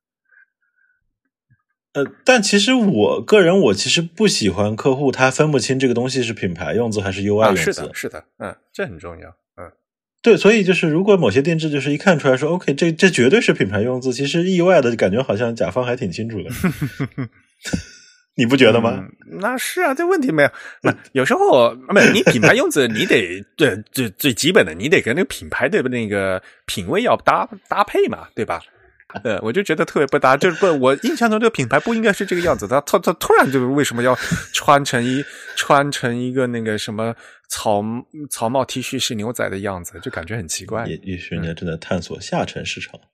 呃，但其实我个人我其实不喜欢客户他分不清这个东西是品牌用字还是 U I 用字。 啊、是的，是的，嗯，这很重要。嗯， 对，所以就是如果某些定制就是一看出来说 OK 这这绝对是品牌用字，其实意外的感觉好像甲方还挺清楚的。你不觉得吗？ 嗯、那是啊，这问题没有。那有时候没有，你品牌用字，你得对最最基本的，你得跟那个品牌的那个品味要搭搭配嘛，对吧？呃，我就觉得特别不搭，就是不，我印象中这个品牌不应该是这个样子，他他他突然就为什么要穿成一穿成一个那个什么草草帽 T 恤是牛仔的样子，就感觉很奇怪。 也也许人家正在探索下沉市场。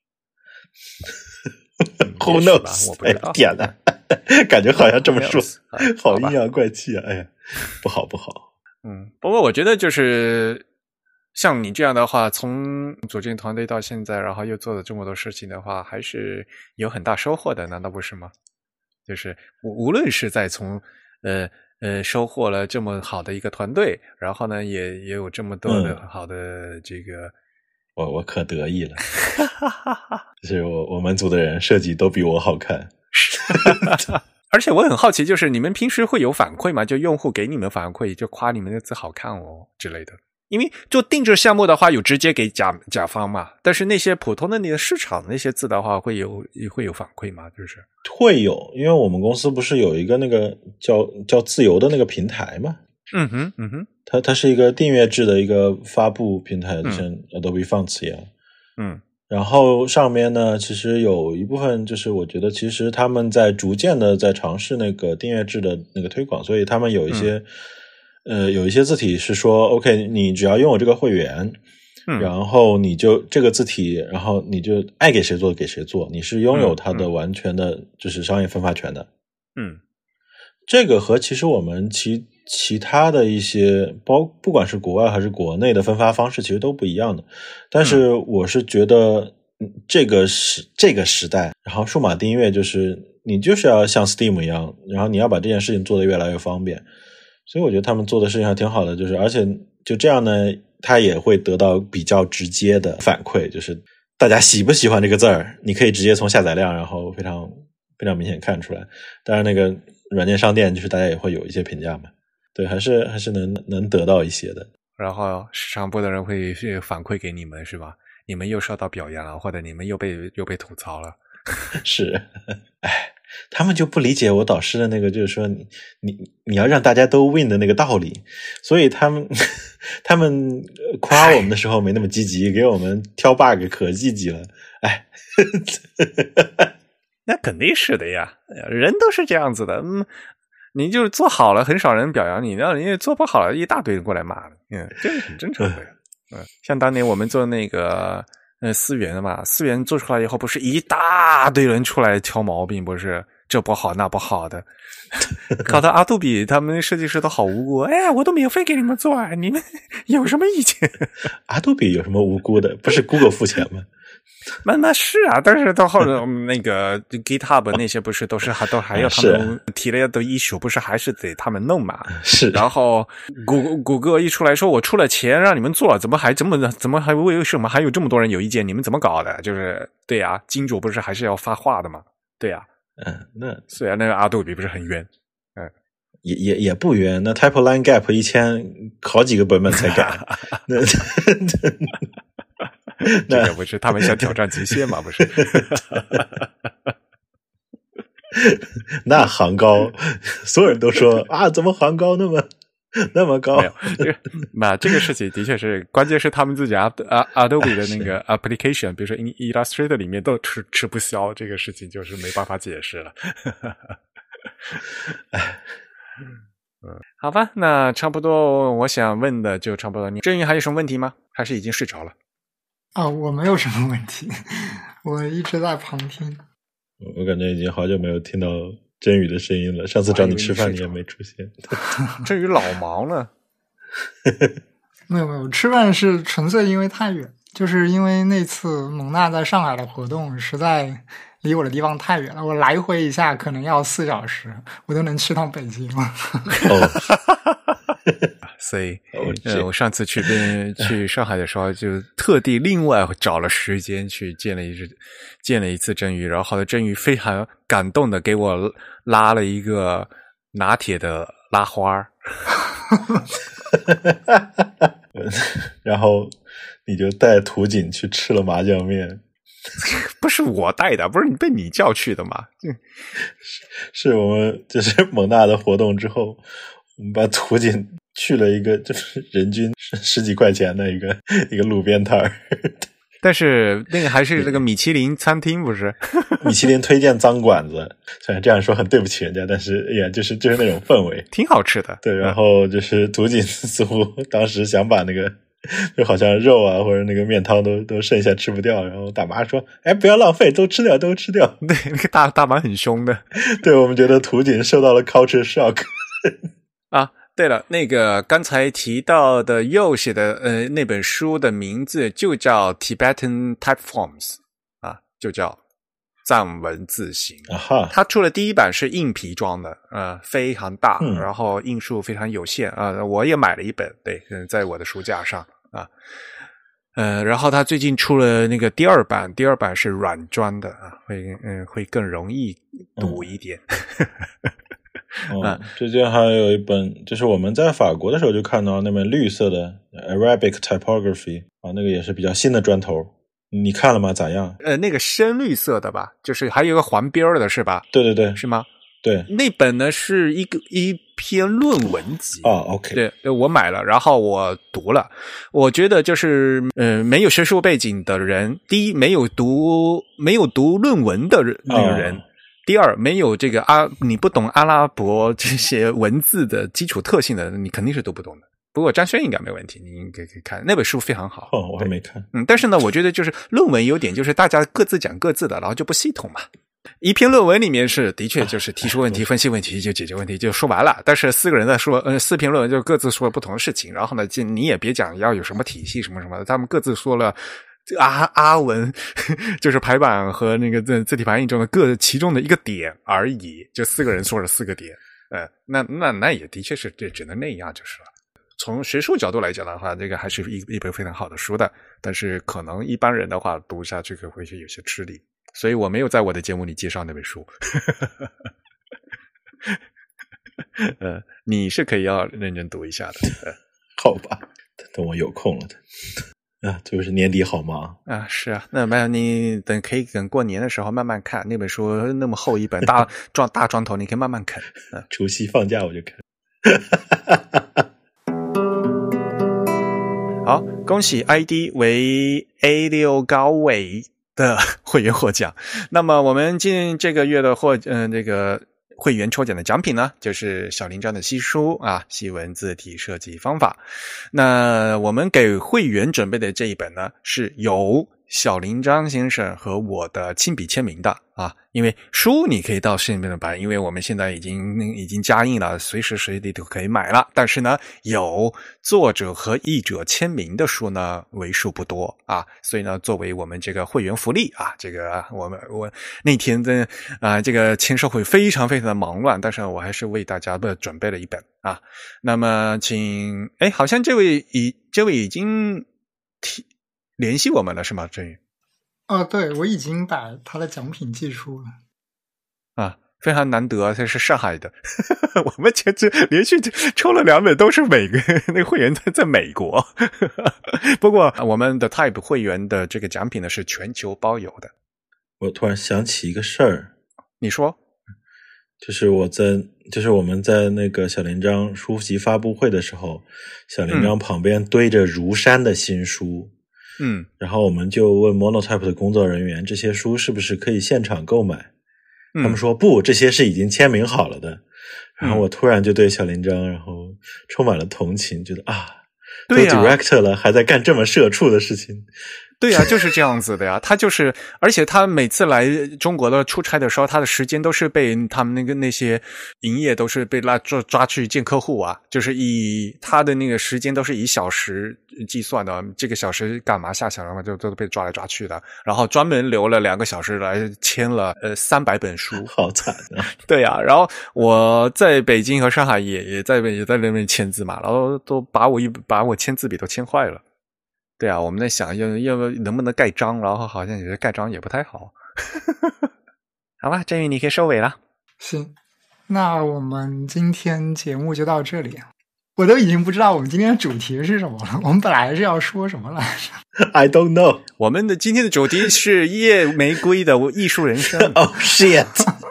嗯、 Who knows？ 我不知道。 哎，天哪！感觉好像这么说，好阴阳怪气啊！哎呀，不好不好。 嗯，不过我觉得就是像你这样的话，从组建团队到现在，然后又做了这么多事情的话，还是有很大收获的，难道不是吗？就是无论是在从呃呃收获了这么好的一个团队，然后呢，也也有这么多的好的这个。 嗯我我可得意了，就是我我们组的人设计都比我好看， 而且我很好奇，就是你们平时会有反馈吗？就用户给你们反馈，就夸你们的字好看哦之类的。因为做定制项目的话，有直接给甲甲方嘛，但是那些普通的那个市场那些字的话，会有会有反馈吗？就是会有，因为我们公司不是有一个那个叫叫自由的那个平台嘛。 嗯哼，嗯哼， 它它是一个订阅制的一个发布平台，就像 Adobe Fonts 一样。 嗯，然后上面呢，其实有一部分就是我觉得其实他们在逐渐的在尝试那个订阅制的那个推广，所以他们有一些、嗯、呃有一些字体是说 OK， 你只要拥有这个会员，嗯、然后你就这个字体，然后你就爱给谁做给谁做，你是拥有它的完全的就是商业分发权的。 嗯， 这个和其实我们其其他的一些包不管是国外还是国内的分发方式其实都不一样的，但是我是觉得这个时这个时代，然后数码订阅就是你就是要像 Steam 一样，然后你要把这件事情做得越来越方便，所以我觉得他们做的事情还挺好的，就是而且就这样呢，他也会得到比较直接的反馈，就是大家喜不喜欢这个字儿，你可以直接从下载量然后非常非常明显看出来。当然那个软件商店就是大家也会有一些评价嘛。对，还是还是能能得到一些的。 然后市场部的人会反馈给你们是吧？你们又受到表扬了，或者你们又被又被吐槽了。 是，哎，他们就不理解我导师的那个，就是说你你你要让大家都 win 的那个道理，所以他们他们夸我们的时候没那么积极，给我们挑 bug 可积极了。哎， 那肯定是的呀，人都是这样子的，嗯。你就做好了，很少人表扬你；然后你做不好了，一大堆人过来骂了。嗯，这是很正常的。嗯，像当年我们做那个呃思源嘛，思源做出来以后，不是一大堆人出来挑毛病，不是这不好那不好的，搞得阿杜比他们设计师都好无辜。哎，我都免费给你们做，你们有什么意见？ 阿杜比有什么无辜的？不是 Google 付钱吗？ 那那是啊，但是到后来那个 GitHub 那些不是都是还都还要他们提了的 issue， 不是还是得他们弄嘛？ 是。 然后谷谷歌一出来说，我出了钱让你们做，怎么还这么怎么还为什么还有这么多人有意见？你们怎么搞的？就是对呀、啊，金主不是还是要发话的吗？对呀、 啊，嗯，那虽然那个 Adobe 不是很冤，嗯， 也也也不冤。那 Type Line Gap 一千好几个版本才改，那。 这个不是他们想挑战极限吗？不是， 那行高，所有人都说啊，怎么行高那么那么高？ 没有，那这个事情的确是，关键是他们自己 Adobe 的那个 application， 比如说 Illustrator 里面都吃吃不消，这个事情就是没办法解释了。嗯，好吧，那差不多，我想问的就差不多。你郑云还有什么问题吗？还是已经睡着了？ 啊、哦，我没有什么问题，我一直在旁听。 我感觉已经好久没有听到真宇的声音了。上次找你吃饭你也没出现。 真宇老忙了。 没有没有，吃饭是纯粹因为太远，就是因为那次蒙娜在上海的活动实在离我的地方太远了，我来回一下可能要四小时，我都能去趟北京了。 哦所以、 哦呃，我上次去跟去上海的时候，就特地另外找了时间去见了一次见了一次真宇，然后后来真宇非常感动的给我拉了一个拿铁的拉花然后你就带图景去吃了麻酱面。 不是我带的，不是你被你叫去的吗？ 是, 是我们就是蒙娜的活动之后，我们把图景去了一个就是人均十几块钱的一个一个路边摊儿。 但是那个还是这个米其林餐厅，不是？ 米其林推荐脏馆子，虽然这样说很对不起人家，但是哎呀，就是就是那种氛围， 挺好吃的。 对，然后就是图景似乎当时想把那个就好像肉啊或者那个面汤都都剩下吃不掉，然后大妈说：“哎，不要浪费，都吃掉，都吃掉。” 对，那个大大妈很凶的。 对，我们觉得图景受到了 culture shock 啊。对了，那个刚才提到的右写的呃那本书的名字就叫 Tibetan Typeforms 啊，就叫藏文字形。 啊哈， 它出了第一版是硬皮装的，呃，非常大， 嗯、 然后印数非常有限啊、呃，我也买了一本，对，在我的书架上啊。呃，然后它最近出了那个第二版，第二版是软装的啊，会嗯会更容易读一点。嗯哦，最近还有一本，就是我们在法国的时候就看到那本绿色的 Arabic Typography 啊，那个也是比较新的砖头，你看了吗？咋样？ 呃，那个深绿色的吧，就是还有一个黄边的是吧？ 对对对， 是吗？ 对， 那本呢是一个一篇论文集啊、哦、，OK， 对，我买了，然后我读了，我觉得就是呃，没有学术背景的人，第一没有读没有读论文的那个人。哦，第二，没有这个阿，你不懂阿拉伯这些文字的基础特性的，你肯定是读不懂的。不过张轩应该没问题，你应该可以看那本书非常好。 哦，我还没看。 嗯，但是呢，我觉得就是论文有点就是大家各自讲各自的，然后就不系统嘛。一篇论文里面是的确就是提出问题、分析问题就解决问题就说完了，但是四个人在说，呃，四篇论文就各自说了不同的事情，然后呢，你也别讲要有什么体系什么什么的，他们各自说了。阿阿文就是排版和那个字字体排印中的各其中的一个点而已，就四个人说了四个点，呃，那那那也的确是这只能那样就是了。从学术角度来讲的话，这个还是一一本非常好的书的，但是可能一般人的话读下去可会有些吃力，所以我没有在我的节目里介绍那本书。呃，你是可以要认真读一下的。呃、 好吧，等我有空了的。啊，就是年底好忙啊！是啊，那么你等可以等过年的时候慢慢看那本书，那么厚一本大装大装头，你可以慢慢啃。嗯， 除夕放假我就看。 好，恭喜 I D 为 A 六 高伟的会员获奖。那么我们今这个月的获嗯、呃、这个。会员抽奖的奖品呢，就是小林章的西书啊，西文字体设计方法。那我们给会员准备的这一本呢，是由小林章先生和我的亲笔签名的啊，因为书你可以到市面上买，因为我们现在已经已经加印了，随时随地都可以买了。但是呢，有作者和译者签名的书呢，为数不多啊，所以呢，作为我们这个会员福利啊，这个我们我那天的啊、呃，这个签售会非常非常的忙乱，但是我还是为大家的准备了一本啊。那么，请哎，好像这位已这位已经提。联系我们了是吗？振宇？ 哦，对，我已经把他的奖品寄出了。 啊，非常难得，这是上海的。我们前次连续抽了两本，都是美国那个会员在在美国。不过我们的 Type 会员的这个奖品呢是全球包邮的。 我突然想起一个事儿， 你说？ 就是我在，就是我们在那个小林章书籍发布会的时候，小林章旁边堆着如山的新书。 嗯， 然后我们就问 Monotype 的工作人员，这些书是不是可以现场购买？嗯、他们说不，这些是已经签名好了的。然后我突然就对小林章，然后充满了同情，觉得啊，都 director 了，还在干这么社畜的事情。 对呀、啊，就是这样子的呀。他就是，而且他每次来中国的出差的时候，他的时间都是被他们那个那些营业都是被拉抓抓去见客户啊，就是以他的那个时间都是以小时计算的，这个小时干嘛，下小时嘛，就都被抓来抓去的。然后专门留了两个小时来签了呃三百本书， 好惨啊！ 对呀、啊，然后我在北京和上海也也在也在那边签字嘛，然后都把我一把我签字笔都签坏了。对啊，我们在想要要能不能盖章，然后好像觉得盖章也不太好。好吧，振宇你可以收尾了。 行，那我们今天节目就到这里。我都已经不知道我们今天的主题是什么了。我们本来是要说什么来着 ？I don't know。 我们的今天的主题是夜玫瑰的艺术人生。 Oh shit！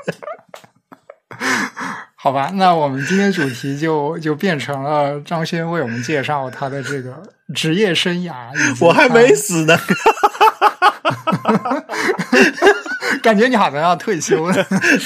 好吧，那我们今天主题就就变成了张轩为我们介绍他的这个职业生涯。 我还没死呢， 感觉你好像要退休了。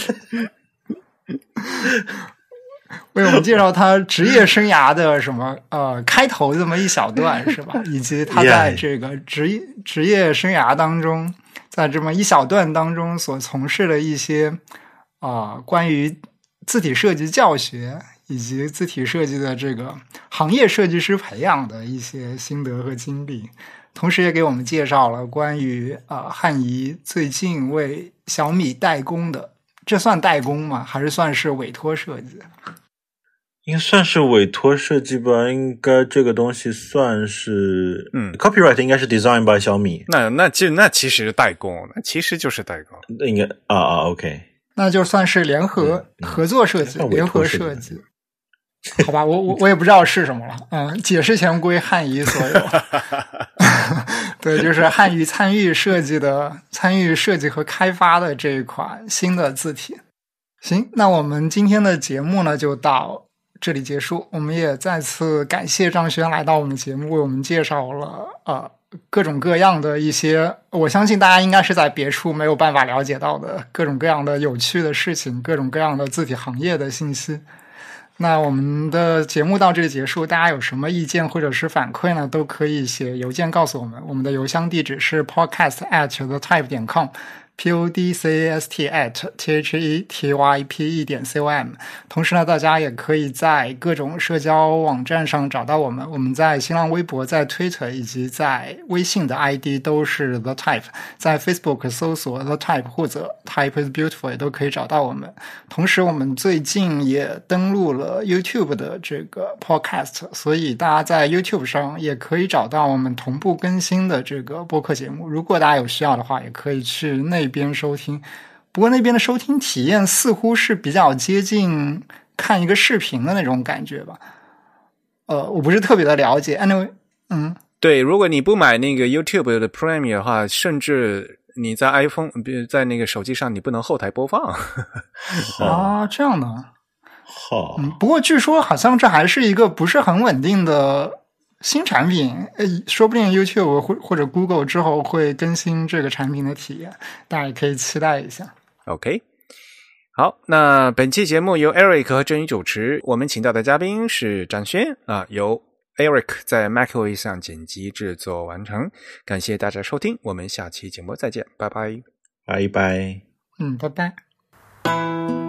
为我们介绍他职业生涯的什么呃开头这么一小段是吧？以及他在这个职业职业生涯当中，在这么一小段当中所从事的一些啊、呃、关于字体设计教学以及字体设计的这个行业设计师培养的一些心得和经历，同时也给我们介绍了关于啊、呃、汉仪最近为小米代工的，这算代工吗？还是算是委托设计？ 应该算是委托设计吧，应该这个东西算是嗯 ，copyright 应该是 design by 小米。 那那就那其实代工，那其实就是代工。 应该啊啊 ，OK。 那就算是联合、嗯、合作设计，联合设计，好吧，我我我也不知道是什么了，嗯，解释权归汉仪所有。对，就是汉仪参与设计的、参与设计和开发的这一款新的字体。行，那我们今天的节目呢就到这里结束。我们也再次感谢张轩来到我们节目，为我们介绍了呃。各种各样的一些，我相信大家应该是在别处没有办法了解到的各种各样的有趣的事情，各种各样的字体行业的信息。那我们的节目到这里结束，大家有什么意见或者是反馈呢，都可以写邮件告诉我们。我们的邮箱地址是 podcast at the type 点 com。P O D C A S T at T H E T Y P E 点 C O M。 同时呢，大家也可以在各种社交网站上找到我们，我们在新浪微博、在 Twitter 以及在微信的 I D 都是 The Type， 在 Facebook 搜索 The Type 或者 Type is Beautiful 也都可以找到我们。同时我们最近也登录了 YouTube 的这个 Podcast， 所以大家在 YouTube 上也可以找到我们同步更新的这个播客节目，如果大家有需要的话，也可以去那边收听。不过那边的收听体验似乎是比较接近看一个视频的那种感觉吧，呃，我不是特别的了解。Anyway， 嗯， 对，如果你不买那个 YouTube 的 Premium 的话，甚至你在 iPhone 在那个手机上你不能后台播放。 啊，这样的。 好， 嗯，不过据说好像这还是一个不是很稳定的新产品，呃，说不定 YouTube 或或者 Google 之后会更新这个产品的体验，大家也可以期待一下。 OK， 好，那本期节目由 Eric 和郑宇主持，我们请到的嘉宾是张轩啊，由 Eric 在 macOS 上剪辑制作完成。感谢大家收听，我们下期节目再见，拜拜， 拜拜。 嗯，拜拜。